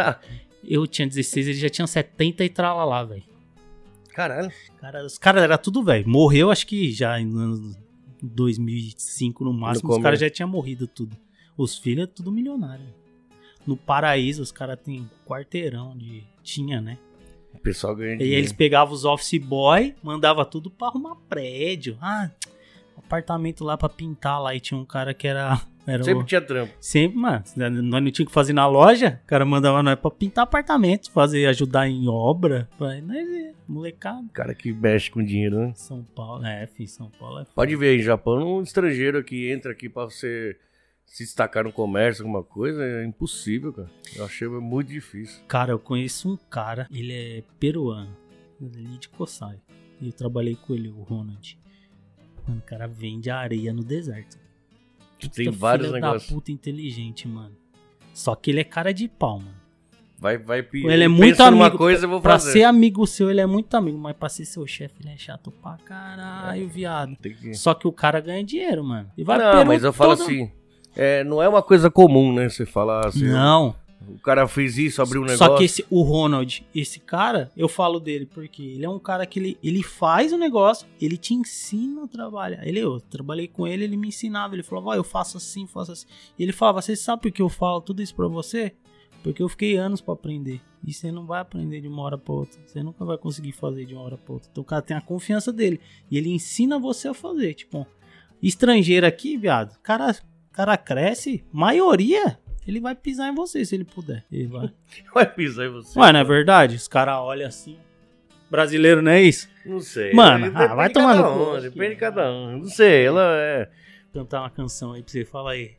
Eu tinha dezesseis, ele já tinha setenta e tralalá, velho. Caralho. Cara, os caras eram tudo velho. Morreu, acho que já em anos dois mil e cinco no máximo, No os caras começo. já tinham morrido tudo. Os filhos é tudo milionário. No Paraíso, os caras têm quarteirão de. Tinha, né? O pessoal ganha E aí dinheiro. eles pegavam os office boy, mandava tudo pra arrumar prédio. Ah, apartamento lá pra pintar lá. E tinha um cara que era... era Sempre o... tinha trampo. Sempre, mano. Nós não tinha o que fazer na loja. O cara mandava nós pra pintar apartamento, fazer, ajudar em obra. Pra nós, é, molecada. Cara que mexe com dinheiro, né? São Paulo, é, filho, São Paulo é foda. Pode ver, em Japão, um estrangeiro que entra aqui pra você se destacar no comércio, alguma coisa, é impossível, cara. Eu achei muito difícil. Cara, eu conheço um cara, ele é peruano, ele é de Coçai. E eu trabalhei com ele, o Ronald. Mano, o cara vende areia no deserto. Tem Puta vários filha negócios. da puta inteligente, mano. Só que ele é cara de pau, mano. Vai, vai, pi- Ele é pensa muito numa amigo. coisa, eu vou Pra fazer. ser amigo seu, ele é muito amigo. Mas pra ser seu chefe, ele é chato pra caralho, viado. Tem que... Só que o cara ganha dinheiro, mano. E vai Não, Peru mas eu falo todo- assim, é, não é uma coisa comum, né? Você falar assim, Não. O cara fez isso, abriu um negócio. Só que esse, o Ronald, esse cara, eu falo dele porque ele é um cara que ele, ele faz o negócio, ele te ensina a trabalhar. Ele, eu trabalhei com ele, ele me ensinava, ele falava, ó, eu faço assim, faço assim. E ele falava, você sabe por que eu falo tudo isso pra você? Porque eu fiquei anos pra aprender. E você não vai aprender de uma hora pra outra. Você nunca vai conseguir fazer de uma hora pra outra. Então o cara tem a confiança dele. E ele ensina você a fazer. Tipo, estrangeiro aqui, viado, cara, cara cresce, maioria... Ele vai pisar em você se ele puder. Ele vai. Vai pisar em você. Ué, não é verdade? Os caras olham assim. Brasileiro, não é isso? Não sei. Mano, Depende ah, vai de tomar cada no cu. um, Depende de cada um. Não sei, ela é... Vou cantar uma canção aí pra você. Fala aí.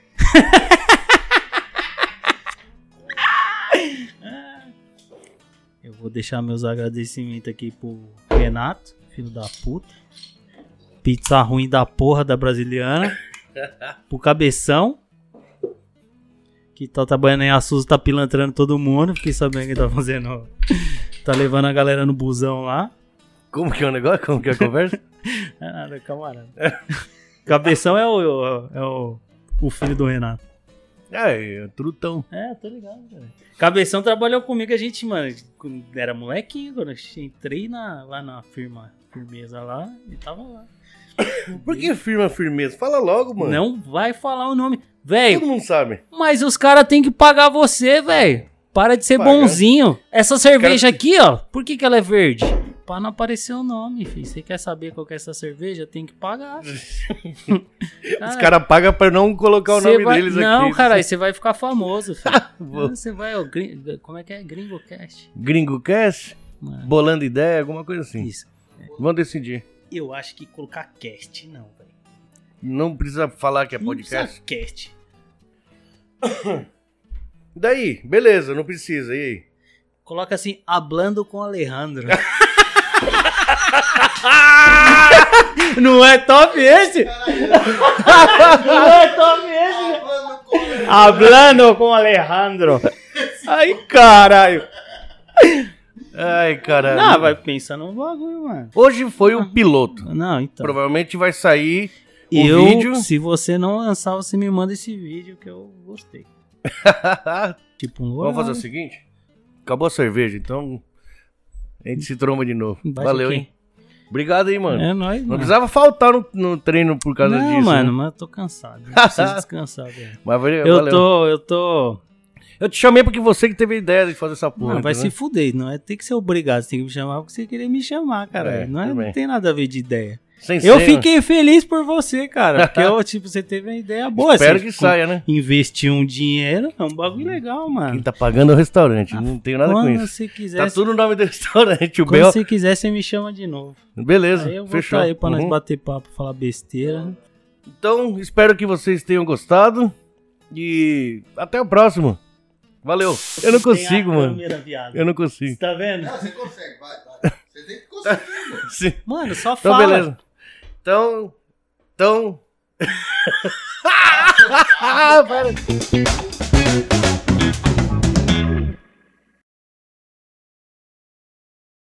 Eu vou deixar meus agradecimentos aqui pro Renato, filho da puta. Pizza ruim da porra da brasiliana. Pro Cabeção, que tá trabalhando em Assus, tá pilantrando todo mundo. Fiquei sabendo que ele tá fazendo. Tá levando a galera no busão lá. Como que é o negócio? Como que é a conversa? É nada, camarada. Cabeção é o, é o, o filho do Renato. É, é trutão. É, tô ligado, cara. Cabeção trabalhou comigo, a gente, mano, quando era molequinho, quando eu entrei na, lá na firma Firmeza lá, ele tava lá. Por que firma Firmeza? Fala logo, mano. Não vai falar o nome. Velho, Todo mundo sabe. mas os caras têm que pagar você, velho. Para de ser Paga. bonzinho. Essa cerveja Cara... aqui, ó, por que que ela é verde? Pra não aparecer o nome, filho. Você quer saber qual que é essa cerveja? Tem que pagar. Cara, os caras pagam pra não colocar o nome vai... deles não, aqui. Não, caralho, você vai ficar famoso, filho. Você vai, ó, gring... como é que é? GringoCast. GringoCast? Mano. Bolando ideia, alguma coisa assim. Isso. É. Vamos decidir. Eu acho que colocar cast, não, velho. Não precisa falar que é Não podcast? precisa cast. Daí, beleza, não precisa. E aí? Coloca assim, hablando com Alejandro. Não é top esse? Não é top esse? Hablando com Alejandro. Ai, caralho. Ai, caralho. Não, vai pensando no bagulho, mano. Hoje foi o piloto. Não, então. Provavelmente vai sair o eu, vídeo. Se você não lançar, você me manda esse vídeo que eu gostei. Tipo um Vamos fazer o seguinte? Acabou a cerveja, então a gente se tromba de novo. Bate Valeu, aqui. hein? Obrigado aí, mano. É nóis, Não mano. precisava faltar no, no treino por causa Não, disso. mano, né? mas eu tô cansado. Eu preciso descansar, velho. Mas valeu, Eu valeu. tô, eu tô... Eu te chamei porque você que teve a ideia de fazer essa porra. Não, vai entendeu? se fuder, não é ter que ser obrigado, você tem que me chamar porque você queria me chamar, cara. É, não, é, tudo bem. não tem nada a ver de ideia. Sem Eu ser, fiquei feliz por você, cara, porque eu, tipo, você teve uma ideia boa. Espero você, que tipo, saia, né? Investir um dinheiro é um bagulho legal, mano. Quem tá pagando é o restaurante. Não tenho nada Quando com isso. você quiser, Tá tudo no nome do restaurante. O quando Bel. você quiser, você me chama de novo. Beleza, Aí eu vou fechou. estar aí pra Uhum. nós bater papo, falar besteira. Então, espero que vocês tenham gostado. E até o próximo. Valeu. Eu não consigo, Tem a mano. câmera, viado. Eu não consigo. Você tá vendo? Não, você consegue, vai, vai. Você tem que conseguir, mano. Sim. Mano, só Então, fala. beleza. Então. Então. Para.